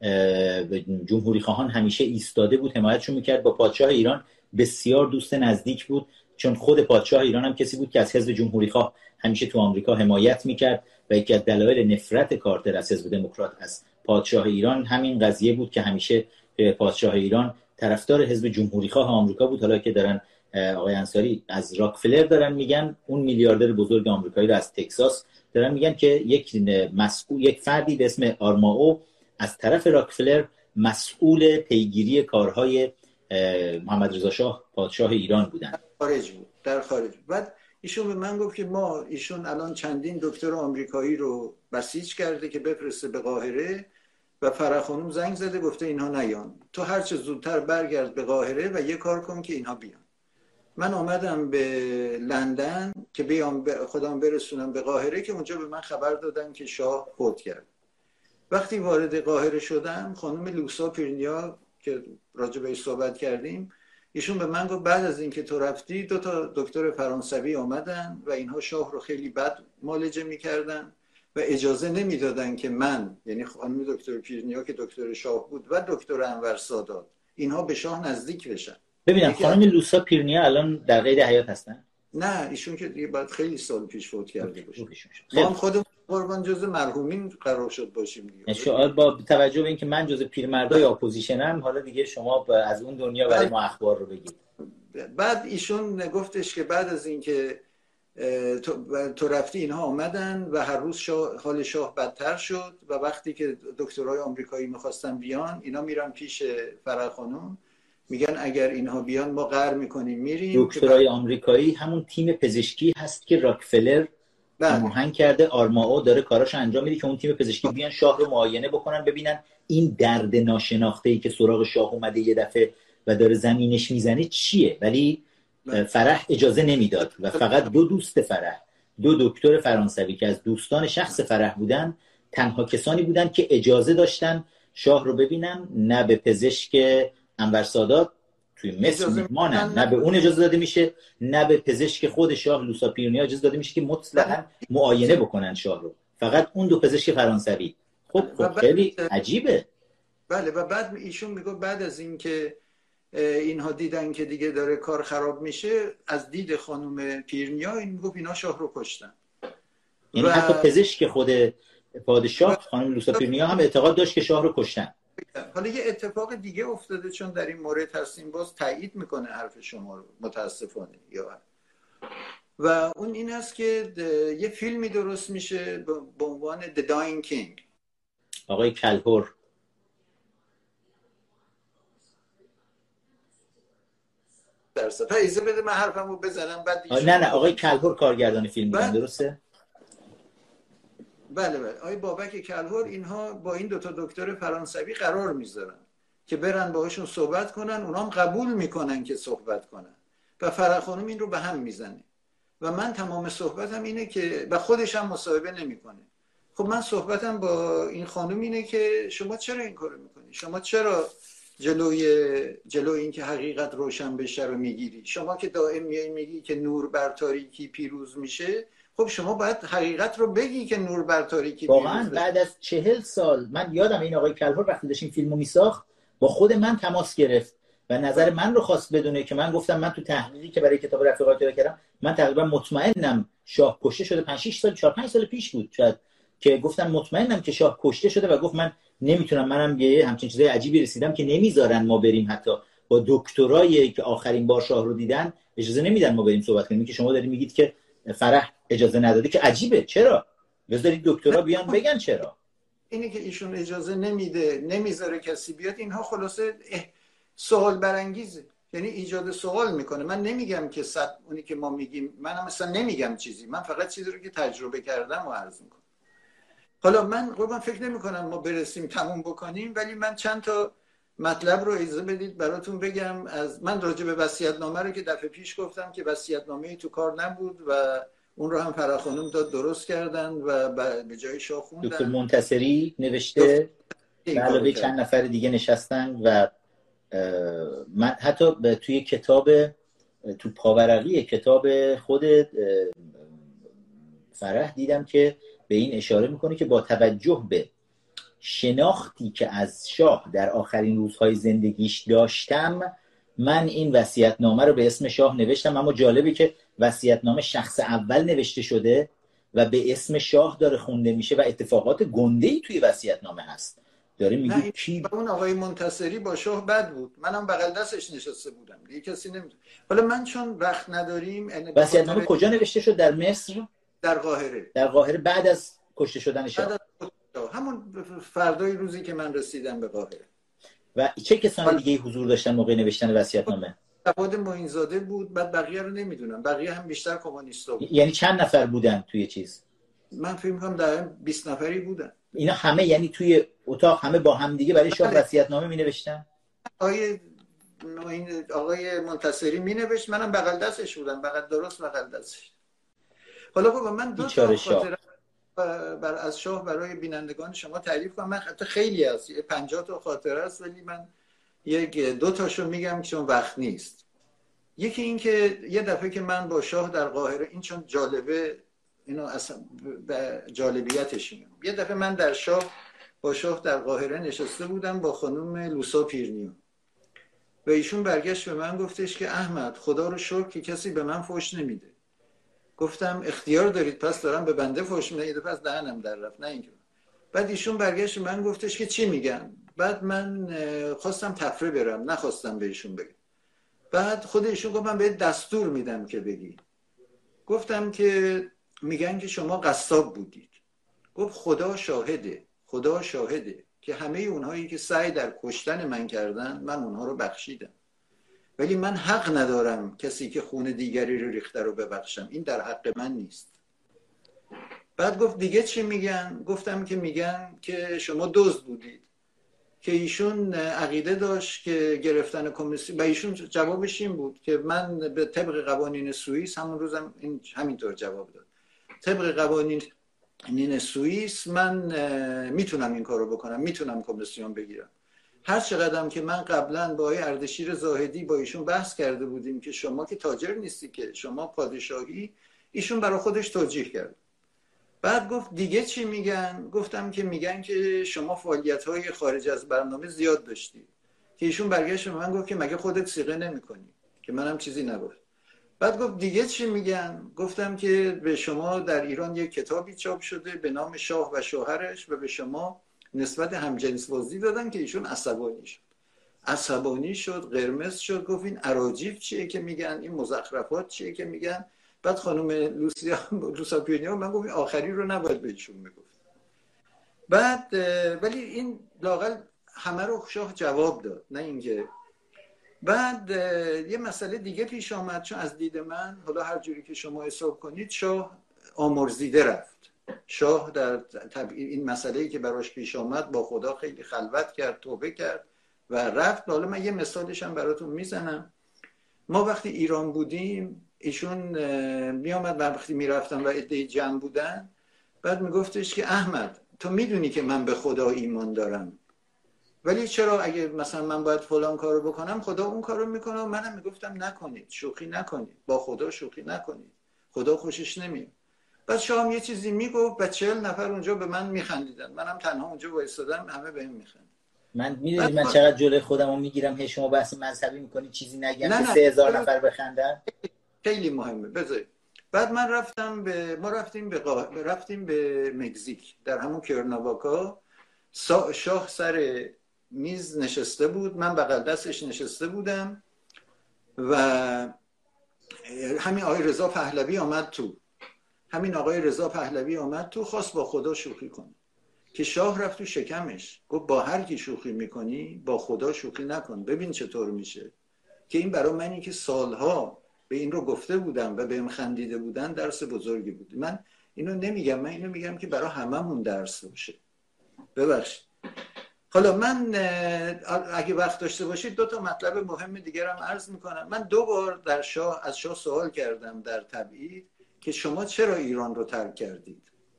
جمهوری خواهان همیشه ایستاده بود، حمایتشون میکرد. با پادشاه ایران بسیار دوست نزدیک بود، چون خود پادشاه ایران هم کسی بود که از حزب جمهوری خواه همیشه تو آمریکا حمایت میکرد و یکی از دلایل نفرت کارتر از حزب دموکرات از پادشاه ایران همین قضیه بود که همیشه پادشاه ایران طرفدار حزب جمهوری خواه آمریکا بود. حالا که دارن آقای انصاری از راکفلر دارن میگن، اون میلیاردر بزرگ آمریکایی رو از تگزاس دارن میگن که یک مسئول، یک فردی به اسم آرماو از طرف راکفلر مسئول پیگیری کارهای محمد رضا شاه پادشاه ایران بودن. خارج بود، در خارج. بعد ایشون به من گفت که ما ایشون الان چندین دکتر آمریکایی رو بسیج کرده که بفرسته به قاهره و فرح خانم زنگ زده گفته اینها نیان، تو هر چه زودتر برگرد به قاهره و یه کار کن که اینها بیان. من آمدم به لندن که بیام خودم برسونم به قاهره که اونجا به من خبر دادن که شاه فوت کرد. وقتی وارد قاهره شدم، خانم لوسا پیرنیا که راجع بهش صحبت کردیم، ایشون به من گفت بعد از اینکه تو رفتی دو تا دکتر فرانسوی آمدن و اینها شاه رو خیلی بد معالجه میکردن و اجازه نمیدادن که من، یعنی خانم دکتر پیرنیا که دکتر شاه بود و دکتر انور سادات، اینها به شاه نزدیک بشن. ببینم خانم لوسا پیرنیا الان در قید حیات هستن؟ نه، ایشون که دیگه بعد خیلی سال پیش فوت کرده باشه. ما هم خودمون قربان جزء مرحومین قرار شد باشیم دیگه. شما با توجه به اینکه من جزء پیرمردای اپوزیشنم، حالا دیگه شما از اون دنیا برای ما اخبار رو بگید. بعد ایشون گفتش که بعد از اینکه تو, تو رفتی اینها آمدن و هر روز شاه، حال شاه بدتر شد و وقتی که دکترای آمریکایی می‌خواستن بیان، اینا میرن پیش فرح خانم میگن اگر اینها بیان ما قهر میکنیم میریم. دکترای آمریکایی همون تیم پزشکی هست که راکفلر هماهنگ کرده، آرماو داره کاراش انجام میده که اون تیم پزشکی بیان شاه رو معاینه بکنن، ببینن این درد ناشناخته‌ای که سراغ شاه اومده یه دفعه و داره زمینش میزنه چیه. ولی فرح اجازه نمیداد و فقط دو دوست فرح، دو دکتر فرانسوی که از دوستان شخص فرح بودن، تنها کسانی بودن که اجازه داشتن شاه رو ببینن. نه به پزشک انور سادات توی مصر میمانن، نه به اون اجازه داده میشه، نه به پزشک خود شاه لوسا پیرنیا اجازه داده میشه که مطلقاً معاینه بکنن شاه رو، فقط اون دو پزشک فرانسوی. خب خب خیلی عجیبه. بله. و بعد ایشون میگه بعد از این که اینها دیدن که دیگه داره کار خراب میشه، از دید خانم پیرنیا این میگه اینا شاه رو کشتن. یعنی و... حتی پزشک خود پادشاه خانم لوسا پیرنیا هم اعتقاد داشت که شاه رو کشتن. حالا یه اتفاق دیگه افتاده، چون در این مورد هستیم، باز تایید میکنه حرف شما رو متاسفانه. یا و اون این است که یه فیلمی درست میشه به عنوان The Dying King. آقای کلهور درسته فایزه بده من حرفمو بزنم بعد دیگه. نه نه آقای کلهور کارگردان فیلم بودن، درسته؟ بله بله. آقای بابک کلهور اینها با این دوتا دکتر فرانسوی قرار میذارن که برن باهاشون صحبت کنن، اونا هم قبول میکنن که صحبت کنن و فرح خانم این رو به هم میزنه و من تمام صحبتم اینه که و خودش هم مصاحبه نمیکنه. خب من صحبتم با این خانم اینه که شما چرا این کارو میکنی؟ شما چرا جلوی جلوی این که حقیقت روشن بشه رو میگیری؟ شما که دائم میای میگی که نور بر تاریکی پیروز میشه، خب شما باید حقیقت رو بگی که نور بر تاریکی پیروز. واقعا بعد از چهل سال من یادم این آقای کلهور وقتی داشت این فیلمو میساخت با خود من تماس گرفت و نظر من رو خواست بدونه که من گفتم من تو تحلیلی که برای کتاب رفیقات رو کردم من تقریبا مطمئنم شاه کشته شده. پنج شش سال چهار پنج سال پیش بود شاید که گفتم مطمئنم که شاه کشته شده و گفت من نمیتونم، منم یه همچین چیزای عجیبی رسیدم که نمیذارن ما بریم، حتی با دکترایی که آخرین بار شاه رو دیدن اجازه نمیدن ما بریم صحبت کنیم. که شما دارید میگید که فرح اجازه نداده که عجیبه، چرا؟ بذارید دکترا بیان بگن چرا. اینی که ایشون اجازه نمیده، نمیذاره کسی بیاد، اینها خلاصه سوال برانگیزه، یعنی ایجاد سوال میکنه. من نمیگم که صد اونی که ما میگیم، من هم مثلا نمیگم چیزی، من فقط چیزی رو که تجربه کردم و عرض میکنم. حالا من قربان فکر نمیکنم ما برسیم تموم بکنیم، ولی من چند تا مطلب رو اجازه بدید براتون بگم. از من راجع به وصیت‌نامه رو که دفعه پیش گفتم که وصیت‌نامه‌ای تو کار نبود و اون رو هم فرح خانم داد درست کردن و به جای شاه خوندن. دکتر منتصری نوشته به علاوه چند نفر دیگه نشستن و من حتی توی کتاب، تو پاورقی کتاب خود فرح دیدم که به این اشاره میکنه که با توجه به شناختی که از شاه در آخرین روزهای زندگیش داشتم، من این وصیت‌نامه رو به اسم شاه نوشتم. اما جالبه که وصیت‌نامه شخص اول نوشته شده و به اسم شاه داره خونده میشه و اتفاقات گنده‌ای توی وصیت‌نامه هست. داره میگه کی اون آقای منتصری با شاه بد بود، منم بغل دستش نشسته بودم، دیگه کسی نمیدونه. حالا من چون وقت نداریم، وصیت‌نامه کجا نوشته شد؟ در مصر؟ در قاهره. در قاهره بعد از کشته شدن شاه، همون فردای روزی که من رسیدم به قاهره. و چه کسان دیگه حضور داشتن موقع نوشتن وصیت‌نامه؟ جواد معین‌زاده بود، بعد بقیه رو نمیدونم، بقیه هم بیشتر کمونیستا بود. یعنی چند نفر بودن توی چیز؟ من فکر می‌کنم در بیست نفری بودن. اینا همه یعنی توی اتاق همه با هم دیگه برای شاه وصیت‌نامه می‌نوشتن؟ آقای آقای منتصری می‌نوشت، منم بغل دستش بودم، بغل درست بغل دستش. حالا بابا من دو تا خاطره بر از شاه برای بینندگان شما تعریف کنم. من حتی خیلی هست، پنجاه تا خاطره است، ولی من یک دو تاشو میگم چون وقت نیست. یکی این که یه دفعه که من با شاه در قاهره، این چون جالبه، اینو اصلا به جالبیتش میگم، یه دفعه من در شاه با شاه در قاهره نشسته بودم با خانم لوسا پیرنیو و ایشون برگشت به من گفتش که احمد خدا رو شکر که کسی به من فحش نمیده. گفتم اختیار دارید، پس دارم به بنده فحش میدید، پس دهنم در رفت، نه اینکه. بعد ایشون برگشت من گفتش که چی میگن؟ بعد من خواستم تفره برم، نخواستم به ایشون بگم. بعد خود ایشون گفت من بهت دستور میدم که بگی. گفتم که میگن که شما قصاب بودید. گفت خدا شاهده، خدا شاهده که همه اونهایی که سعی در کشتن من کردن، من اونها رو بخشیدم، ولی من حق ندارم کسی که خون دیگری رو ریخته رو ببخشم، این در حق من نیست. بعد گفت دیگه چی میگن؟ گفتم که میگن که شما دزد بودید، که ایشون عقیده داشت که گرفتن کمیسیون، و ایشون جوابش این بود که من به طبق قوانین سوئیس، همون روزم این همینطور جواب داد، طبق قوانین سوئیس من میتونم این کارو بکنم، میتونم کمیسیون بگیرم. هر چقدرم که من قبلا با آقای اردشیر زاهدی با ایشون بحث کرده بودیم که شما که تاجر نیستی، که شما پادشاهی، ایشون برای خودش توجیه کرد. بعد گفت دیگه چی میگن؟ گفتم که میگن که شما فعالیت‌های خارج از برنامه زیاد داشتی، که ایشون برگشت به من گفت که مگه خودت صیغه نمی‌کنی؟ که منم چیزی نگفت. بعد گفت دیگه چی میگن؟ گفتم که به شما در ایران یک کتابی چاپ شده به نام شاه و شوهرش و به شما نسبت همجنس بازی دادن، که ایشون عصبانی شد. عصبانی شد، قرمز شد، گفت این اراجیف چیه که میگن، این مزخرفات چیه که میگن. بعد خانم لوسیا لوسا پیرنیو من گفت آخری رو نباید بهشون میگفت. بعد ولی این لااقل همه رو شاه جواب داد، نه اینکه. بعد یه مسئله دیگه پیش آمد، چون از دید من، حالا هر جوری که شما حساب کنید، شاه آمرزیده رفت. شاه در طبیعی این مسئله‌ای که براش پیش آمد با خدا خیلی خلوت کرد، توبه کرد و رفت. حالا من یه مثالش هم براتون میزنم. ما وقتی ایران بودیم، ایشون می آمد وقتی می رفتن و عده‌ای جمع بودن، بعد می گفتش که احمد تو میدونی که من به خدا ایمان دارم، ولی چرا اگه مثلا من باید فلان کارو بکنم خدا اون کارو میکنه؟ و منم میگفتم نکنید، شوخی نکنید، با خدا شوخی نکنید، خدا خوشش نمیاد. بعد شام یه چیزی میگفت و چهل نفر اونجا به من میخندیدن، منم تنها اونجا وایسادم، همه بهم میخندن. من میدونی من چقدر جلوی خودمو میگیرم، هی شما بحث مذهبی میکنی چیزی نگم که سه هزار نفر بخندن. خیلی مهمه. بذارید بعد من رفتم به ما رفتیم به قا... رفتیم به مکزیک، در همون کرناواکا. شاه سر میز نشسته بود، من بغل دستش نشسته بودم و همین آقای رضا پهلوی آمد تو. همین آقای رضا پهلوی آمد تو، خواست با خدا شوخی کنه. که شاه رفت تو شکمش گفت با هر کی شوخی میکنی با خدا شوخی نکن، ببین چطور میشه. که این برای منی که سالها به این رو گفته بودم و بهم خندیده بودن درس بزرگی بود. من اینو نمیگم، من اینو میگم که برای هممون درس باشه. ببخشید. حالا من اگه وقت داشته باشید دو تا مطلب مهم دیگرم عرض میکنم. من دو بار در شاه از شاه سوال کردم در تبعید که شما چرا ایران رو ترک کردید؟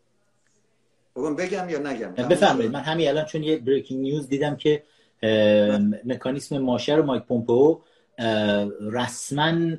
بگم بگم یا نگم؟ بفرمایید. من همین الان چون یه بریکینگ نیوز دیدم که مکانیسم ماشه رو مایک پومپئو رسما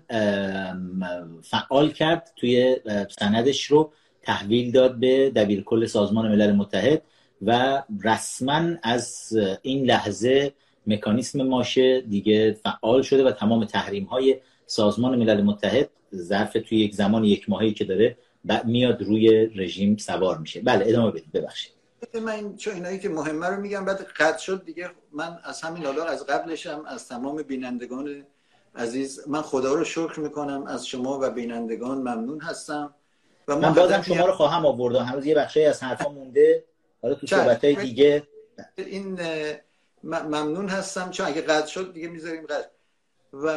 فعال کرد، توی سندش رو تحویل داد به دبیرکل سازمان ملل متحد و رسما از این لحظه مکانیسم ماشه دیگه فعال شده و تمام تحریم های سازمان ملل متحد ظرف توی یک زمان یک ماهی که داره میاد روی رژیم سوار میشه. بله ادامه بدید. ببخشید. من چون اینایی که مهمه رو میگم بعد قطع شد دیگه. من از همین حالا از قبلشم از تمام بینندگان عزیز من خدا رو شکر میکنم، از شما و بینندگان ممنون هستم و من بازم شما رو خواهم آورد. هنوز یه بخشی از حرفا مونده، حالا تو صحبت‌های دیگه این ممنون هستم چون اگه قطع شد دیگه میذاریم قطع. و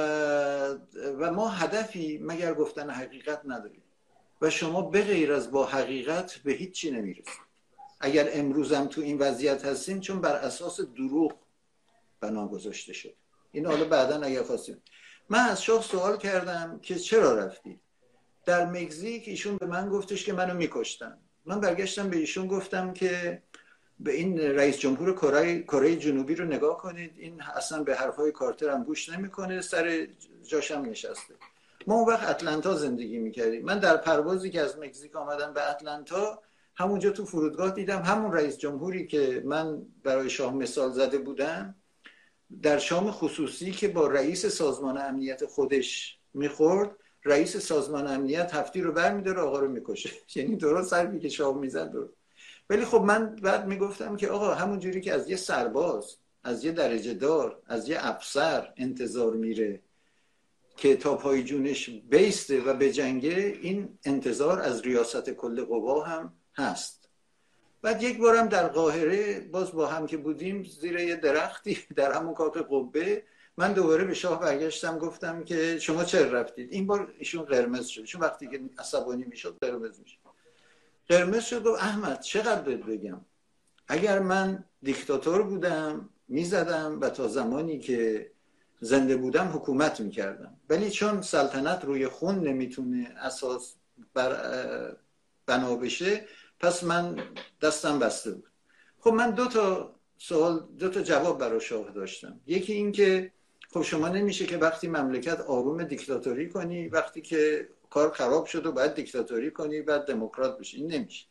و ما هدفی مگر گفتن حقیقت نداریم و شما به غیر از با حقیقت به هیچ چی نمیرسید. اگر امروزم تو این وضعیت هستیم چون بر اساس دروغ بنا گذاشته شد. این حالا بعداً اگر خواستیم. من از شاه سوال کردم که چرا رفتی؟ در مکزیک ایشون به من گفتش که منو میکشتن. من برگشتم به ایشون گفتم که به این رئیس جمهور کره کره جنوبی رو نگاه کنید، این اصلا به حرفای کارتر هم گوش نمیکنه، سر جاشم نشسته. ما اون وقت اتلانتا زندگی میکردیم. من در پروازی که از مکزیک آمدم به اتلانتا همونجا تو فرودگاه دیدم همون رئیس جمهوری که من برای شاه مثال زده بودم در شام خصوصی که با رئیس سازمان امنیت خودش میخورد، رئیس سازمان امنیت هفتی رو برمیداره آقا رو میکشه. یعنی درست حرفی که شاه میزد درست. ولی خب من بعد میگفتم که آقا همون جوری که از یه سرباز، از یه درجه دار، از یه افسر انتظار میره که تا پای جونش بیسته و به جنگه، این انتظار از ریاست کل قوا هم هست. بعد یک بارم در قاهره باز با هم که بودیم زیر یه درختی در همون کاخ قبه، من دوباره به شاه برگشتم گفتم که شما چرا رفتید؟ این بار ایشون قرمز شد، چون وقتی که عصبانی میشد قرمز میشد. قرمز شد گفت احمد چقدر بهت بگم، اگر من دیکتاتور بودم میزدم و تا زمانی که زنده بودم حکومت میکردم، ولی چون سلطنت روی خون نمیتونه اساس بر بنا بشه پس من دستم بسته بود. خب من دو تا سوال دو تا جواب برای شاه داشتم. یکی این که خب شما نمیشه که وقتی مملکت آروم دیکتاتوری کنی، وقتی که کار خراب شد و باید دیکتاتوری کنی بعد دموکرات بشی، این نمیشه.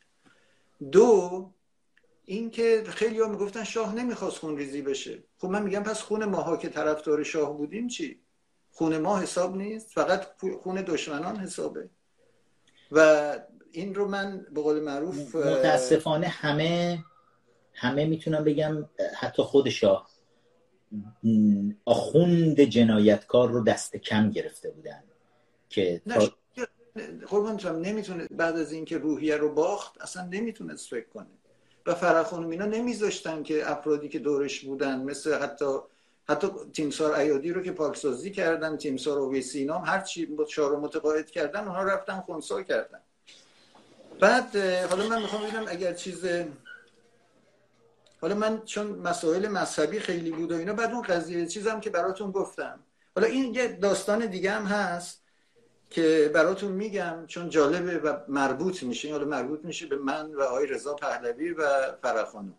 دو این که خیلی ها میگفتن شاه نمیخواست خون ریزی بشه. خب من میگم پس خون ماها که طرفدار شاه بودیم چی؟ خون ما حساب نیست، فقط خون دشمنان حسابه. و این رو من به قول معروف متاسفانه همه همه میتونم بگم حتی خود شاه آخوند جنایتکار رو دست کم گرفته بودن که تا... قربانتم نمیتونه بعد از اینکه روحیه رو باخت اصلا نمیتونست فکر کنه. و فرح خانم اینا نمیذاشتن که افرادی که دورش بودن مثل حتی حتی تیمسار عیادی رو که پاکسازی کردن، تیمسار اویسی هم هر چی شاه رو متقاعد کردن اونها رفتن خنثی کردن. بعد حالا من میخوام ببینم اگر چیز حالا من چون مسائل مذهبی خیلی بود و اینا، بعد اون قضیه چیزم که براتون گفتم. حالا این یه داستان دیگه هم هست که براتون میگم چون جالبه و مربوط میشه، حالا مربوط میشه به من و آقای رضا پهلوی و فرح خانم.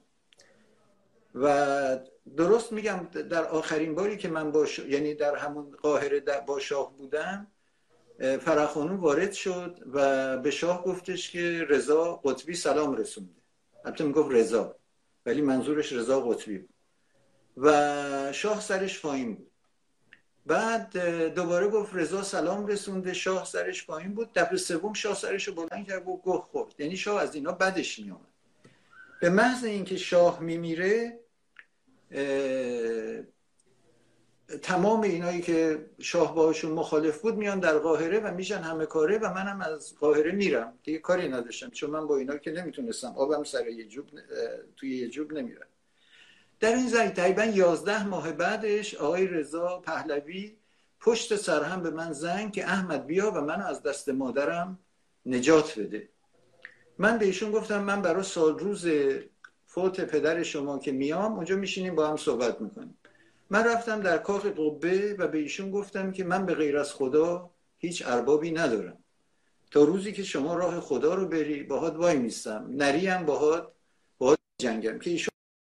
و درست میگم در آخرین باری که من با ش... یعنی در همون قاهره با شاه بودم، فرح خانم وارد شد و به شاه گفتش که رضا قطبی سلام رسونده. البته میگفت رضا ولی منظورش رضا قطبی بود و شاه سرش پایین بود. بعد دوباره گفت رضا سلام رسونده، شاه سرش پایین بود. دفعه سوم شاه سرش رو بلند کرد و گه خورد. یعنی شاه از اینا بدش میامد. به محض اینکه شاه میمیره تمام اینایی که شاه باهاشون مخالف بود میان در قاهره و میشن همه کاره و منم از قاهره میرم دیگه، کاری نداشتم چون من با اینا که نمیتونستم، آبم سر یه جوب توی یه جوب نمیرم. در این زمین تقریبا یازده ماه بعدش آقای رضا پهلوی پشت سر هم به من زنگ که احمد بیا و منو از دست مادرم نجات بده. من به ایشون گفتم من برای سال روز فوت پدر شما که میام اونجا میشینیم با هم صحبت میکنیم. من رفتم در کاخ قبه و به ایشون گفتم که من به غیر از خدا هیچ اربابی ندارم، تا روزی که شما راه خدا رو بری باهات وای میستم، نریم باهات باهات جنگم. که ایشون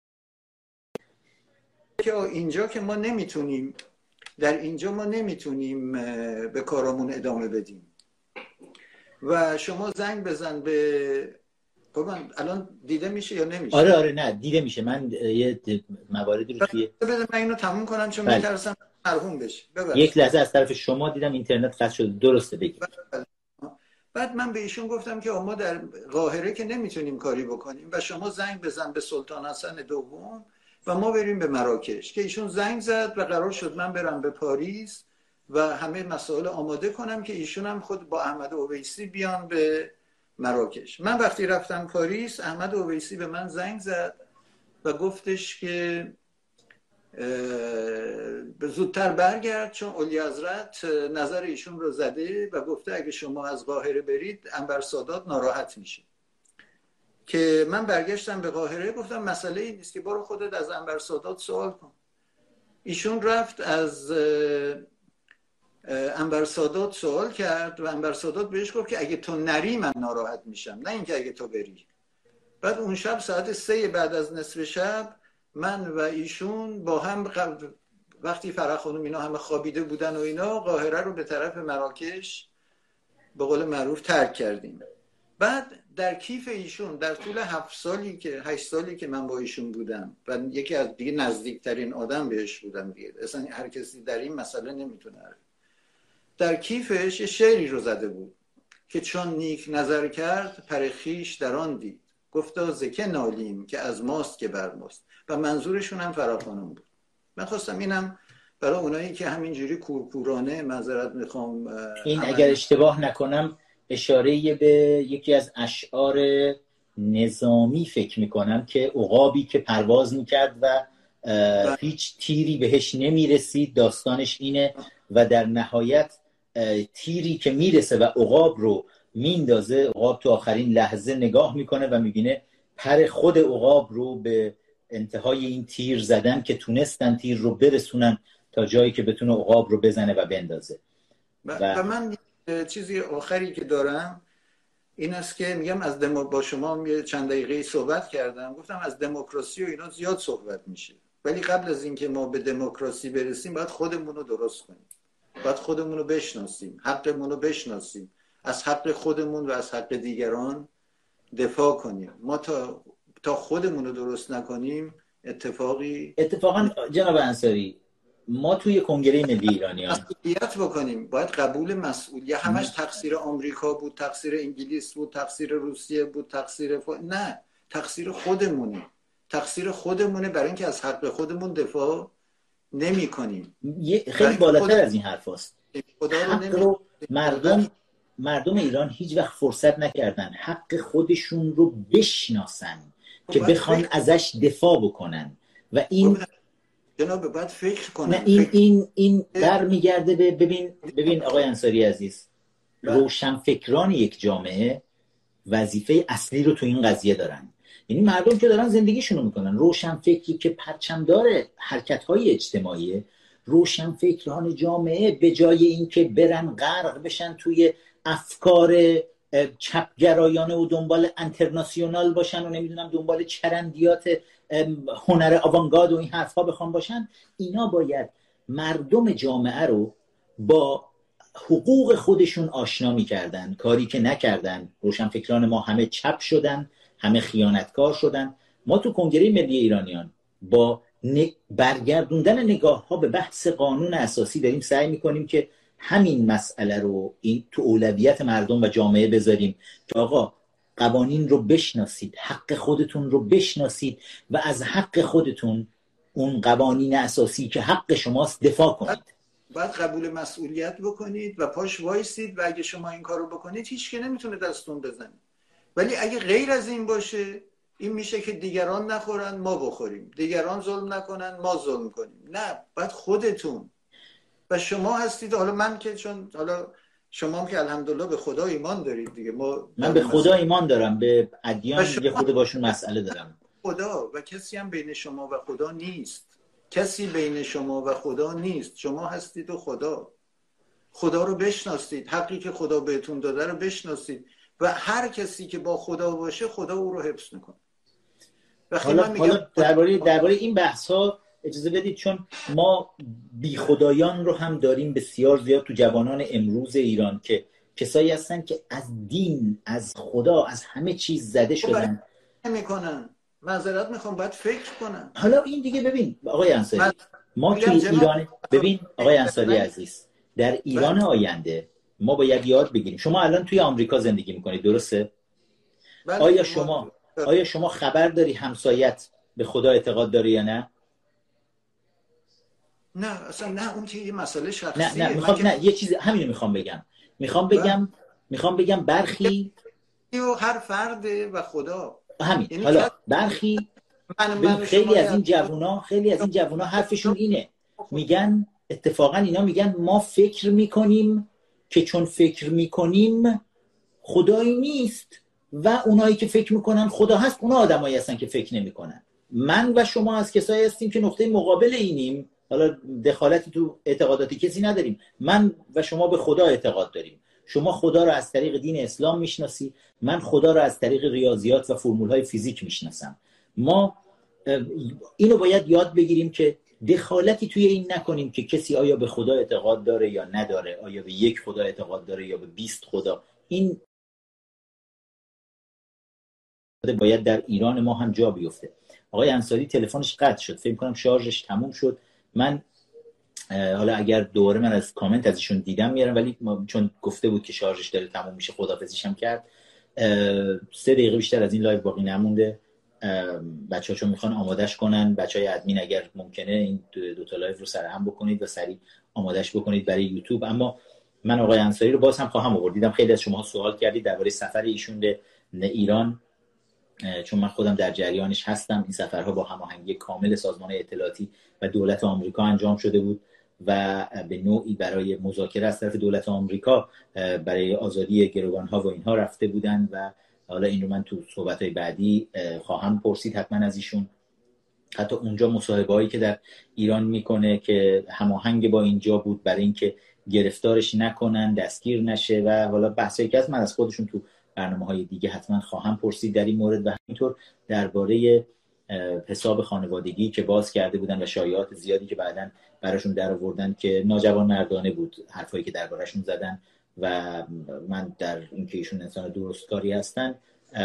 که اینجا که ما نمیتونیم، در اینجا ما نمیتونیم به کارامون ادامه بدیم و شما زنگ بزن به من. الان دیده میشه یا نمیشه؟ آره آره نه دیده میشه. من یه مواردی رو توی بذار من اینو تموم کنم چون بله. میترسم مرحوم بشه. ببرد. یک لحظه از طرف شما دیدم اینترنت قطع شده. درسته بگید. بله. بعد من به ایشون گفتم که ما در قاهره که نمیتونیم کاری بکنیم و شما زنگ بزن به سلطان حسن دوم و ما بریم به مراکش. که ایشون زنگ زد و قرار شد من برم به پاریس و همه مسائل آماده کنم که ایشون هم خود با احمد اویسی بیان به مراکش. من وقتی رفتم پاریس احمد اویسی به من زنگ زد و گفتش که زودتر برگرد چون اولی حضرت نظر ایشون رو زده و گفته اگه شما از قاهره برید انور سادات ناراحت میشه. که من برگشتم به قاهره گفتم مسئله این نیست که برو خودت از انور سادات سوال کن. ایشون رفت از انور سادات سوال کرد و انور سادات بهش گفت که اگه تو نری من ناراحت میشم، نه اینکه اگه تو بری. بعد اون شب ساعت سه بعد از نصف شب من و ایشون با هم قبل وقتی فرح خانم اینا همه خوابیده بودن و اینا قاهره رو به طرف مراکش به قول معروف ترک کردیم. بعد در کیف ایشون در طول هفت سالی که هشت سالی که من با ایشون بودم و یکی از دیگه نزدیکترین آدم بهش بودم دیگه، اصلا هر کسی در این مسئله نمیتونه، در کیفش یه شعری رو زده بود که چون نیک نظر کرد پر خویش در آن دید، گفتا ز که نالیم که از ماست که بر ماست. و منظورشون هم فرح خانم بود. من خواستم اینم برای اونایی که همینجوری کورکورانه معذرت میخوام این اگر اشتباه نکنم اشاره به یکی از اشعار نظامی فکر میکنم که عقابی که پرواز میکرد و هیچ تیری بهش نمیرسید، داستانش اینه و در نهایت تیری که میرسه و عقاب رو میندازه، عقاب تو آخرین لحظه نگاه میکنه و میبینه پر خود عقاب رو به انتهای این تیر زدن که تونستن تیر رو برسونن تا جایی که بتونه عقاب رو بزنه و بندازه. و, و من چیزی آخری که دارم این است که میگم از دمو... با شما چند دقیقه صحبت کردم، گفتم از دموکراسی و اینا زیاد صحبت میشه، ولی قبل از اینکه ما به دموکراسی برسیم باید خودمون رو درست کنیم، باید خودمون رو بشناسیم، حقمون رو بشناسیم، از حق خودمون و از حق دیگران دفاع کنیم. ما تا تا خودمون رو درست نکنیم اتفاقی اتفاقا جناب انصاری ما توی کنگره ملی ایرانیان مسئولیت بکنیم، باید قبول مسئولیت. همش تقصیر آمریکا بود، تقصیر انگلیس بود، تقصیر روسیه بود، تقصیر ف... نه تقصیر خودمونه، تقصیر خودمونه برای اینکه از حق خودمون دفاع نمی کنیم. خیلی بالاتر خود... از این حرف هست. خدا رو حق رو مردم مردم ایران هیچ وقت فرصت نکردن حق خودشون رو بشناسن که بخوان ازش دفاع بکنن و این جناب باید فکر کنن. این فکر... این این برمیگرده به ببین ببین آقای انصاری عزیز، روشنفکران یک جامعه وظیفه اصلی رو تو این قضیه دارن. یعنی مردم که دارن زندگیشون رو میکنن، روشنفکری که پرچمدار حرکت‌های اجتماعی، روشنفکران جامعه به جای اینکه برن غرق بشن توی افکار چپگرایانه و دنبال انترناسیونال باشن و نمیدونم دنبال چرندیات هنر آوانگارد و این حرفا بخوان باشن، اینا باید مردم جامعه رو با حقوق خودشون آشنا میکردن، کاری که نکردن. روشنفکران ما همه چپ شدن، همه خیانتکار شدن. ما تو کنگره ملی ایرانیان با برگردوندن نگاه ها به بحث قانون اساسی داریم سعی میکنیم که همین مسئله رو این تو اولویت مردم و جامعه بذاریم که آقا قوانین رو بشناسید، حق خودتون رو بشناسید و از حق خودتون اون قوانین اساسی که حق شماست دفاع کنید. باید قبول مسئولیت بکنید و پاش وایسید و اگه شما این کارو بکنید هیچ که نمیتونه دستون بزنه. ولی اگه غیر از این باشه این میشه که دیگران نخورن ما بخوریم، دیگران ظلم نکنن ما ظلم کنیم. نه، باید خودتون و شما هستید. حالا من که چون حالا شما هم که الحمدلله به خدا ایمان دارید دیگه، ما من به خدا ایمان دارم، به ادیان دیگه خود باشون مسئله دارم. خدا و کسی هم بین شما و خدا نیست. کسی بین شما و خدا نیست. شما هستید و خدا. خدا رو بشناسید، حقی که خدا بهتون داده رو بشناسید و هر کسی که با خدا باشه خدا او رو حفظ میکنه. حالا حالا درباره درباره این بحث ها اجازه بدید، چون ما بی خدایان رو هم داریم بسیار زیاد تو جوانان امروز ایران که کسایی هستن که از دین، از خدا، از همه چیز زده شدن. نمیکنن. معذرت میخوام، باید فکر کنن. حالا این دیگه ببین آقای انصاری، ما توی ایران، ببین آقای انصاری عزیز، در ایران آینده ما باید یاد بگیریم. شما الان توی آمریکا زندگی میکنید، درسته؟ آیا شما آیا شما خبر داری همسایت به خدا اعتقاد داره یا نه؟ نه اصلا نه، اون که یه مسئله شخصیه. نه نه میخوام نه یه چیز همینو میخوام بگم. میخوام بگم میخوام بگم برخی و هر فرد و خدا همین. حالا برخی من من خیلی از این جوونا خیلی از این جوونا حرفشون اینه، میگن اتفاقا اینا میگن ما فکر میکنیم که چون فکر میکنیم خدایی نیست و اونایی که فکر میکنن خدا هست اونا آدمایی هستن که فکر نمیکنن. من و شما از کسایی هستیم که نقطه مقابل اینیم. حالا دخالتی تو اعتقاداتی کسی نداریم. من و شما به خدا اعتقاد داریم. شما خدا رو از طریق دین اسلام میشناسی، من خدا رو از طریق ریاضیات و فرمول‌های فیزیک میشناسم. ما اینو باید یاد بگیریم که دخالتی توی این نکنیم که کسی آیا به خدا اعتقاد داره یا نداره، آیا به یک خدا اعتقاد داره یا به بیست خدا. این باید در ایران ما هم جا بیفته. آقای انصاری تلفنش قطع شد، فکر کنم شارژش تموم شد. من حالا اگر دوباره من از کامنت از ایشون دیدم میارم، ولی چون گفته بود که شارژش داره تموم میشه خداحافظیش هم کرد. سه دقیقه بیشتر از این لایو باقی نمونده. بچه‌ها چون میخوان آمادش کنن، بچهای ادمین اگر ممکنه این دو تا لایو رو سر هم بکنید و سریع آمادش بکنید برای یوتیوب. اما من آقای انصاری رو باز هم خواهم آورد. دیدم خیلی از شما سوال کردید درباره سفر ایشون به ایران، چون من خودم در جریانش هستم. این سفرها با هماهنگی کامل سازمان اطلاعاتی و دولت آمریکا انجام شده بود و به نوعی برای مذاکره از طرف دولت آمریکا برای آزادی گروگان‌ها و اینها رفته بودن و حالا این رو من تو صحبت‌های بعدی خواهم پرسید حتما از ایشون. حتی اونجا مصاحبه‌هایی که در ایران میکنه که هماهنگ با اینجا بود برای اینکه گرفتارش نکنن، دستگیر نشه و حالا بحثایی که از من از خودشون تو برنامه‌های دیگه حتما خواهم پرسید در این مورد. و همینطور درباره حساب خانوادگی که باز کرده بودن و شایعات زیادی که بعداً براشون در آوردن که ناجوان مردانه بود حرفایی که دربارشون زدن و من در اینکه ایشون انسان درستکاری هستن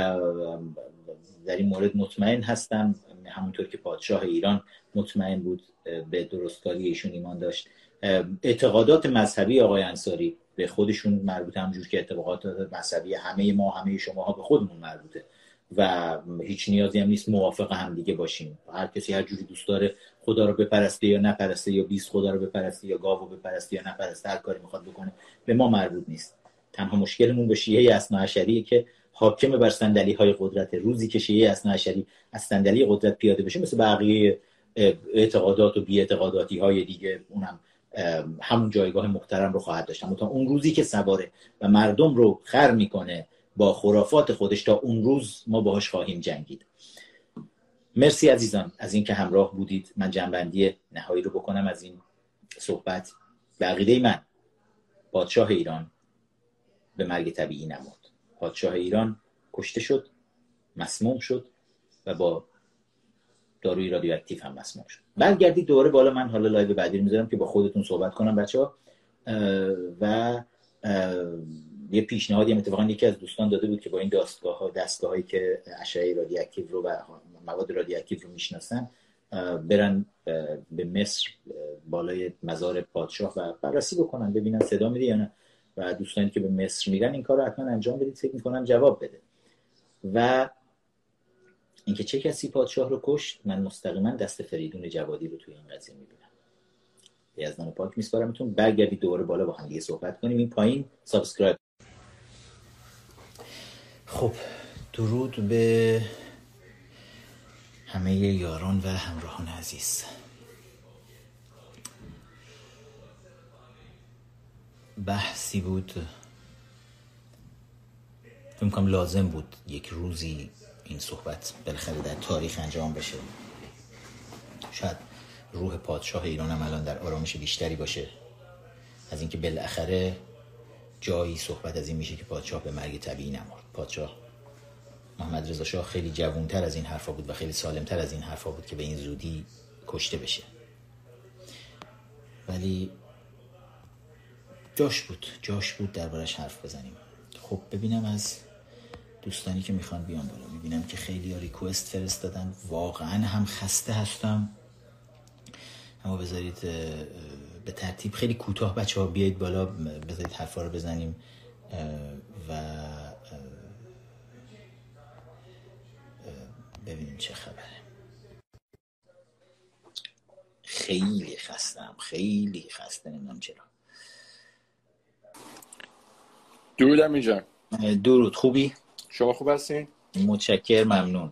در این مورد مطمئن هستم، همونطور که پادشاه ایران مطمئن بود به درستکاری ایشون ایمان داشت. اعتقادات مذهبی آقای انصاری به خودشون مربوطه، همونجور که اعتقادات مذهبی همه ما همه شماها به خودمون مربوطه و هیچ نیازی هم نیست موافق هم دیگه باشیم. هر کسی هر جوری دوست داره خدا رو بپرسته یا نپرسته، یا بیست خدا رو بپرسته یا گاو رو بپرسته یا نپرسته، هر کاری میخواد بکنه، به ما مربوط نیست. تنها مشکلمون با شیعه اثناعشریه که حاکم بر صندلی‌های قدرت. روزی که شیعه اثناعشری از صندلی قدرت پیاده بشه، مثل بقیه اعتقادات و بی اعتقاداتی های دیگه، اونم همون جایگاه محترم رو خواهد داشت. اما تا اون روزی که سواره و مردم رو خر میکنه با خرافات خودش، تا اون روز ما باهاش خواهیم جنگید. مرسی عزیزان از اینکه همراه بودید. من جنبندی نهایی رو بکنم از این صحبت. به عقیده من پادشاه ایران به مرگ طبیعی نمرد. پادشاه ایران کشته شد، مسموم شد و با داروی رادیواکتیو هم مسموم شد. برگردید دوباره بالا، من حالا لایو بعدی رو میذارم که با خودتون صحبت کنم بچه‌ها. و یه پیشنهادی هم اتفاقا یکی از دوستان داده بود که با این دستگاه‌ها دستگاهایی که اشعه رادیواکتیو رو و مواد رادیواکتیو رو میشناسن برن به مصر بالای مزار پادشاه و بررسی بکنن ببینن صدا میده یا نه. و دوستانی که به مصر میرن این کار رو حتما انجام بدید، فکر میکنم جواب بده. و اینکه چه کسی پادشاه رو کشت، من مستقیما دست فریدون جوادی رو توی این قضیه میبینم. به یزدان پاک میسپارمتون. برگردید دوباره بالا با هم دیگه صحبت کنیم. این پایین سابسکرایب. خب درود به همه یاران و همراهان عزیز. بحثی بود فکر می‌کنم لازم بود یک روزی این صحبت بالاخره در تاریخ انجام بشه. شاید روح پادشاه ایران هم الان در آرامش بیشتری باشه از اینکه بالاخره جایی صحبت از این میشه که پادشاه به مرگ طبیعی نمرد. پادشاه محمد رضا شاه خیلی جوانتر از این حرفا بود و خیلی سالمتر از این حرفا بود که به این زودی کشته بشه، ولی جاش بود جاش بود دربارش حرف بزنیم. خب ببینم از دوستانی که میخوان بیان بالا، میبینم که خیلی ها ریکوست فرستادن. واقعا هم خسته هستم، اما بذارید به ترتیب خیلی کوتاه بچه ها بیایید بالا، بذارید حرفا رو بزنیم و ببینیم چه خبره. خیلی خستم، خیلی خسته، نمیدونم چرا. درود امین جان. درود، خوبی؟ شما خوب هستین؟ متشکر، ممنون.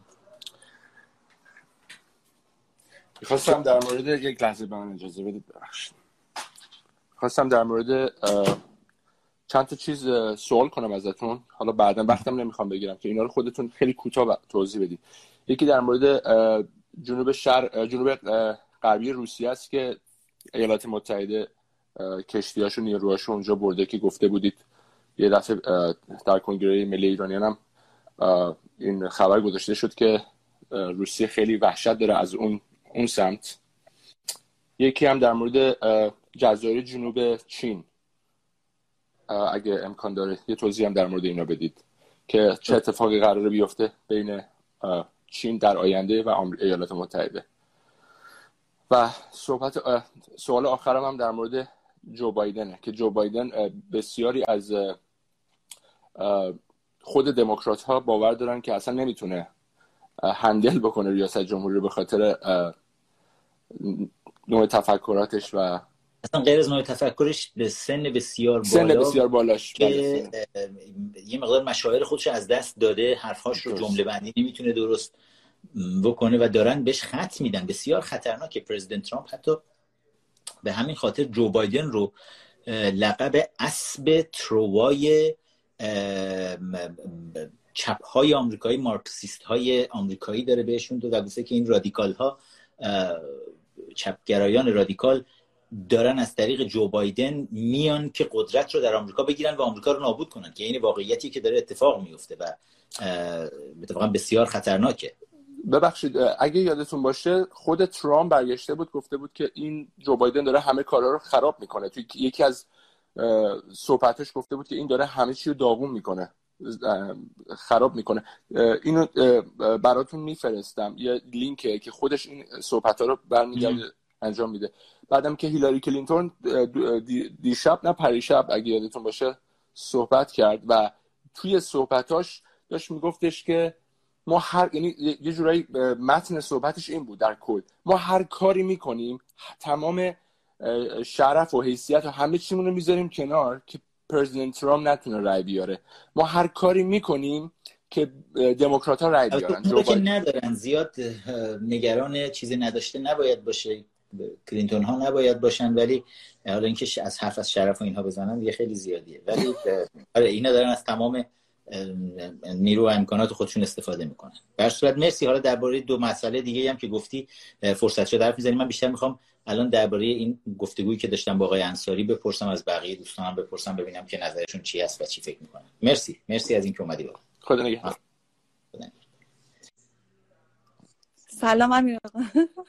خواستم در مورد یک لحظه به من اجازه بدید، ببخشید. خواستم در مورد چند تا چیز سوال کنم ازتون. حالا بعدا وقتم نمیخوام بگیرم که اینا رو خودتون خیلی کوتاه توضیح بدید. یکی در مورد جنوب شرق جنوب غربی روسیه است که ایالات متحده کشتیاشو نیروهاشو اونجا برده که گفته بودید یه دفعه در کنگره ملی ایرانیان هم این خبر گذاشته شد که روسیه خیلی وحشت داره از اون اون سمت. یکی هم در مورد جزایر جنوب چین، اگه امکان داره یه توضیح هم در مورد اینا بدید که چه اتفاقی قراره بیفته بین چین در آینده و ایالات متحده. و صحبت سوال آخرم هم در مورد جو بایدنه که جو بایدن بسیاری از خود دموکرات ها باور دارن که اصلا نمیتونه هندل بکنه ریاست جمهوری رو به خاطر نوع تفکراتش و اصلا غیر از نوع تفکرش به سن بسیار بالا سن بسیار بالاش که یه مقدار مشاعر خودش از دست داده، حرفاش رو جمله بندی نمیتونه درست بکنه و دارن بهش خط میدن. بسیار خطرناکه. پرزیدنت ترامپ حتی به همین خاطر جو بایدن رو لقب اسب تروای چپ های آمریکایی، مارکسیست های آمریکایی داره بهشون دو و گفته که این رادیکال ها، چپگرایان رادیکال دارن از طریق جو بایدن میان که قدرت رو در آمریکا بگیرن و آمریکا رو نابود کنن، که این واقعیتی که داره اتفاق میفته و اتفاقا بسیار خطرناکه. ببخشید اگه یادتون باشه خود ترامپ برگشته بود گفته بود که این جو بایدن داره همه کارا رو خراب میکنه. توی یکی از صحبتاش گفته بود که این داره همه چی رو داغون میکنه، خراب میکنه. اینو براتون میفرستم، یه لینکه که خودش این صحبت‌ها رو برمیگرده انجام میده. بعدم که هیلاری کلینتون دیشب نه پریشب اگه یادتون باشه صحبت کرد و توی صحبتاش داشت میگفتش که ما هر، یعنی یه جورایی متن صحبتش این بود در کل، ما هر کاری میکنیم تمام شرف و حیثیت و همه چیمون رو میذاریم کنار که پرزیدنت ترامپ نتونه رای بیاره. ما هر کاری میکنیم که دموکرات‌ها رای بیارن. جو که ندارن زیاد نگران چیزی نداشته نباید باشه، کلینتون ها نباید باشن، ولی حالا اینکه از حرف از شرف و اینها بزنن دیگه خیلی زیادیه. ولی آره اینا دارن از تمام نیرو و امکانات خودشون استفاده میکنن. به هر صورت مرسی. حالا درباره دو مسئله دیگه هم که گفتی فرصت شد حرف میزنیم. من بیشتر میخوام الان درباره این گفتگویی که داشتم با آقای انصاری بپرسم، از بقیه دوستانم بپرسم ببینم که نظرشون چی هست و چی فکر میکنن. مرسی مرسی از اینکه اومدی بالا. خدا نگهدار. سلام امیر آقا.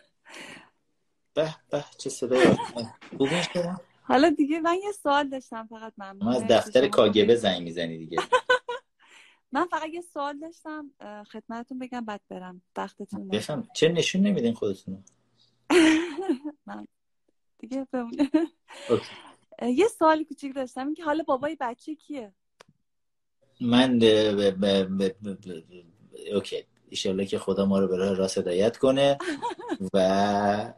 به به چه صدایی خوبی شده. حالا دیگه من یه سوال داشتم فقط. ممنون. ما از دفتر کاگبه زنگ میزنی دیگه. من فقط یه سوال داشتم خدمتتون بگم بعد برم. وقتتون بفهم. چه نشون نمیدین خودتون؟ من دیگه بمونه. یه سوالی کوچیک داشتم، این که حالا بابای بچه کیه؟ من ب... ب... ب... ب... اوکی ایشالله که خدا ما رو به راه راست هدایت کنه. و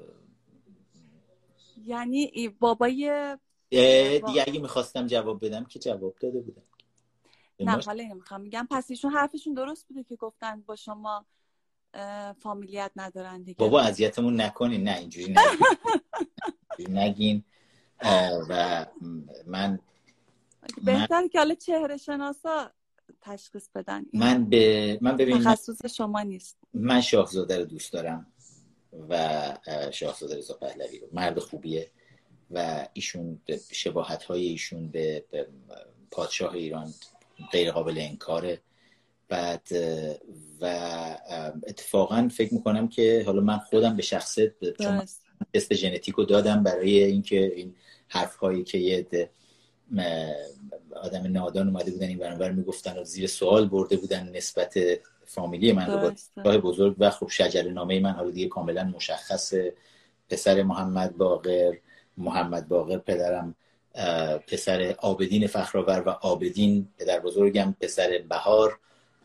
یعنی بابای دیگه اگه میخواستم جواب بدم که جواب داده بودم. نه حالا نمیخوام میگم پس ایشون حرفشون درست بوده که گفتن با شما فامیلیت ندارن دیگه. بابا اذیتمون نکنین، نه اینجوری نگین نگین. و من بهتره که حالا چهره شناسا تشخیص بدن. من به من ببین تخصص شما نیست. من شاهزاده رو دوست دارم و شاهزاده رضا پهلوی رو، مرد خوبیه و ایشون شباهت‌های ایشون به پادشاه ایران غیر قابل انکاره. بعد و اتفاقا فکر میکنم که حالا من خودم به شخصه چون تست ژنتیک رو دادم برای اینکه این حرف‌هایی که یه آدم نادان اومده بودن این برانور میگفتن و زیر سوال برده بودن نسبت فامیلی من رو با شاه بزرگ و خب شجره نامه من حالا دیگه کاملا مشخصه. پسر محمد باقر، محمد باقر پدرم پسر عابدین فخرآور و عابدین پدر بزرگم پسر بهار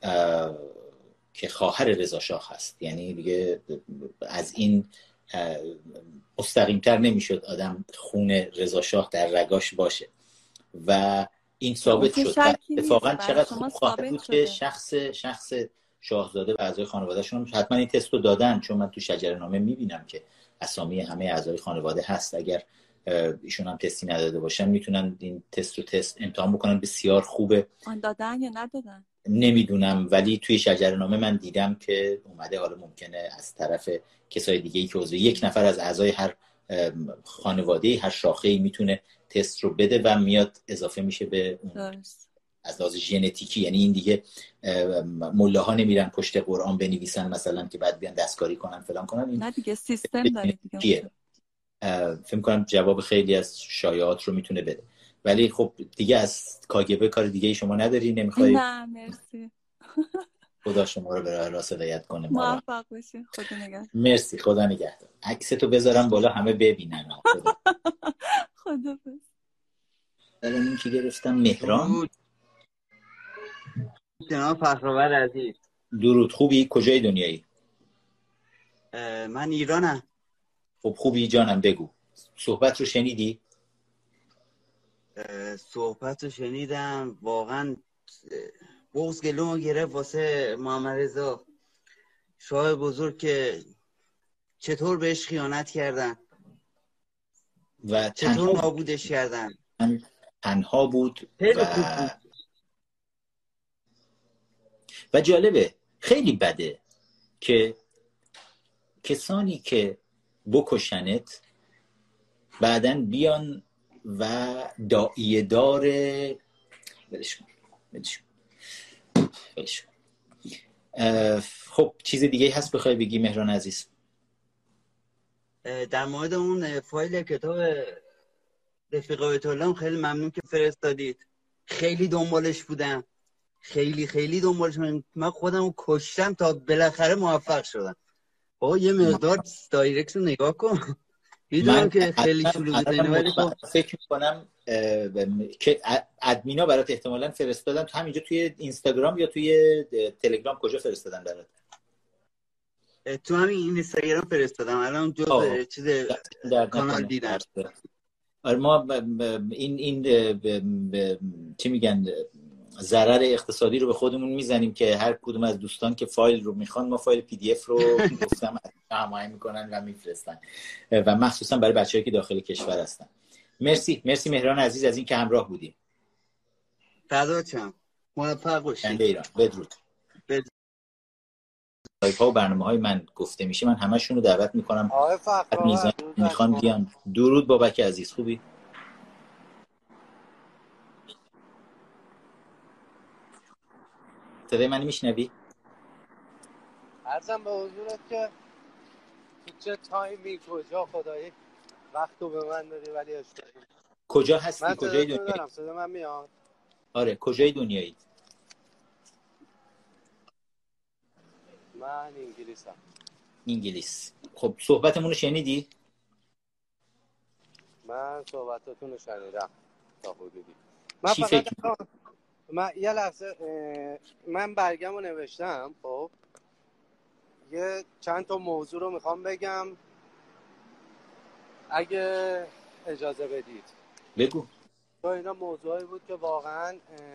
که خواهر رضا شاه هست. یعنی دیگه از این مستقیم‌تر نمیشد آدم خون رضا شاه در رگاش باشه و این ثابت شد. اتفاقا چقدر خوب خواهد بود که شخص شخص شاهزاده و اعضای خانواده‌شون حتما این تست رو دادن، چون من تو شجره‌نامه میبینم که اسامی همه اعضای خانواده هست. اگر ایشون هم تستی نداده باشن میتونن این تست رو تست امتحان بکنن. بسیار خوبه. آن دادن یا ندادن نمیدونم، ولی توی شجره‌نامه من دیدم که اومده. حالا ممکنه از طرف کسای دیگه‌ای که عضو یک نفر از اعضای هر خانواده هر شاخه‌ای میتونه تست رو بده و میاد اضافه میشه به اون درست. از لحاظ ژنتیکی. یعنی این دیگه ملاها نمیرن پشت قرآن بنویسن مثلا که بعد بیان دستکاری کنن فلان کنن. این نه دیگه سیستم داره دیگه. فکر کنم جواب خیلی از شایعات رو میتونه بده. ولی خب دیگه از کاگبه کار دیگه ای شما نداری؟ نمیخوای؟ نه مرسی. خدا شما رو به راه راست هدایت کنه. موفق باشی. خدا نگهدار. مرسی. خدا نگهدار. عکستو بذارم بالا همه ببینن. خدا خدا بس. الان این که گرفتم مهران. جناب فخرآور عزیز درود. خوبی؟ کجای دنیایی؟ من ایرانم. خب خوبی جانم، بگو. صحبت رو شنیدی؟ صحبت رو شنیدم. واقعا بغض گلومو گرفت واسه محمد رضا شاه بزرگ که چطور بهش خیانت کردن و چطور نابودش کردن. تنها بود و و جالبه، خیلی بده که کسانی که بکشنت بعدن بیان و داعیه دار بلش کن بلش کن بلش کن. خب چیز دیگه هست بخوای بگی مهران عزیز؟ در مورد اون فایل کتاب رفیق آیت الله خیلی ممنون که فرستادید. خیلی دنبالش بودم، خیلی خیلی دنبالش بودم. من خودم رو کشتم تا بالاخره موفق شدم. با یه مقدار دایرکت رو نگاه کن. میدونم که خیلی شلوغه، ولی خب فکر میکنم که ادمینا برات احتمالاً فرستادن تو همینجا توی اینستاگرام یا توی تلگرام. کجا فرستادن برات؟ تو همین اینستاگرام فرستادم. الان جز چیز کانال دیدم. آره ما این این چی میگن ضرر اقتصادی رو به خودمون میزنیم که هر کدوم از دوستان که فایل رو میخوان ما فایل پی دی اف رو گفتم هماهنگ میکنن و میفرستن و مخصوصا برای بچه‌ای که داخل کشور هستن. مرسی مرسی مهران عزیز از این که همراه بودیم. فداتم. موفق باشید. ایران. بدرود. بدرود. لایف ها و برنامه‌های من گفته میشه من همشون رو دعوت میکنم. آقای فخرآور میخوان بیان. درود بابک عزیز، خوبی؟ صدای منو میشنوی؟ عرضم به حضورت که تو چه تایمی کجا خدایی وقت رو به من دادی ولی اشتری. کجا هستی؟ من کجای دنیایی؟ دارم. صدا من میاد؟ آره کجای دنیایی؟ من انگلیسم. انگلیس. خب صحبتمون رو شنیدی؟ من صحبتاتون رو شنیدم تا حدودی. من چی فکر من یه لحظه من برگم رو نوشتم. خب یه چند تا موضوع رو میخوام بگم اگه اجازه بدید. بگو. تو اینا موضوعی بود که واقعا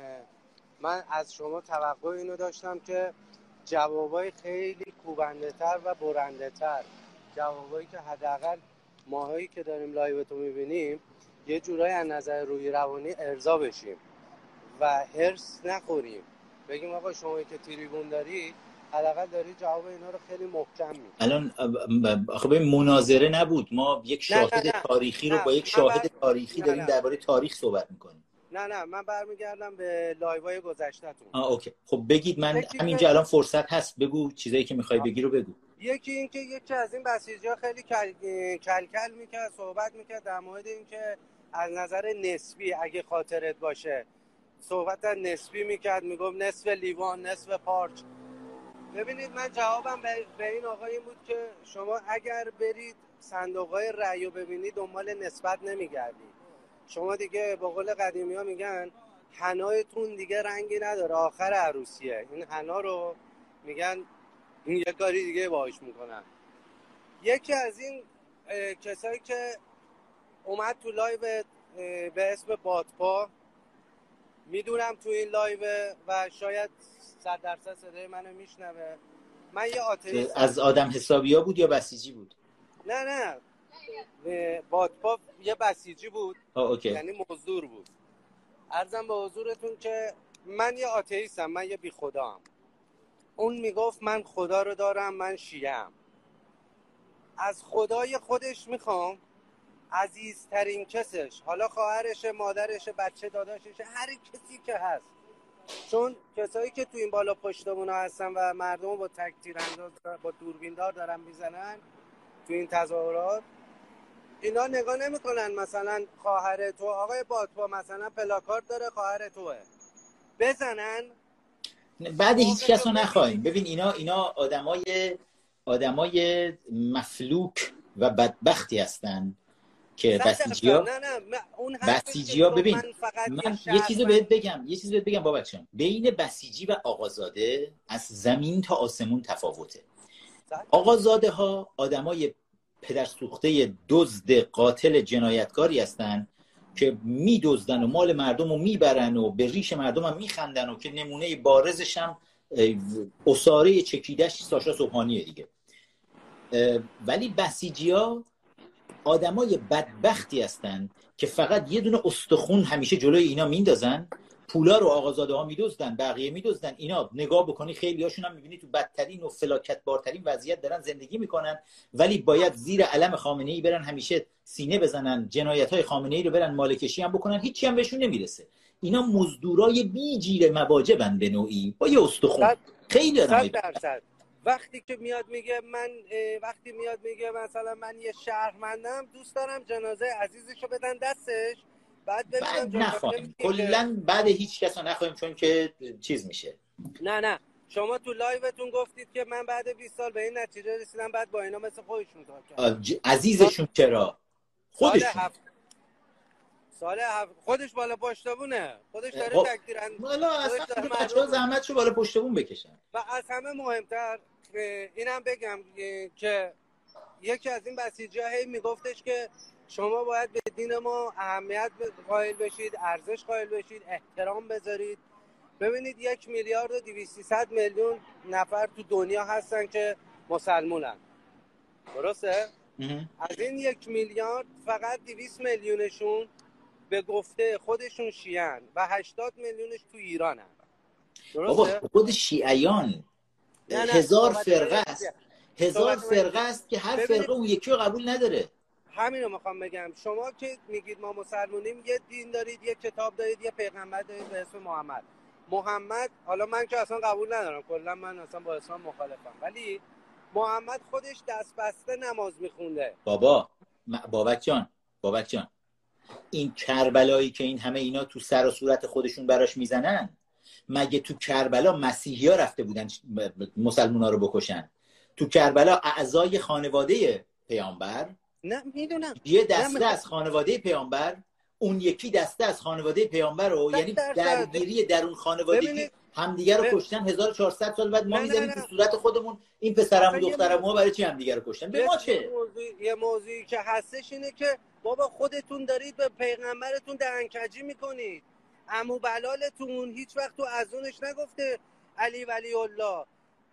من از شما توقع اینو داشتم که جوابای خیلی کوبنده تر و برنده تر، جوابایی که حداقل ماهایی که داریم لایو تو میبینیم یه جورایی از نظر روحی روانی ارضا بشیم و هرس نخوریم، بگیم آقا شما که تریبون داری حداقل داری جواب اینا رو خیلی محکم میدی. الان آخه ببین مناظره نبود، ما یک شاهد نه نه تاریخی نه. رو با یک شاهد بر... تاریخی نه داریم درباره تاریخ صحبت میکنیم. نه نه من برمیگردم به لایوهای گذشته‌تون. آه اوکی خب بگید، من همینجا الان فرصت هست، بگو چیزایی که میخوای بگی رو بگو. یکی این که یکی از این بسیجی‌ها خیلی کل کل, کل میکرد صحبت میکرد در مورد این که از نظر نسبی اگه خاطرت باشه صحبت نسبی میکرد، میگفت نصف لیوان نصف پارچ. ببینید من جوابم به این آقا این بود که شما اگر برید صندوق‌های رأی رو ببینید دنبال نسبت نمیگردید. شما دیگه به قول قدیمی ها میگن حنایتون دیگه رنگی نداره، آخر عروسیه. این حنا رو میگن این یه کاری دیگه باهاش میکنن. یکی از این کسایی که اومد تو لایو به اسم باتپا، میدونم تو این لایو و شاید صد درصد صدای منو میشنوه، من یه آتئیستم. از آدم حسابی ها بود یا بسیجی بود؟ نه نه باتپا یه بسیجی بود، یعنی مزدور بود. عرضم به حضورتون که من یه آتئیستم، من یه بی خدام. اون میگفت من خدا رو دارم، من شیعه‌ام. از خدای خودش میخوام عزیزترین کسش، حالا خواهرش، مادرش، بچه داداشش، هر کسی که هست، چون کسایی که تو این بالا پشتمونا هستن و مردم با تک تیرانداز با دوربیندار دارن میزنن تو این تظاهرات، اینا نگاه نمیکنن مثلا خواهر تو آقای باتپا مثلا پلاکارد داره خواهر توه بزنن بعد هیچ کس رو نخواهیم. ببین اینا اینا آدمای آدمای مفلوک و بدبختی هستن که بسیجی‌ها نه نه اون بسیجی‌ها ببین من, من یه چیزو بهت بگم یه چیزو بهت بگم بابک جان، بین بسیجی و آقازاده از زمین تا آسمون تفاوته. آقازاده ها آدمای پدر سوخته دزد قاتل جنایتکاری هستن که میدزدن و مال مردم رو میبرن و به ریش مردم هم میخندن و که نمونه بارزش هم اساره چکیدش ساشا صبحانیه دیگه. ولی بسیجی‌ها آدمای بدبختی هستن که فقط یه دونه استخون همیشه جلوی اینا میندازن، پولا رو آقازاده ها میدزدن، بقیه میدزدن. اینا نگاه بکنی خیلی هاشون هم میبینی تو بدترین و فلاکت بارترین وضعیت دارن زندگی میکنن، ولی باید زیر علم خامنه‌ای برن همیشه سینه بزنن، جنایت‌های خامنه‌ای رو برن مالکشی هم بکنن، هیچی هم بهشون نمیرسه. اینا مزدورای بی جیر مواجبن به نوعی با یه استخون. خیلی آدمای درصد وقتی که میاد میگه من وقتی میاد میگه مثلا من یه شهروندم دوست دارم جنازه عزیزشو بدن دستش، بعد بعد نخواهیم کلا بعد هیچ کس رو نخواهیم چون که چیز میشه. نه نه شما تو لایوتون گفتید که من بعد بیست سال به این نتیجه رسیدم، بعد با اینا مثل خودشون کار کردم. ج... عزیزشون چرا؟ خودشون سال هفت سال هفت خودش بالا پشتبونه، خودش داره خب... تکتیرند والا اصلا بچه‌ها زحمتشو بالا پشتبون بکشن. و از همه مهمتر اینم بگم که یکی از این بسیجی‌ها هی میگفتش که شما باید به دین ما اهمیت قائل بشید، ارزش قائل بشید، احترام بذارید. ببینید یک میلیارد و دویست سیصد میلیون نفر تو دنیا هستن که مسلمونن، درسته؟ از این یک میلیارد فقط دویست میلیونشون به گفته خودشون شیعن و هشتاد میلیونش تو ایرانن، درسته؟ بابا خود شیعیان هزار فرقه است، هزار فرقه است که هر فرقه اون یکی رو قبول نداره. همین رو میخوام بگم. شما که میگید ما مسلمونیم، یه دین دارید، یه کتاب دارید، یه پیغمبر دارید به اسم محمد. محمد حالا من که اصلا قبول ندارم، کلا من اصلا با اسلام مخالفم، ولی محمد خودش دست بسته نماز میخونده. بابا بابک جان بابک جان این کربلایی که این همه اینا تو سر و صورت خودشون براش میزنن، مگه تو کربلا مسیحی ها رفته بودن مسلمان ها رو بکشن؟ تو کربلا اعضای خانواده پیامبر، نه میدونم، یه دسته از خانواده پیامبر، اون یکی دسته از خانواده پیامبر رو، یعنی درگیری درون خانوادگی همدیگه رو کشتن هزار و چهارصد سال بعد ما میذاریم تو صورت خودمون این پسرم و دخترمو برای چی همدیگه رو کشتن؟ به ما چه؟ موضوع... یه موضوعی که هستش اینه که بابا خودتون دارید به پیغمبرتون دهنکجی میکنید. عمو بلالتون هیچ وقت تو اذونش نگفته علی ولی الله.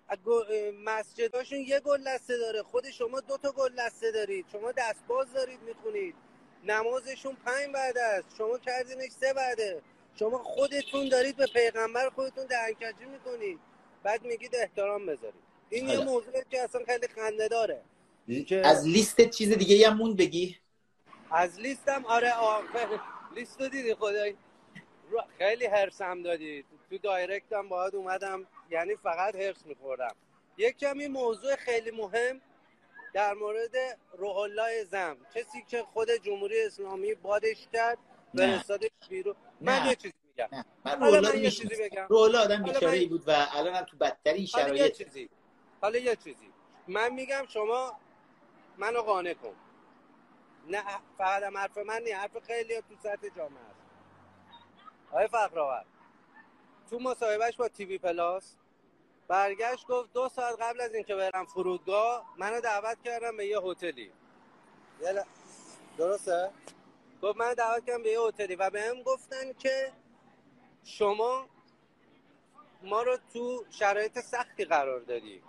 مسجداشون یه گل لسته داره، خود شما دو تا گل لسته دارید، شما دستباز دارید میخونید، نمازشون پنج بعد است، شما کردینش سه بعده. شما خودتون دارید به پیغمبر خودتون دهنکجی میکنید، بعد میگید احترام بذارید. این یه موضوعی که اصلا خیلی خنده داره. از لیست چیز دیگه هم مون بگی؟ از لیستم آره آخه لیست رو دیدی خدایی خیلی هرسم دادی. تو دایرکتم باید اومدم، یعنی فقط هرس میخوردم. یک کمی موضوع خیلی مهم در مورد روح الله زم، کسی که خود جمهوری اسلامی بادش کرد فرستادش بیرون. من یه چیزی میگم. نه. من روح الله یه چیزی بگم. روح الله آدم بیچاره‌ای بود و الان هم تو بدترین شرایط. حالا یه چیزی حالا یه چیزی من میگم، شما منو قانع کن. نه فقط هم حرف من نیست، حرف خیلی تو سطح جامعه است. آقای فخرآور تو مصاحبهش با تی وی پلاس برگشت گفت دو ساعت قبل از اینکه برم فرودگاه منو دعوت کردم به یه هتلی. یلا درسته؟ گفت منو دعوت کردم به یه هتلی و بهم گفتن که شما ما رو تو شرایط سختی قرار دادی.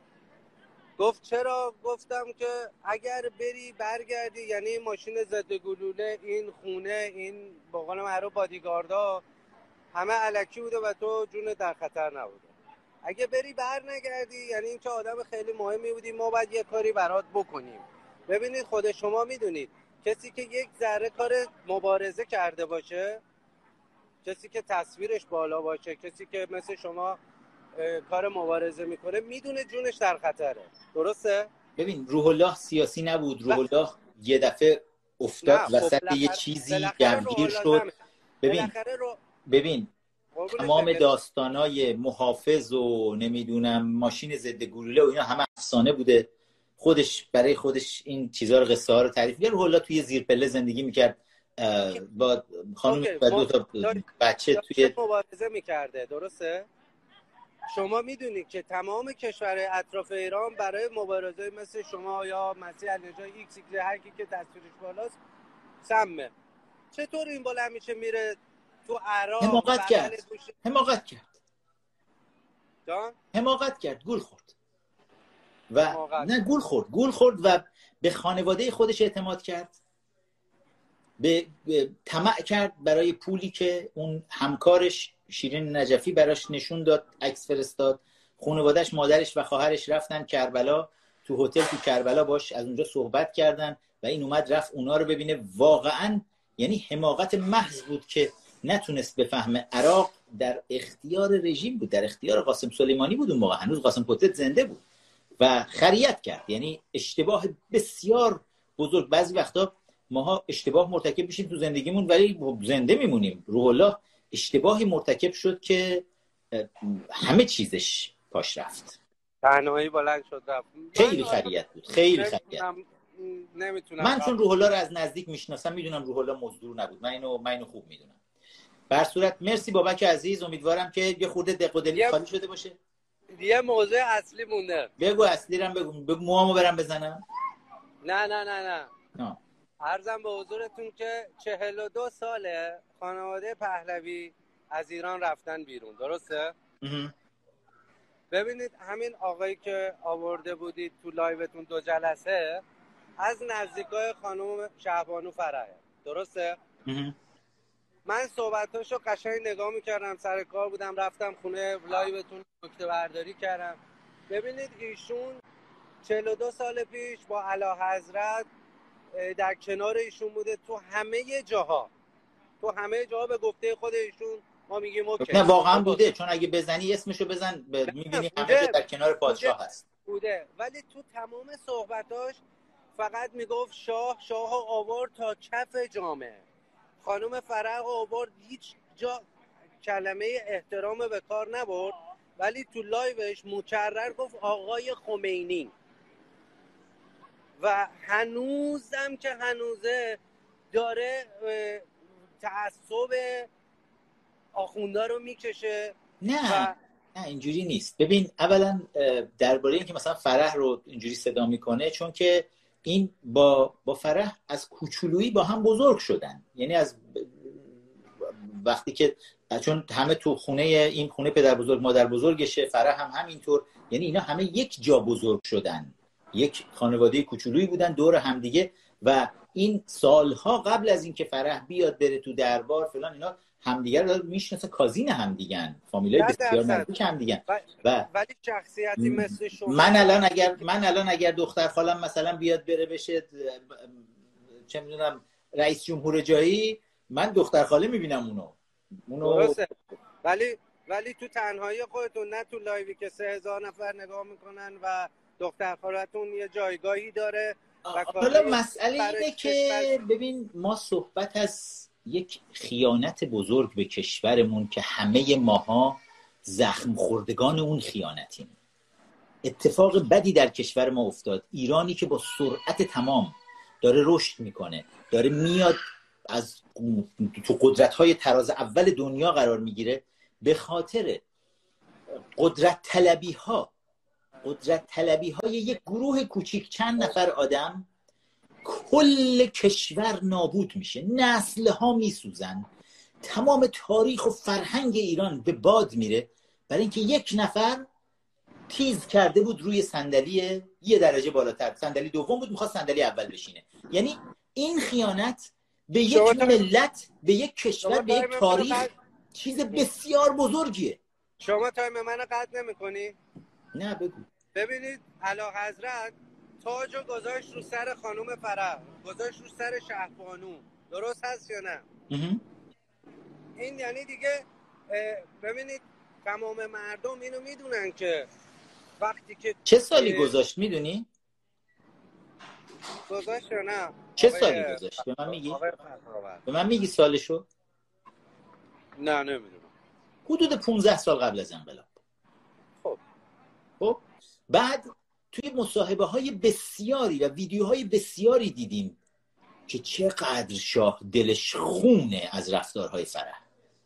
گفت چرا؟ گفتم که اگر بری برگردی، یعنی این ماشین ضد گلوله، این خونه، این به قول معروف بادیگاردا همه الکی بوده و تو جون در خطر نبوده. اگه بری بر نگردی یعنی این که آدم خیلی مهمی بودی، ما باید یه کاری برات بکنیم. ببینید خود شما میدونید کسی که یک ذره کار مبارزه کرده باشه، کسی که تصویرش بالا باشه، کسی که مثل شما کار مبارزه میکنه، میدونه جونش در خطره. درسته؟ ببین روح الله سیاسی نبود. روح الله یه دفعه افتاد وسط یه چیزی گمگیر شد. ببین رو... ببین تمام داستانای محافظ و نمیدونم ماشین ضد گلوله و اینا همه افسانه بوده. خودش برای خودش این چیزا رو قصه ها رو تعریف کرد. روح الله توی زیرپله زندگی میکرد با خانم و دو تا بچه توی مبارزه میکرده. درسته؟ شما میدونید که تمام کشور اطراف ایران برای مبارزه مثل شما یا مسیح النجات ایکس ایکس هر کی که تصویرش بالاست سمه. چطور این بالا میشه میره تو عراق؟ حماقت کرد. حماقت کرد. جان؟ حماقت کرد. گول خورد. و حماقت. نه گول خورد. گول خورد و به خانواده خودش اعتماد کرد. به, به طمع کرد برای پولی که اون همکارش شیرین نجفی براش نشون داد، عکس فرستاد. خانواده‌اش، مادرش و خواهرش رفتن کربلا، تو هتل تو کربلا باش از اونجا صحبت کردن و این اومد رفت اونا رو ببینه. واقعا یعنی حماقت محض بود که نتونست بفهمه عراق در اختیار رژیم بود، در اختیار قاسم سلیمانی بود. اون موقع هنوز قاسم قدرت زنده بود و خریت کرد. یعنی اشتباه بسیار بزرگ. بعضی وقتا ماها اشتباه مرتکب میشیم تو زندگیمون ولی زنده میمونیم. روح الله اشتباهی مرتکب شد که همه چیزش پاش رفت. تنهایی بلند شد رفت. خیلی خریت بود. خیلی خریت. نمیتونم. من چون روح الله رو از نزدیک میشناسم میدونم روح الله مزدور نبود. من اینو من اینو خوب میدونم. به هر صورت مرسی بابک عزیز. امیدوارم که یه خورده دق و دلی خالی شده باشه. یه موضوع اصلی مونده. بگو اصلی رو بگو. بگو موامو برام بزنم. نه نه نه نه. نه. عرضم به حضورتون که چهل و دو ساله خانواده پهلوی از ایران رفتن بیرون. درسته؟ ببینید همین آقایی که آورده بودید تو لایوتون دو جلسه از نزدیکای خانم شهبانو فرحه. درسته؟ من صحبتاشو قشنگ نگاه میکردم، سر کار بودم، رفتم خونه لایوتون نکته برداری کردم. ببینید ایشون چهل و دو سال پیش با اعلیحضرت در کنار ایشون بوده تو همه جاها. تو همه جاها به گفته خود ایشون ما میگیم اوکی. نه واقعا بوده، چون اگه بزنی اسمشو بزن میبینی همه جا در کنار پادشاه بوده. هست. بوده ولی تو تمام صحبتاش فقط میگفت شاه شاه آورد تا کف جامعه. خانم فرح آورد هیچ جا کلمه احترام به کار نبرد ولی تو لایوش مکرر گفت آقای خمینی. و هنوزم که هنوزه داره تعصب آخوندا رو میکشه. نه و... نه اینجوری نیست. ببین اولا درباره این که مثلا فرح رو اینجوری صدا میکنه، چون که این با با فرح از کوچولویی با هم بزرگ شدن، یعنی از وقتی که چون همه تو خونه این خونه پدر بزرگ مادر بزرگشه، فرح هم همینطور، یعنی اینا همه یک جا بزرگ شدن، یک خانواده کوچولویی بودن دور همدیگه و این سالها قبل از این که فرح بیاد بره تو دربار فلان اینا همدیگه رو میشناسن، کازین همدیگن، فامیلای بسیار نزدیک همدیگن. و ولی شخصیتی مثل شما من الان اگر من الان اگر دختر خالم مثلا بیاد بره بشه چه میدونم رئیس جمهور جایی، من دختر خاله میبینم اونو اونو درسته. ولی ولی تو تنهایی خودتون، نه تو لایوی که سه هزار نفر نگاه میکنن و دختر خالتون یه جایگاهی داره. حالا مسئله اینه که ببین ما صحبت از یک خیانت بزرگ به کشورمون که همه ماها زخم خوردگان اون خیانتیم. اتفاق بدی در کشور ما افتاد. ایرانی که با سرعت تمام داره رشد میکنه، داره میاد از تو قدرت‌های تراز اول دنیا قرار میگیره، به خاطر قدرت طلبی ها قدرت طلبی های یک گروه کوچیک چند نفر آدم کل کشور نابود میشه، نسل ها میسوزن، تمام تاریخ و فرهنگ ایران به باد میره، برای اینکه یک نفر تیز کرده بود روی صندلی یه درجه بالاتر، صندلی دوم بود میخواست صندلی اول بشینه. یعنی این خیانت به یک ملت، به یک کشور، به یک تاریخ قد... چیز بسیار بزرگیه. شما تایم منو قطع نمی‌کنی؟ نه بگو. ببینید اعلیحضرت تاج رو گذاشت رو سر خانم فرح، گذاشت رو سر شهربانو، درست هست یا نه؟ این یعنی دیگه ببینید تمام مردم اینو میدونن که وقتی که چه سالی گذاشت میدونی؟ گذاشت یا نه؟ چه سالی گذاشت؟ به من میگی؟ به من میگی سالشو؟ نه نمیدونم. حدود پونزده سال قبل از انقلاب. خب خب بعد توی مصاحبه های بسیاری و ویدیوهای بسیاری دیدیم که چقدر شاه دلش خونه از رفتارهای فرح.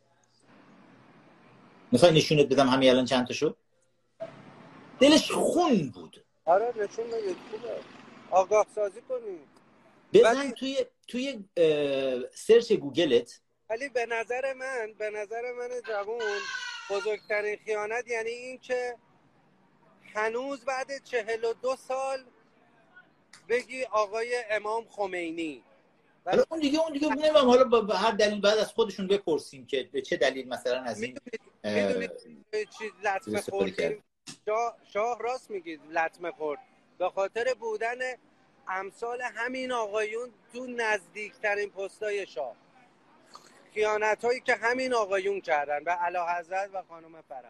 میخوای نشونت بدم همین الان چند تا شو؟ دلش خون بود. آره نشون بدید خوبه. آگاه سازی کنید. بزن ولی... توی توی سرچ گوگلت. ولی به نظر من به نظر من جوون بزرگترین خیانت یعنی این که هنوز بعد چهل و دو سال بگی آقای امام خمینی. حالا اون دیگه اون دیگه نمیدونم، حالا با هر دلیل بعد از خودشون بپرسیم که به چه دلیل مثلا از این میدونید چی لطمه خوردیم. شاه, شاه راست میگید لطمه خورد به خاطر بودن امثال همین آقایون تو نزدیکترین پستای شاه، خیانت هایی که همین آقایون کردن به اعلیحضرت و خانم فرح.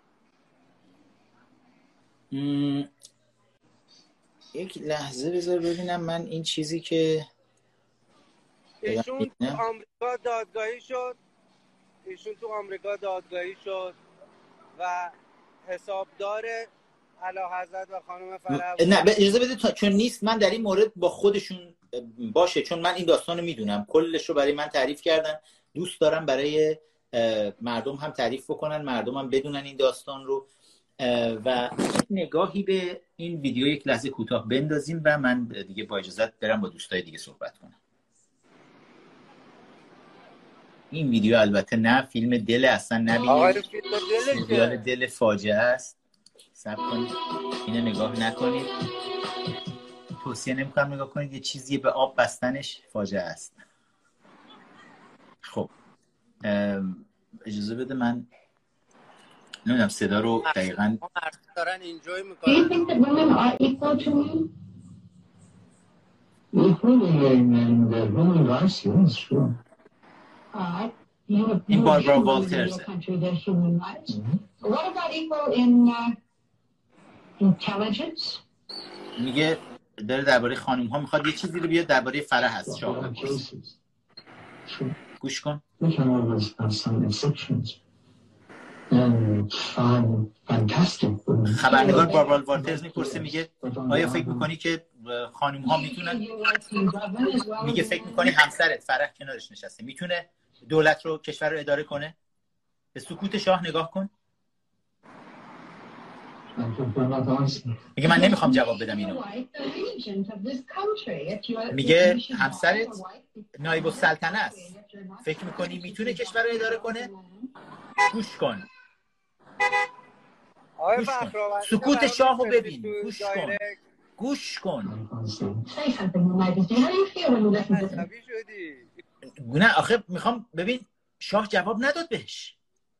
م... یک لحظه بذار ببینم من این چیزی که ایشون تو آمریکا دادگاهی شد ایشون تو آمریکا دادگاهی شد و حسابدار اعلیحضرت و خانم فرح. نه اجازه بده تا... چون نیست من در این مورد با خودشون باشه، چون من این داستانو میدونم، کلش رو برای من تعریف کردن، دوست دارم برای مردم هم تعریف بکنن، مردم هم بدونن این داستان رو. و نگاهی به این ویدیو یک لحظه کوتاه بندازیم و من دیگه با اجازت برم با دوستای دیگه صحبت کنم. این ویدیو البته نه فیلم دل، اصلا نبینید، سریال دل فاجعه است. صبر کنید اینو نگاه نکنید، توصیه نمی‌کنم نگاه کنید، یه چیزی به آب بستنش فاجعه است. خب اجازه بده من نمیدونم صدا رو دقیقاً دارن اینجوی میکنن. این باربارا والترز. میگه داره درباره خانم ها میخواد یه چیزی رو بیاد درباره فرح هست. شاه گوش کن. خبرنگار باربارا والترز میپرسه، میگه آیا فکر میکنی که خانم ها میتونن، میگه فکر میکنی همسرت فرح کنارش نشسته میتونه دولت رو، کشور رو اداره کنه؟ به سکوت شاه نگاه کن. میگه من نمیخوام جواب بدم اینو. میگه همسرت نایب السلطنه است، فکر میکنی میتونه کشور رو اداره کنه؟ گوش کن، گوش کن. سکوت شاه رو ببین، گوش کن، گوش کن. نه آخه میخوام ببین، شاه جواب نداد بهش.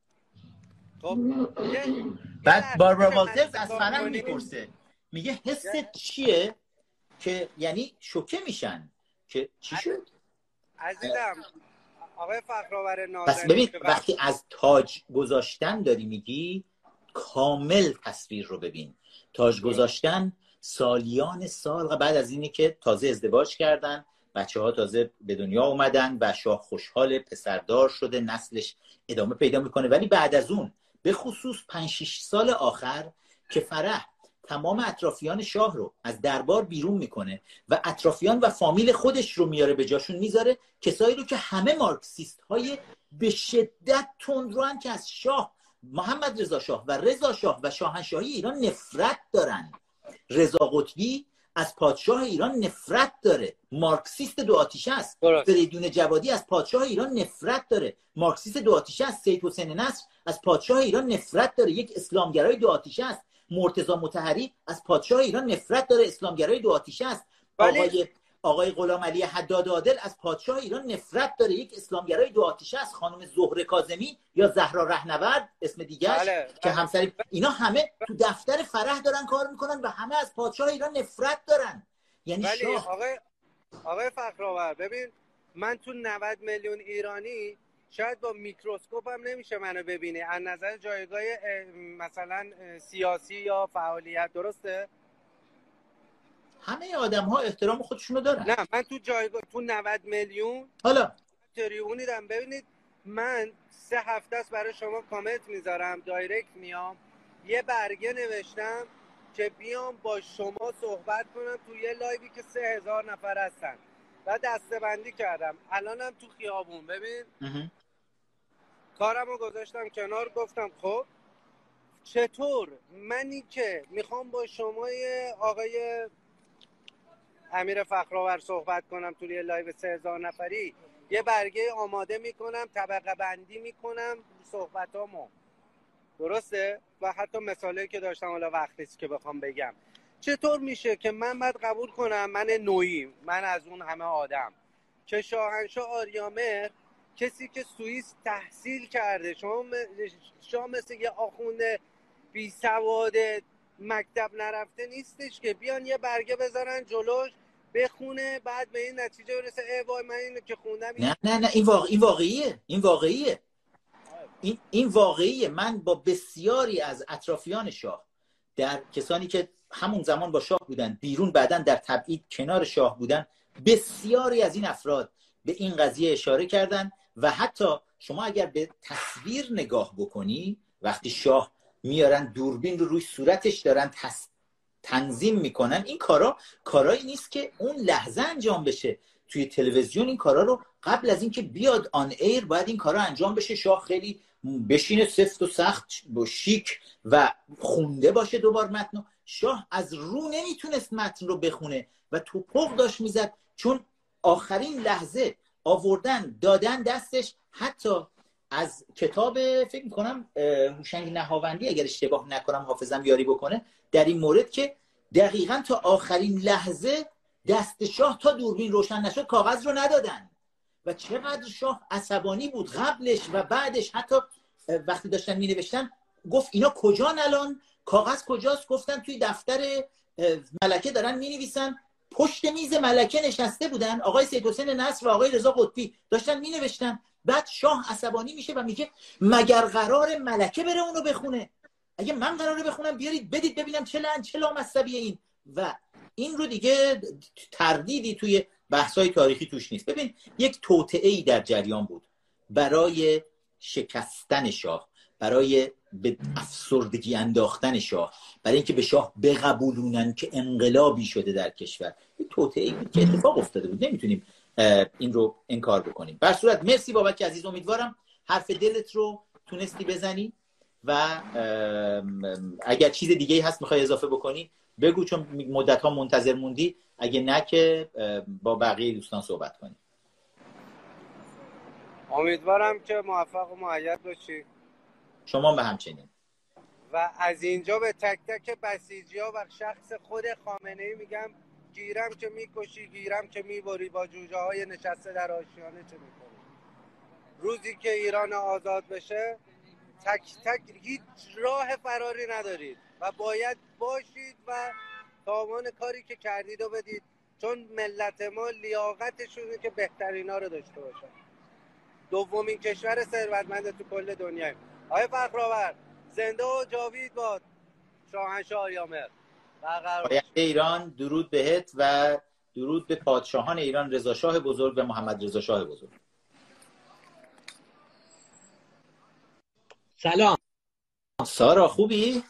بعد باربارا والترز از فرنگ میپرسه، میگه حست چیه؟ که یعنی شوکه میشن که چی شد؟ عزیزم آقای فخرآور نازنین، پس ببین وقتی از تاج گذاشتن داری میگی، کامل تصویر رو ببین. تاج گذاشتن سالیان سال بعد از اینی که تازه ازدواج کردن، بچه ها تازه به دنیا اومدن و شاه خوشحال پسردار شده، نسلش ادامه پیدا میکنه. ولی بعد از اون به خصوص پنج شش سال آخر که فرح تمام اطرافیان شاه رو از دربار بیرون میکنه و اطرافیان و فامیل خودش رو میاره به جاشون میذاره، کسایی رو که همه مارکسیست های به شدت تندروان که از شاه محمد رضا شاه و رضا شاه و شاهنشاهی ایران نفرت دارن. رضا قطبی از پادشاه ایران نفرت داره، مارکسیست دو آتیشه است. فریدون جوادی از پادشاه ایران نفرت داره، مارکسیست دو آتیشه است. سید حسین نصر از پادشاه ایران نفرت داره، یک اسلامگرای دو آتیشه است. مرتضی مطهری از پادشاه ایران نفرت داره، اسلامگرای دو آتیشه است. آقای آقای غلام علی حداد عادل از پادشاه ایران نفرت داره، یک اسلامگرای دو آتیشه است. خانم زهره کاظمی یا زهرا رهنورد اسم دیگه‌اش بله. که همسری، اینا همه تو دفتر فرح دارن کار میکنن و همه از پادشاه ایران نفرت دارن. یعنی ولی شاه آقای آقای فخرآور ببین، من تو نود میلیون ایرانی شاید با میکروسکوپ هم نمیشه منو ببینی از نظر جایگاه مثلا سیاسی یا فعالیت، درسته؟ همه آدم ها احترام خودشونو دارن. نه من تو جایگاه تو نود میلیون حالا تریبونی دارم. ببینید من سه هفته است برای شما کامنت میذارم، دایرکت میام، یه برگه نوشتم که بیام با شما صحبت کنم تو یه لایوی که سه هزار نفر هستن و دسته‌بندی کردم. الانم تو خیابون ببین کارمو گذاشتم کنار، گفتم خب چطور منی که میخوام با شما آقای امیر فخرآور صحبت کنم توی یه لایو سه هزار نفری، یه برگه آماده میکنم، طبقه بندی میکنم صحبتامو، درسته؟ و حتی مثالی که داشتم حالا وقتی که بخوام بگم، چطور میشه که من باید قبول کنم من نوعی، من از اون همه آدم که شاهنشاه آریامهر کسی که سوئیس تحصیل کرده، شما شما مثل یه آخوند بی سواد مکتب نرفته نیستش که بیان یه برگه بذارن جلوش بخونه بعد به این نتیجه برسه ای وای من اینو که خوندم. نه نه نه این واقع این واقعیه این واقعیه این این واقعیه. من با بسیاری از اطرافیان شاه، در کسانی که همون زمان با شاه بودن بیرون بعداً در تبعید کنار شاه بودن، بسیاری از این افراد به این قضیه اشاره کردن و حتی شما اگر به تصویر نگاه بکنی وقتی شاه میارن دوربین رو روی صورتش دارن تس... تنظیم میکنن، این کارا کارایی نیست که اون لحظه انجام بشه. توی تلویزیون این کارا رو قبل از اینکه بیاد آن ایر باید این کارا انجام بشه. شاه خیلی بشینه سفت و سخت و شیک و خونده باشه دوبار متن. شاه از رو نمیتونست متن رو بخونه و توپق داشت میزد، چون آخرین لحظه آوردن دادن دستش. حتی از کتاب فکر میکنم هوشنگ نهاوندی اگر اشتباه نکنم حافظم یاری بکنه در این مورد که دقیقاً تا آخرین لحظه دست شاه تا دوربین روشن نشد کاغذ رو ندادن و چقدر شاه عصبانی بود قبلش و بعدش. حتی وقتی داشتن می نوشتن گفت اینا کجان الان؟ کاغذ کجاست؟ گفتن توی دفتر ملکه دارن می نویسن. پشت میز ملکه نشسته بودن آقای سید حسین نصر و آقای رضا قطبی داشتن می نوشتن. بعد شاه عصبانی میشه و میگه مگر قرار ملکه بره اونو بخونه؟ اگه من قراره بخونم بیارید بدید ببینم چه لن چه لامصبیه این. و این رو دیگه تردیدی توی بحث‌های تاریخی توش نیست. ببین یک توطئه‌ای در جریان بود برای شکستن شاه، برای به افسردگی انداختن شاه، برای اینکه به شاه بقبولونن که انقلابی شده در کشور. یک توطئه‌ای بود که اتفاق افتاده بود، نمیتونیم این رو انکار بکنیم. بر صورت مرسی بابک عزیز، امیدوارم حرف دلت رو تونستی بزنی. و اگر چیز دیگه هست میخوای اضافه بکنی بگو، چون مدت ها منتظر موندی. اگه نه که با بقیه دوستان صحبت کنی. امیدوارم که موفق و مؤید باشی. شما به همچنین. و از اینجا به تک تک بسیجی‌ها و شخص خود خامنه‌ای میگم گیرم که میکشی، گیرم که میبری، با جوجه های نشسته در آشیانه چه میکنی. روزی که ایران آزاد بشه تک تک هیچ راه فراری ندارید و باید باشید و تاوان کاری که کردید رو بدید، چون ملت ما لیاقتشونه که بهترینا رو داشته باشن. دومین کشور ثروتمند تو کل دنیا. آقای فخرآورد زنده و جاوید باد شاهنشاه آریامر. آینده ایران. درود بهت و درود به پادشاهان ایران، رضا شاه بزرگ و محمد رضا شاه بزرگ. سلام سارا، خوبی؟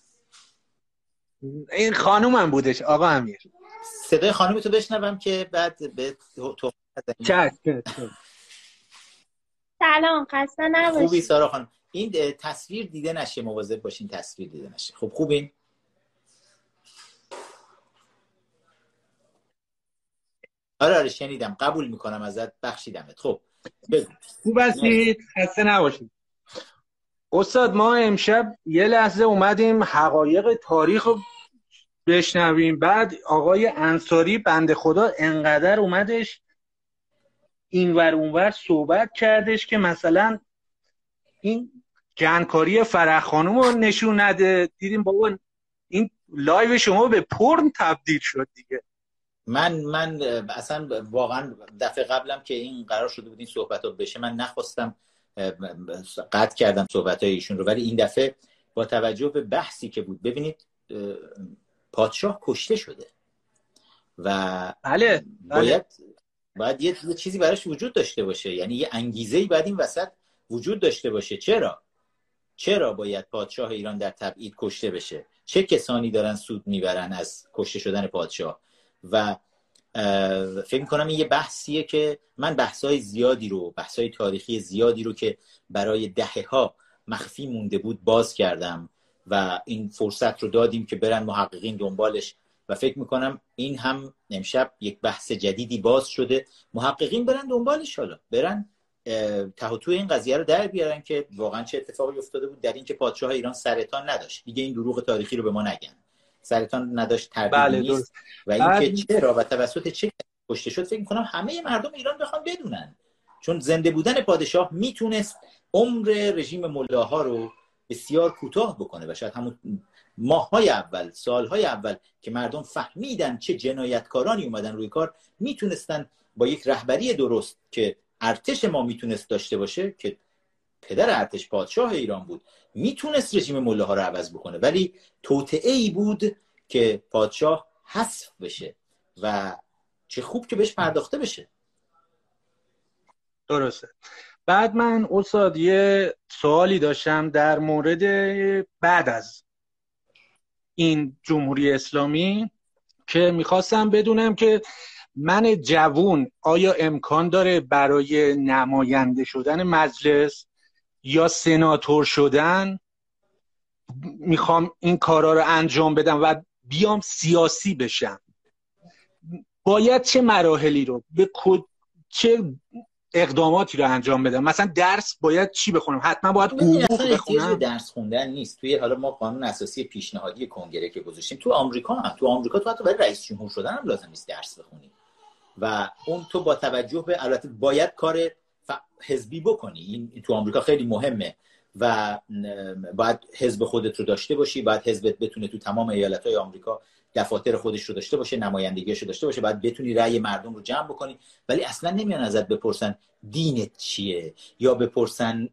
این خانومم بودش آقا امیر. صدای خانومتو بشنوم که بعد به تو. چشم. سلام، خسته نباشید. خوبی سارا خانم؟ این تصویر دیده نشه، مواظب باشین تصویر دیده نشه. خب خوبین؟ آره آره شنیدم، قبول میکنم ازت، بخشیدمت. خب بگو. خوب هستید؟ خسته نباشید. استاد ما امشب یه لحظه اومدیم حقایق تاریخ رو بشنویم، بعد آقای انصاری بنده خدا انقدر اومدش اینور اونور صحبت کردش که مثلا این جنکاری فرح خانوم رو نشون نده. دیدیم بابا این لایو شما به پورن تبدیل شد دیگه. من من اصلا واقعا دفعه قبلم که این قرار شده بود این صحبت ها بشه من نخواستم، قطع کردم صحبت های ایشون رو، ولی این دفعه با توجه به بحثی که بود، ببینید پادشاه کشته شده و بله باید باید یه چیزی براش وجود داشته باشه، یعنی یه انگیزه‌ای باید این وسط وجود داشته باشه. چرا چرا باید پادشاه ایران در تبعید کشته بشه؟ چه کسانی دارن سود میبرن از کشته شدن پادشاه؟ و فکر می‌کنم این یه بحثیه که من بحث‌های زیادی رو بحث‌های تاریخی زیادی رو که برای دهه‌ها مخفی مونده بود باز کردم و این فرصت رو دادیم که برن محققین دنبالش و فکر می‌کنم این هم امشب یک بحث جدیدی باز شده، محققین برن دنبالش، حالا برن ته و توی این قضیه رو در بیارن که واقعا چه اتفاقی افتاده بود در این که پادشاه ایران سرطان نداشت. دیگه این دروغ تاریخی رو به ما نگن، سرطان نداشت، تردید بله نیست. و اینکه چرا و توسط چه کشته شد فکر می‌کنم همه مردم ایران بخوان بدونن، چون زنده بودن پادشاه میتونست عمر رژیم ملاها رو بسیار کوتاه بکنه و شاید همون ماه‌های اول، سال‌های اول که مردم فهمیدن چه جنایتکارانی اومدن روی کار، میتونستن با یک رهبری درست که ارتش ما میتونست داشته باشه، که پدر ارتش پادشاه ایران بود، میتونست رژیم ملاها رو عوض بکنه، ولی توطئه‌ای بود که پادشاه حذف بشه و چه خوب که بهش پرداخته بشه. درسته. بعد من استاد یه سوالی داشتم در مورد بعد از این جمهوری اسلامی که میخواستم بدونم که من جوون آیا امکان داره برای نماینده شدن مجلس یا سناتور شدن میخوام این کارا رو انجام بدم و بیام سیاسی بشم، باید چه مراحلی رو به چه اقداماتی رو انجام بدم؟ مثلا درس باید چی بخونم؟ حتما باید حقوق بخونم؟ درس خوندن نیست. توی حالا ما قانون اساسی پیشنهادی کنگره که گذاشتیم تو آمریکا هم تو آمریکا تو حتی برای رئیس جمهور شدن هم لازم نیست درس بخونی و اون تو با توجه به البته باید کار حزبی بکنی، این تو آمریکا خیلی مهمه و باید حزب خودت رو داشته باشی، باید حزبت بتونه تو تمام ایالت‌های آمریکا دفاتر خودش رو داشته باشه، نمایندگیش رو داشته باشه، باید بتونی رأی مردم رو جمع بکنی، ولی اصلا نمیان ازت بپرسن دینت چیه یا بپرسن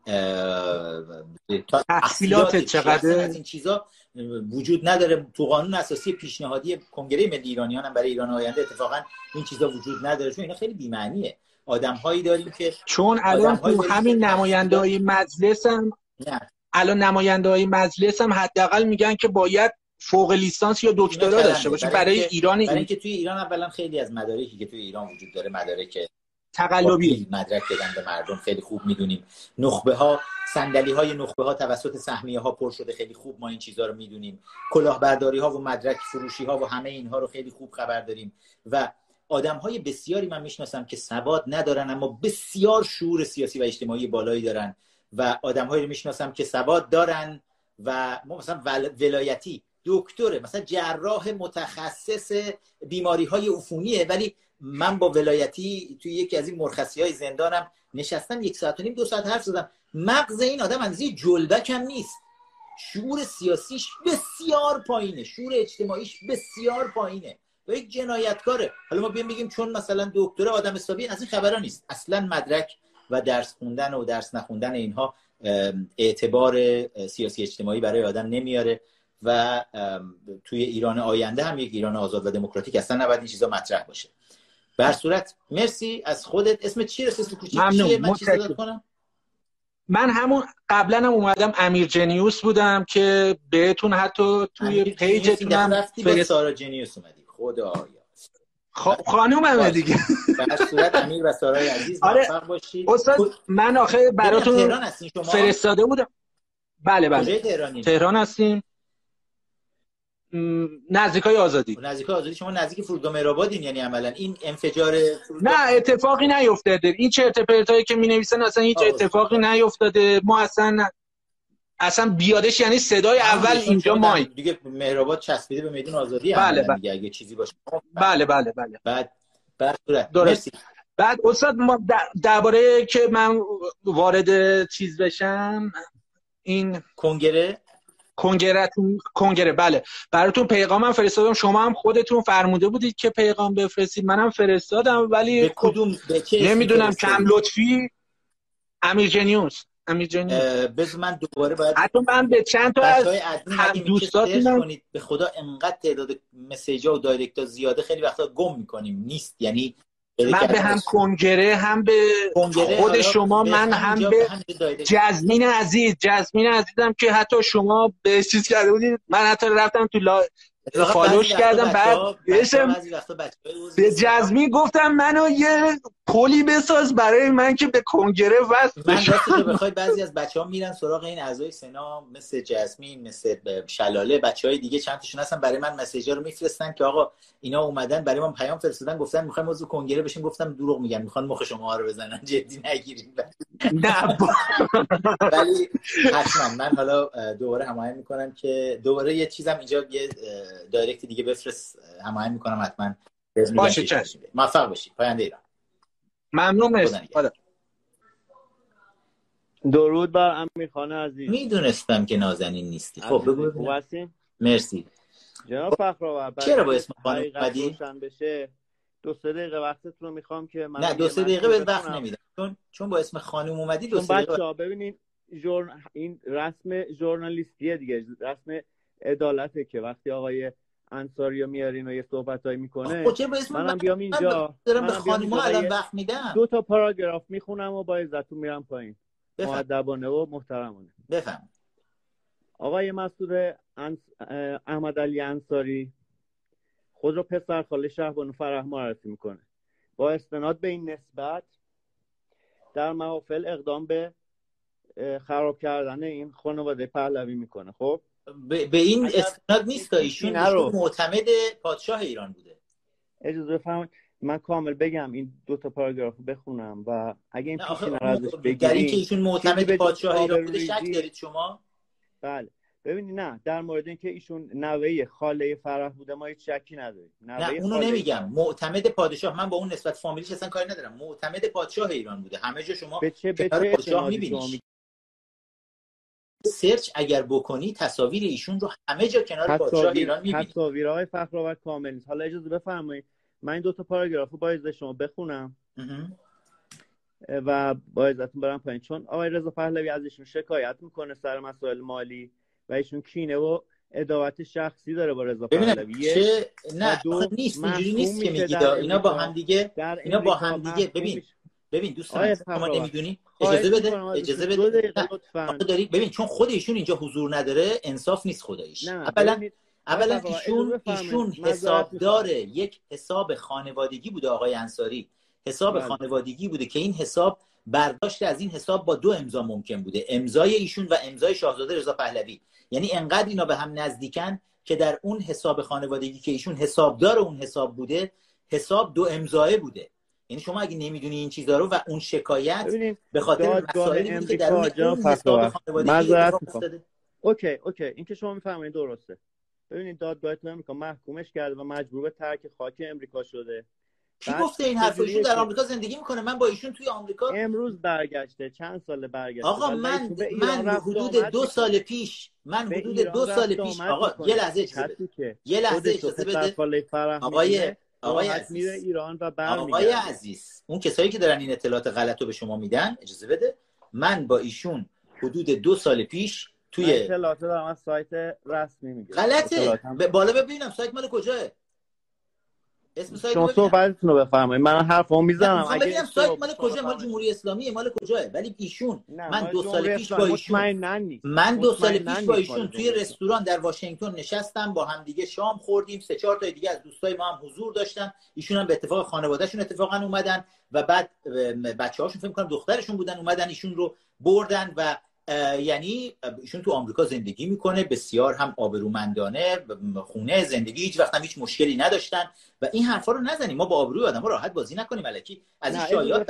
تحصیلاتت چقدره. از این چیزا وجود نداره. تو قانون اساسی پیشنهادی کنگره ملی ایرانیان هم برای ایران آینده اتفاقا این چیزا وجود نداره، چون اینا خیلی بی‌معنیه. آدم‌هایی داریم که چون الان تو همین نماینده‌های مجلس هم نه. الان نماینده‌های مجلس هم حداقل میگن که باید فوق لیسانس یا دکترا داشته باشه برای, برای ایران. برای اینکه توی ایران اولا خیلی از مدارکی که توی ایران وجود داره مدارک تقلبی مدرک بدن به مردم، خیلی خوب میدونیم. نخبه ها، صندلی های نخبه ها توسط سهمیه ها پر شده، خیلی خوب ما این چیزها رو میدونیم. کلاهبرداری ها و مدرک فروشی ها و همه اینها رو خیلی خوب خبر داریم. و آدم های بسیاری من میشناسم که سواد ندارن اما بسیار شعور سیاسی و اجتماعی بالایی دارن، و آدم هایی رو میشناسم که سواد دارن و مثلا ولایتی دکتره، مثلا جراح متخصص بیماری های عفونیه، ولی من با ولایتی توی یکی از این مرخصی های زندانم نشستم یک ساعت و نیم دو ساعت حرف زدم. مغز این آدم اندازه جلبک هم نیست، شعور سیاسیش بسیار پایینه، شعور اجتماعیش بسیار پایینه و یک جنایتکاره. حالا ما بیام بگیم چون مثلا دکتره آدم حسابی، از این خبرا نیست. اصلا مدرک و درس خوندن و درس نخوندن اینها اعتبار سیاسی اجتماعی برای آدم نمیاره و توی ایران آینده هم یک ایران آزاد و دموکراتیک اصلا نباید این چیزا مطرح باشه. به هر صورت مرسی از خودت. اسم چیه؟ اسم کوچیک چیه؟ من چیز داد کنم. من همون قبلا هم اومدم امیر جنیوس بودم که بهتون حتی توی پیجتونم رفتی با سارا جنیوس اومدی. خدایا خب خانوم همه دیگه. به هر صورت امیر و سارای عزیز موفق باشید. استاد من آخه براتون تهران هستین شما؟ فرستاده بودم. بله بله تهرانی؟ تهران هستیم، نزدیکای آزادی. نزدیکای آزادی. شما نزدیک فرودگاه مهرآبادین، یعنی عملا این انفجار فرودگاه... نه اتفاقی نیفتاده. این چرت و پرتایی که می‌نویسن اصلا هیچ اتفاقی نیفتاده. ما اصلا اصلا بیادش یعنی صدای اول اینجا مای دیگه مهرآباد چسبیده به میدون آزادی. بله بله. دیگه اگه چیزی باشه بله بله بله. بعد بعد درست. بعد استاد ما درباره که من وارد چیز بشم، این کنگره کنگرهتون کنگره بله براتون پیغامم فرستادم. شما هم خودتون فرموده بودید که پیغام بفرستید، منم فرستادم ولی به کدوم به نمیدونم کم لطفی. امیر جنیوس امیر جنیوس بذار من دوباره باید حتی من به چند تا از هم دوستاتون کنید. به خدا انقدر تعداد مسیجا و دایرکتا زیاده، خیلی وقتا گم میکنیم نیست. یعنی من به هم کنگره هم به خود شما، من هم به جزمین عزیز جزمین عزیزم که حتی شما به چیز کرده بودید، من حتی رفتم تو لا فالوش کردم. بعد بهشم به جزمین گفتم منو یه پلی بساز برای من که به کنگره وصل بشم. من راستش رو بخوای بعضی از بچه‌ها میرن سراغ این اعضای سنا مثل جزمین، مثل شلاله، بچهای دیگه چند تاشون هستن برای من مسیجا رو میفرستن که آقا اینا اومدن برای من پیام فرستادن، گفتن میخوایم موضوع کنگره بشیم. گفتم دروغ میگن، میخوان مخ شما رو بزنن، جدی نگیرید. نه ولی حتما من حالا دوباره هماهنگ میکنم که دوباره یه چیزم اینجا یه دایرکت دیگه بفرست، هماهنگ میکنم حتما. باشه چشم. موفق باشید. پاینده ایران. ممنون. مرسی. درود بر امیرخان عزیز. میدونستم که نازنین نیستی. خب بگو. مرسی جناب فخرآور. چرا با اسم خانم اومدی؟ روشن بشه دو سه دقیقه وقتتون رو میخوام که من نه دو سه دقیقه بهت وقت نمیدم، چون چون با اسم خانم اومدی. دو سه دقیقه بچه‌ها ببینین ژور... این رسم ژورنالیستیه دیگه، رسم عدالته که وقتی آقای انصاری رو میارین و یه صحبتایی میکنه منم بیام اینجا دارم به خانم‌ها الان وقت میدم، دو تا پاراگراف میخونم و با عزتون میرم پایین. مؤدبانه و محترمانه. بفهم. آقای مسعود انس... احمد علی انصاری خود رو پسر خاله شهبانو فرح معرفی میکنه. با استناد به این نسبت در محافل اقدام به خراب کردن این خانواده پهلوی میکنه. خب به, به این استناد نیست، ایشون معتمد پادشاه ایران بوده. اجازه بفرمایید من کامل بگم، این دو تا پاراگراف بخونم و اگه این پیشی نرازش بگیریم در این که ایشون معتمد پادشاه ایران بوده شک دارید شما؟ بله ببینید نه، در مورد اینکه ایشون نوه خاله فرح بوده ما هیچ شکی نداریم. نه اونو نمیگم، معتمد پادشاه، من با اون نسبت فامیلیش اصلا کاری ندارم. معتمد پادشاه ایران بوده. همه جا شما به چه به چه پادشاه می‌بینید. سرچ اگر بکنی تصاویر ایشون رو همه جا کنار پادشاه ایران می‌بینید. تصاویرهای فخرآور کامل نیست. حالا اجازه بفرمایید من این دو تا پاراگرافو با اجازه شما بخونم و با اجازهتون برم پایین، چون آقای رضا پهلوی از ایشون شکایت میکنه سر مسائل مالی و ایشون کینه و عداوت شخصی داره با رضا پهلوی. چه نه نیست، اینجوری نیست که میگید اینا با هم دیگه اینا با هم دیگه ببین ببین دوستان شما نمیدونی، اجازه بده اجازه بده داری ببین، چون خود ایشون اینجا حضور نداره انصاف نیست خداییش. اولا اولا ایشون ایشون حسابدار یک حساب خانوادگی بوده آقای انصاری حساب بله. خانوادگی بوده که این حساب برداشت از این حساب با دو امضا ممکن بوده، امضای ایشون و امضای شاهزاده رضا پهلوی. یعنی انقدر اینا به هم نزدیکن که در اون حساب خانوادگی که ایشون حسابدار اون حساب بوده، حساب دو امضایه بوده. یعنی شما اگه نمیدونی این چیزا رو و اون شکایت به خاطر مسائلی بود که در اون حساب خانوادگی اتفاق افتاده. اوکی اوکی این که شما میفهمید درسته. ببینید دادگاه آمریکا محکومش کرده و مجبور به ترک خاک امریکا شده. کی گفته این حرفو؟ ایشون در آمریکا زندگی میکنه. من با ایشون توی آمریکا امروز برگشته، چند سال برگشته. آقا من من حدود دو سال پیش من حدود دو سال پیش آقا یه لحظه اجازه یه لحظه اجازه بده آقای آقای عزیز ایران و برمیگرده. آقای عزیز اون کسایی که دارن این اطلاعات غلط رو به شما میدن اجازه بده. من با ایشون حدود دو سال پیش توی اطلاعات دارم از سایت رسمی میگیرم. غلطه. ب... بالا ببینم سایت مال کجاه؟ اسم سایت شما صحبتتون رو بفرمایید. من حرفمو میزنم. اگه ببینم سایت مال کجاه، مال جمهوری اسلامی مال کجاه؟ ولی ایشون من دو سال پیش با ایشون من دو سال پیش با ایشون توی رستوران در واشنگتن نشستم، با هم دیگه شام خوردیم، سه چهار تا دیگه از دوستای ما هم حضور داشتن. ایشون هم به اتفاق خانواده‌شون اتفاقا اومدن و بعد بچه‌هاشون فکر می‌کنم دخترشون بودن اومدن ایشون رو بردن و یعنی ایشون تو آمریکا زندگی میکنه، بسیار هم آبرومندانه، خونه زندگی، هیچ وقت هم هیچ مشکلی نداشتن و این حرفا رو نزنیم. ما با آبروی آدم‌ها راحت بازی نکنیم الکی از این شایعات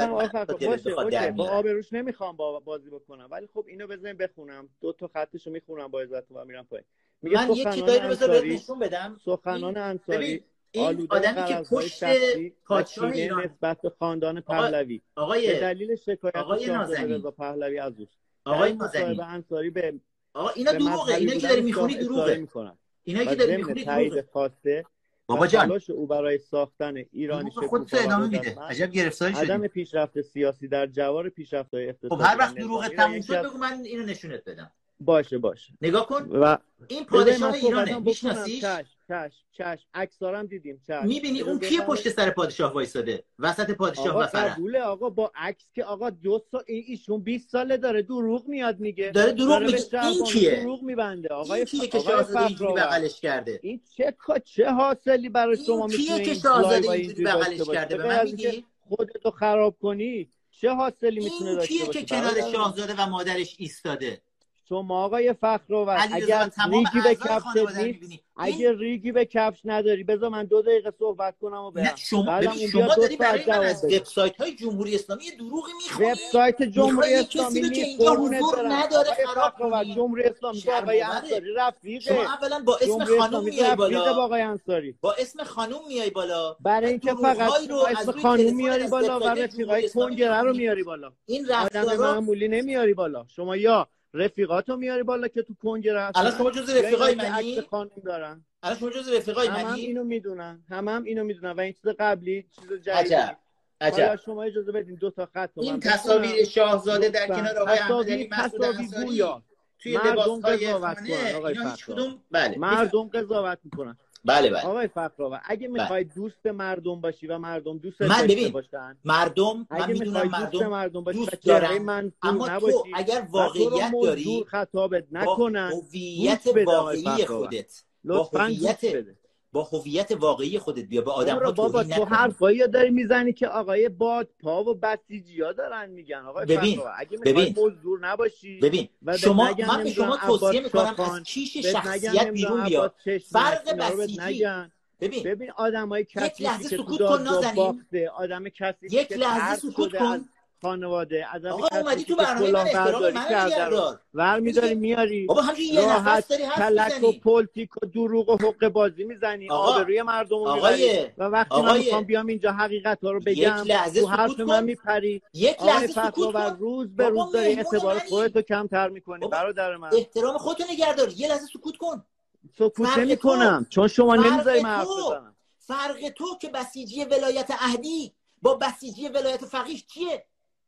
با آبروش نمیخوام با بازی بکنم، ولی خب اینو بزنین بخونم، دو تا خطشو میخونم با عزتتون و میرم پایین. میگه من یک چیزایی رو بذار نشون بدم. سخنان انصاری این آدمی که پشت پادشاه ایران نسبت به خاندان پهلوی به دلیل شکایت شاهزاده رضا پهلوی از اوست. آقای نازنین انصاری به آقا اینا دروغه، اینا که داری میخونی دروغه، اینا که داری میخونی دروغه. خواسته بابا جان تلاش او برای ساختن ایرانی خودت ادامه میده. عجب گرفتاری شدی. عدم پیشرفت سیاسی در جوار پیشرفت‌های اقتصادی. خب هر وقت دروغ تموم شد بگو من اینو نشونت بدم. باشه باشه نگاه کن و این پادشاه ایرانه، میشناسیش؟ چش چش چش عکسارم دیدیم. چش میبینی اون کیه پشت سر پادشاه وایساده وسط پادشاه و فرح؟ قبوله آقا با عکس که آقا دو سال ایشون بیست ساله داره دروغ میاد میگه، داره دروغ میگه. این کیه؟ دروغ میبنده آقای این کیه که شاهزاده اینجوری بغلش کرده؟ این چه چه حاصلی برای شما میتونه این کیه که شاهزاده اینجوری بغلش کرده؟ به من میگی خودتو خراب کنی چه حاصلی میتونه داشته باشه؟ این کیه که کنار شاهزاده و مادرش ایستاده؟ شما آقای فخرآور اگر ریگی به کفش نیست، اگر ریگی به کفش نداری بذار من دو دقیقه صحبت کنم و برم. شما شما داری برای من از وبسایت‌های جمهوری اسلامی دروغی میخونی. وبسایت جمهوری اسلامی که اینجا حضور نداره خراب کنی. جمهوری اسلامی با آقای انصاری رفیقه. شما اولا با اسم خانم میای بالا. با آقای انصاری با اسم خانم میای بالا. برای اینکه فقط اسم خانم میاری بالا و رفیقای کنگره رو میاری بالا. این رفتار معمولی نمیاری بالا. شما یا رفیقاتو میاری بالا که تو کنگره هستن. الان شما جز رفیقای منی؟ خانم دارن. الان شما جز رفیقای منی؟ هم اینو میدونن. هم هم اینو میدونن و این چیز قبلی چیز جدیدی. عجب. عجب. شما اجازه بدین دو تا خط این تصاویر شاهزاده در کنار آقای احمدعلی مسعود انصاری توی لباس‌های خانه اینا هیچ کدوم بله مردم قضاوت میکنن. بله بله آقای فخرآور اگه میخوای دوست مردم باشی و مردم دوست من ببین باشن مردم من میدونم مردم مردم دوست دارن، اما تو اگر واقعیت داری خطابت نکنن با هویت واقعی خودت با هویت با هویت واقعی خودت بیا به آدم‌ها توهین نکن. تو حرفایی داری میزنی که آقای بادپا و بسیجی‌ها دارن میگن. آقای ببین اگه میخوای مزدور نباشی ببین شما من به شما توصیه میکنم از کیش شخصیت بیرون بیا. فرق بسیجی ببین ببین آدمای کسی یک لحظه سکوت کن نازنین. آدم کسی یک لحظه سکوت کن. خانواده از آقا اومدی تو برنامه من احترام من نگردار. ور می‌داری میاری بابا همینجوری یه نفس داری حرف میزنی. و پلیتیک و دروغ و حق بازی میزنی. آبروی مردم رو میبری و وقتی من میخوام بیام اینجا حقیقت ها رو بگم تو حرف من میپری. یک لحظه سکوت کن. روز به روز داری اعتبار خودت رو کمتر میکنی برادر من. احترام خودت رو نگهدار. یه لحظه سکوت کن. سکوت نمی‌کنم چون شما نمیذاری من حرف بزنم. فرق تو که بسیجی ولایت عهدی با بسیجی ولایت فقیه چیه؟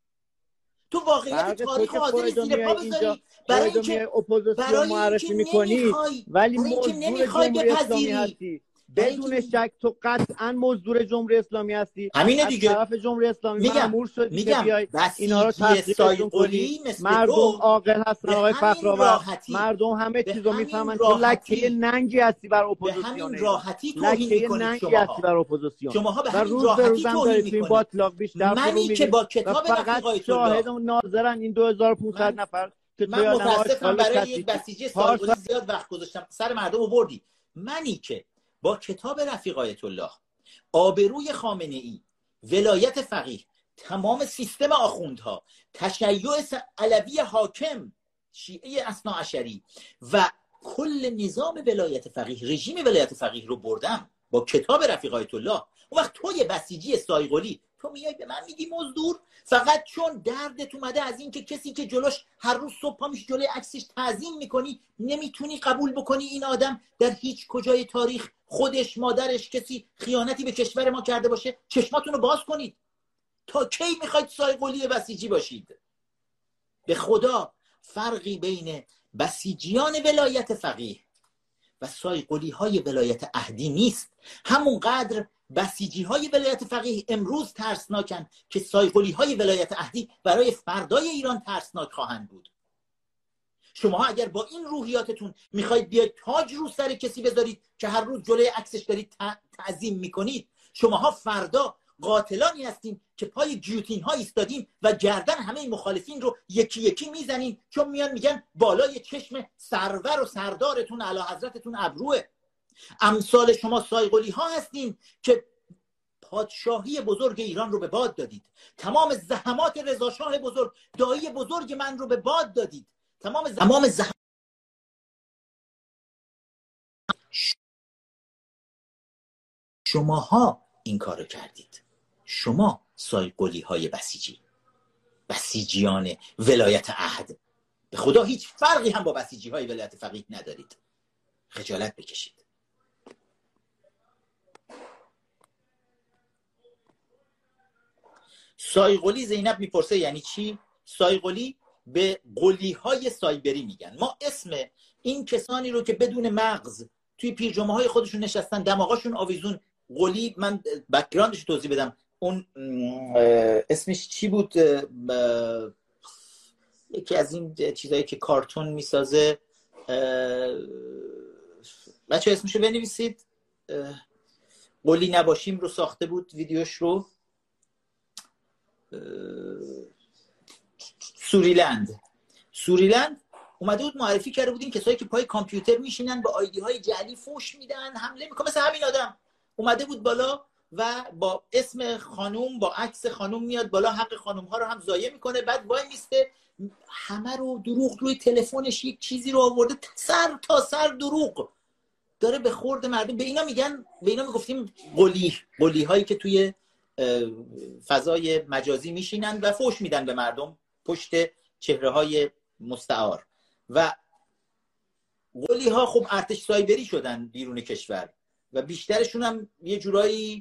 تو واقعیت تاریخ حاضری زیر پا بذاری برای اینکه اپوزیسیون معرفی می‌کنی ولی موضوع نمیخوای بپذیری بدون شک تو قطعا مزدور جمهوری اسلامی هستی. همینه دیگه. از طرف جمهوری اسلامی مأمور شدی که بیای اینا رو تحقیق کنی. مردم عاقل هستن آقای فخرآورد، مردم همه چیزو میفهمن. تو لکه ننگی هستی بر اپوزیسیون. به همین راحتی توهین میکنید شماها. بر اپوزیسیون. شماها به همین راحتی توهین میکنید. منی که با کتاب رفیقایت الله شاهد ناظرن این دو هزار و پانصد نفر که من متاسفم برای یک بسیجی سایقلی زیاد وقت گذاشتم سر مردم رو بردی. منی که با کتاب رفیق آیت الله، آبروی خامنه ای، ولایت فقیه، تمام سیستم آخوندها، تشیع علوی حاکم شیعه اثناعشری و کل نظام ولایت فقیه، رژیم ولایت فقیه رو بردم با کتاب رفیق آیت الله. اون وقت توی بسیجی سایقلی تو میای به من میگی مزدور فقط چون دردت اومده از این که کسی که جلوش هر روز صبح پا میشی جلوی عکسش تعظیم میکنی، نمیتونی قبول بکنی این آدم در هیچ کجای تاریخ خودش، مادرش، کسی خیانتی به کشور ما کرده باشه. چشماتون رو باز کنید. تا کی میخواید سایقلی بسیجی باشید؟ به خدا فرقی بین بسیجیان ولایت فقیه و سایقلی های ولایت عهدی نیست. همونقدر بسیجی های ولایت فقیه امروز ترسناکن که سایقلی های ولایت عهدی برای فردای ایران ترسناک خواهند بود. شما اگر با این روحیاتتون میخواید بیاید تاج رو سر کسی بذارید که هر روز جلوی عکسش دارید تعظیم میکنید، شماها فردا قاتلانی هستین که پای گیوتین ها ایستادین و گردن همه مخالفین رو یکی یکی میزنین، چون میان میگن بالای چشم سرور و سردارتون اعلی حضرتتون ابروه. امثال شما سایقلی ها هستین که پادشاهی بزرگ ایران رو به باد دادید. تمام زحمات رضا شاه بزرگ، دایی بزرگ من رو به باد دادید. تمام تمام زحمات شماها این کارو کردید. شما سایقلی های بسیجی، بسیجیان ولایت عهد، به خدا هیچ فرقی هم با بسیجی های ولایت فقیه ندارید. خجالت بکشید. سایقلی زینب میپرسه یعنی چی؟ سایقلی به قلی های سایبری میگن. ما اسم این کسانی رو که بدون مغز توی پیرجمه های خودشون نشستن، دماغاشون آویزون، قلی، من بک‌گراندش توضیح بدم. اون اسمش چی بود؟ یکی از این چیزایی که کارتون میسازه، بچه اسمشو بنویسید. قلی نباشیم رو ساخته بود ویدیوش رو. سوریلند سوریلند اومده بود معرفی کرده بود این کسایی که پای کامپیوتر میشینن با آیدی های جعلی فوش میدن، حمله میکنن، مثل همین آدم اومده بود بالا و با اسم خانوم، با عکس خانوم میاد بالا، حق خانوم ها رو هم ضایع میکنه، بعد وای میسته همه رو دروغ، روی تلفنش یک چیزی رو آورده سر تا سر دروغ داره به خورد مردم. به اینا میگن، به اینا میگفتیم قلی، قلی هایی که توی فضای مجازی میشینن و فوش میدن به مردم پشت چهره های مستعار. و قلی ها خب ارتش سایبری شدن بیرون کشور و بیشترشون هم یه جورایی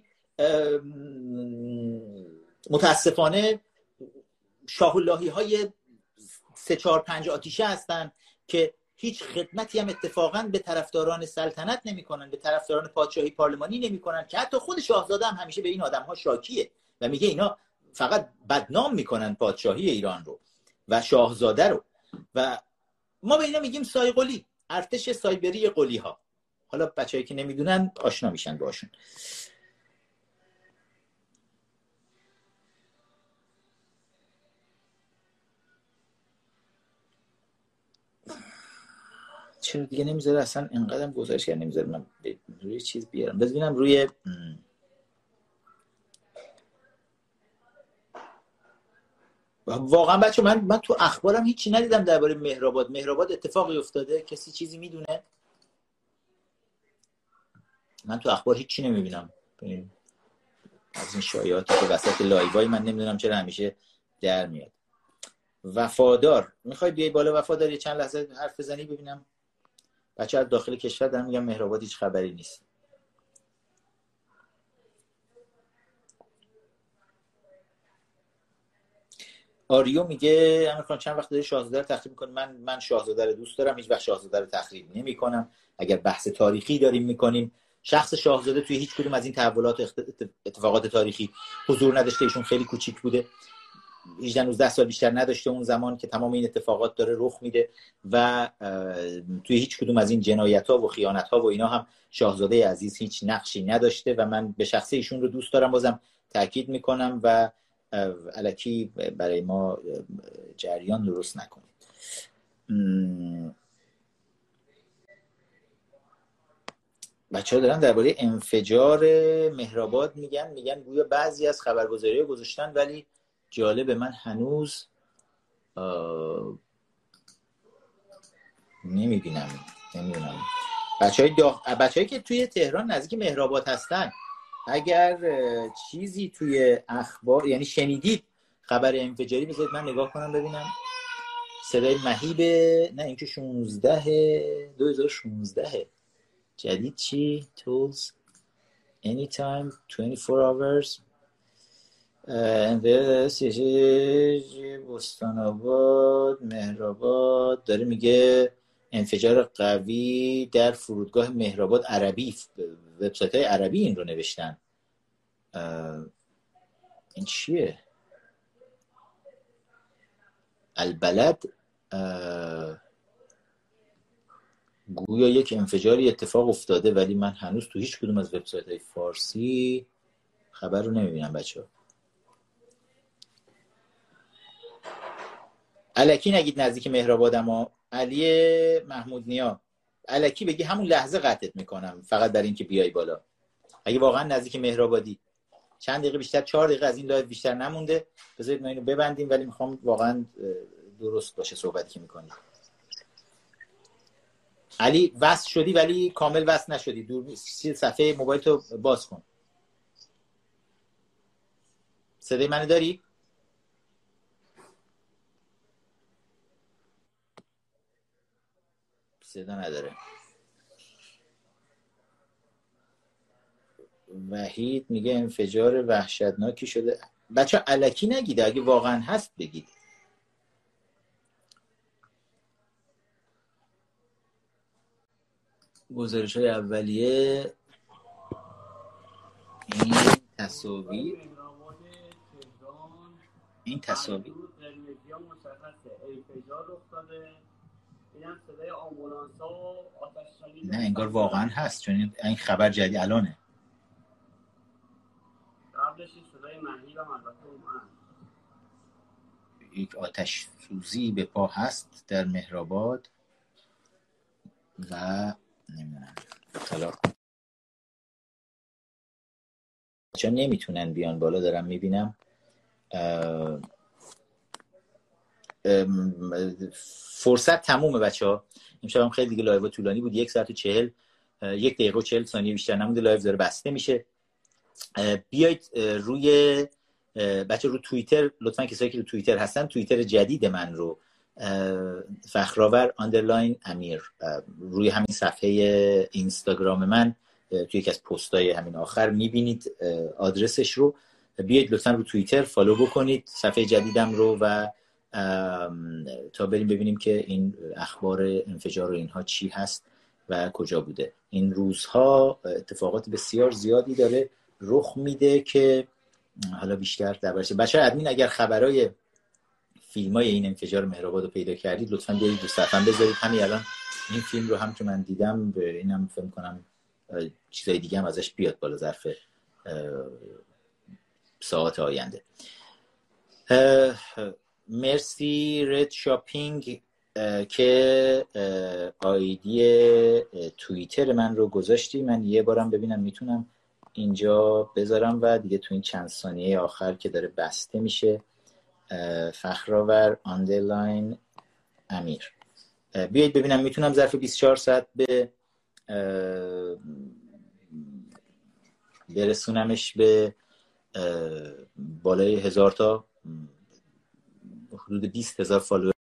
متاسفانه شاه اللهی های سه چهار پنج آتیشه هستن که هیچ خدمتی هم اتفاقا به طرفداران سلطنت نمیکنن، به طرفداران پادشاهی پارلمانی نمیکنن، که حتی خود شاهزاده هم همیشه به این آدم ها شاکیه و میگه اینا فقط بدنام میکنن پادشاهی ایران رو و شاهزاده رو. و ما به اینا میگیم سایقلی، ارتش سایبری قلی ها. حالا بچه‌ای که نمیدونن آشنا میشن باشون. چرا دیگه نمیذاره اصلا اینقدرم گزارش کرد نمیذاره من روی چیز بیارم. ببینم روی واقعا بچه من من تو اخبارم هیچی ندیدم درباره مهرآباد. مهرآباد اتفاقی افتاده؟ کسی چیزی میدونه؟ من تو اخبار هیچی نمیبینم. از این شایعاتی که وسط لایوای من نمیدونم چرا همیشه در میاد. وفادار، میخوای بیای بالا وفادار یه چند لحظه حرف بزنی ببینم؟ بچه از داخل کشور دارم میگم مهرآباد هیچ خبری نیست. آریو میگه امیرخان چند وقت داری شاهزاده رو تخریب میکنی؟ من من شاهزاده رو دوست دارم، هیچ وقت شاهزاده رو تخریب نمیکنم. اگر بحث تاریخی داریم میکنیم شخص شاهزاده توی هیچ کدوم از این تحولات اتفاقات تاریخی حضور نداشته. ایشون خیلی کوچیک بوده، هجده نوزده سال بیشتر نداشته اون زمان که تمام این اتفاقات داره رخ میده و توی هیچ کدوم از این جنایت‌ها و خیانت‌ها و اینا هم شاهزاده عزیز هیچ نقشی نداشته و من به شخصه ایشون رو دوست دارم، بازم تاکید میکنم و الکی برای ما جریان درست نکنید. بچه‌ها دارن درباره انفجار مهرآباد میگن میگن گویا بعضی از خبرگزاری‌ها گذاشتن، ولی جالبه من هنوز نمیبینم نمیدونم. بچه‌های داغ... بچه‌هایی که توی تهران نزدیک مهرآباد هستن اگر چیزی توی اخبار یعنی شنیدید خبر انفجاری بذارید من نگاه کنم ببینم. صدای مهیب نه اینکه شانزده دو هزار و شانزده جدید چی؟ tools anytime twenty-four hours بستان آباد مهرآباد داره میگه انفجار قوی در فرودگاه مهرآباد. عربی وبسایت های عربی این رو نوشتن. این چیه؟ البلد گویا یک انفجاری اتفاق افتاده، ولی من هنوز تو هیچ کدوم از وبسایت های فارسی خبر رو نمیبینم. بچه ها الکی نگید نزدیک مهرآباد. اما علی محمود نیا الکی بگی همون لحظه قطعت میکنم فقط برای اینکه بیای بالا. اگه واقعا نزدیک مهرآبادی چند دقیقه بیشتر، چهار دقیقه از این لایو بیشتر نمونده، بذارید ما اینو ببندیم، ولی میخوام واقعا درست باشه صحبتی که میکنید. علی وصل شدی ولی کامل وصل نشدی، دور صفحه موبایل تو باز کن. صدای منو داری؟ صدا نداره. وحید میگه انفجار وحشتناکی شده. بچه الکی نگید، اگه واقعا هست بگید. گزارش های اولیه این تصاویر این تصاویر نه انگار واقعا هست، چون این خبر جدید الانه. قبلش صدای مهیب هم البته اومد. یک آتش سوزی به پا هست در مهرآباد و نمیدونم حالا چون نمیتونن بیان بالا. دارم میبینم فرصت تمومه بچه ها. امشب هم خیلی دیگه لایو طولانی بود، یک ساعت و چهل یک دقیقه و چهل ثانیه بیشتر نمونده. لایو داره بسته میشه. بیایید روی بچه رو توییتر لطفا کسایی که رو توییتر هستن توییتر جدید من رو فخرآور آندرلاین امیر روی همین صفحه اینستاگرام من توی یکی از پستای همین آخر میبینید آدرسش رو. بیایید لطفا رو توییتر فالو بکنید صفحه جدیدم رو و تا بریم ببینیم که این اخبار انفجار و اینها چی هست و کجا بوده. این روزها اتفاقات بسیار زیادی داره رخ میده که حالا بیشتر دربارش. بچه‌ها ادمین اگر خبرای فیلمای این انفجار مهرآباد رو پیدا کردید لطفاً برید رو صفحه‌ام بذارید. همین الان این فیلم رو هم که من دیدم به اینم فکر کنم چیزای دیگه هم ازش بیاد بالا ظرف ساعات آینده. مرسی رد شاپینگ که آیدی توییتر من رو گذاشتی. من یه بارم ببینم میتونم اینجا بذارم و دیگه تو این چند ثانیه آخر که داره بسته میشه فخرآور آندرلاین امیر بیایید ببینم میتونم ظرف بیست و چهار ساعت به برسونمش به بالای هزار تا حدود بیست هزار فالوور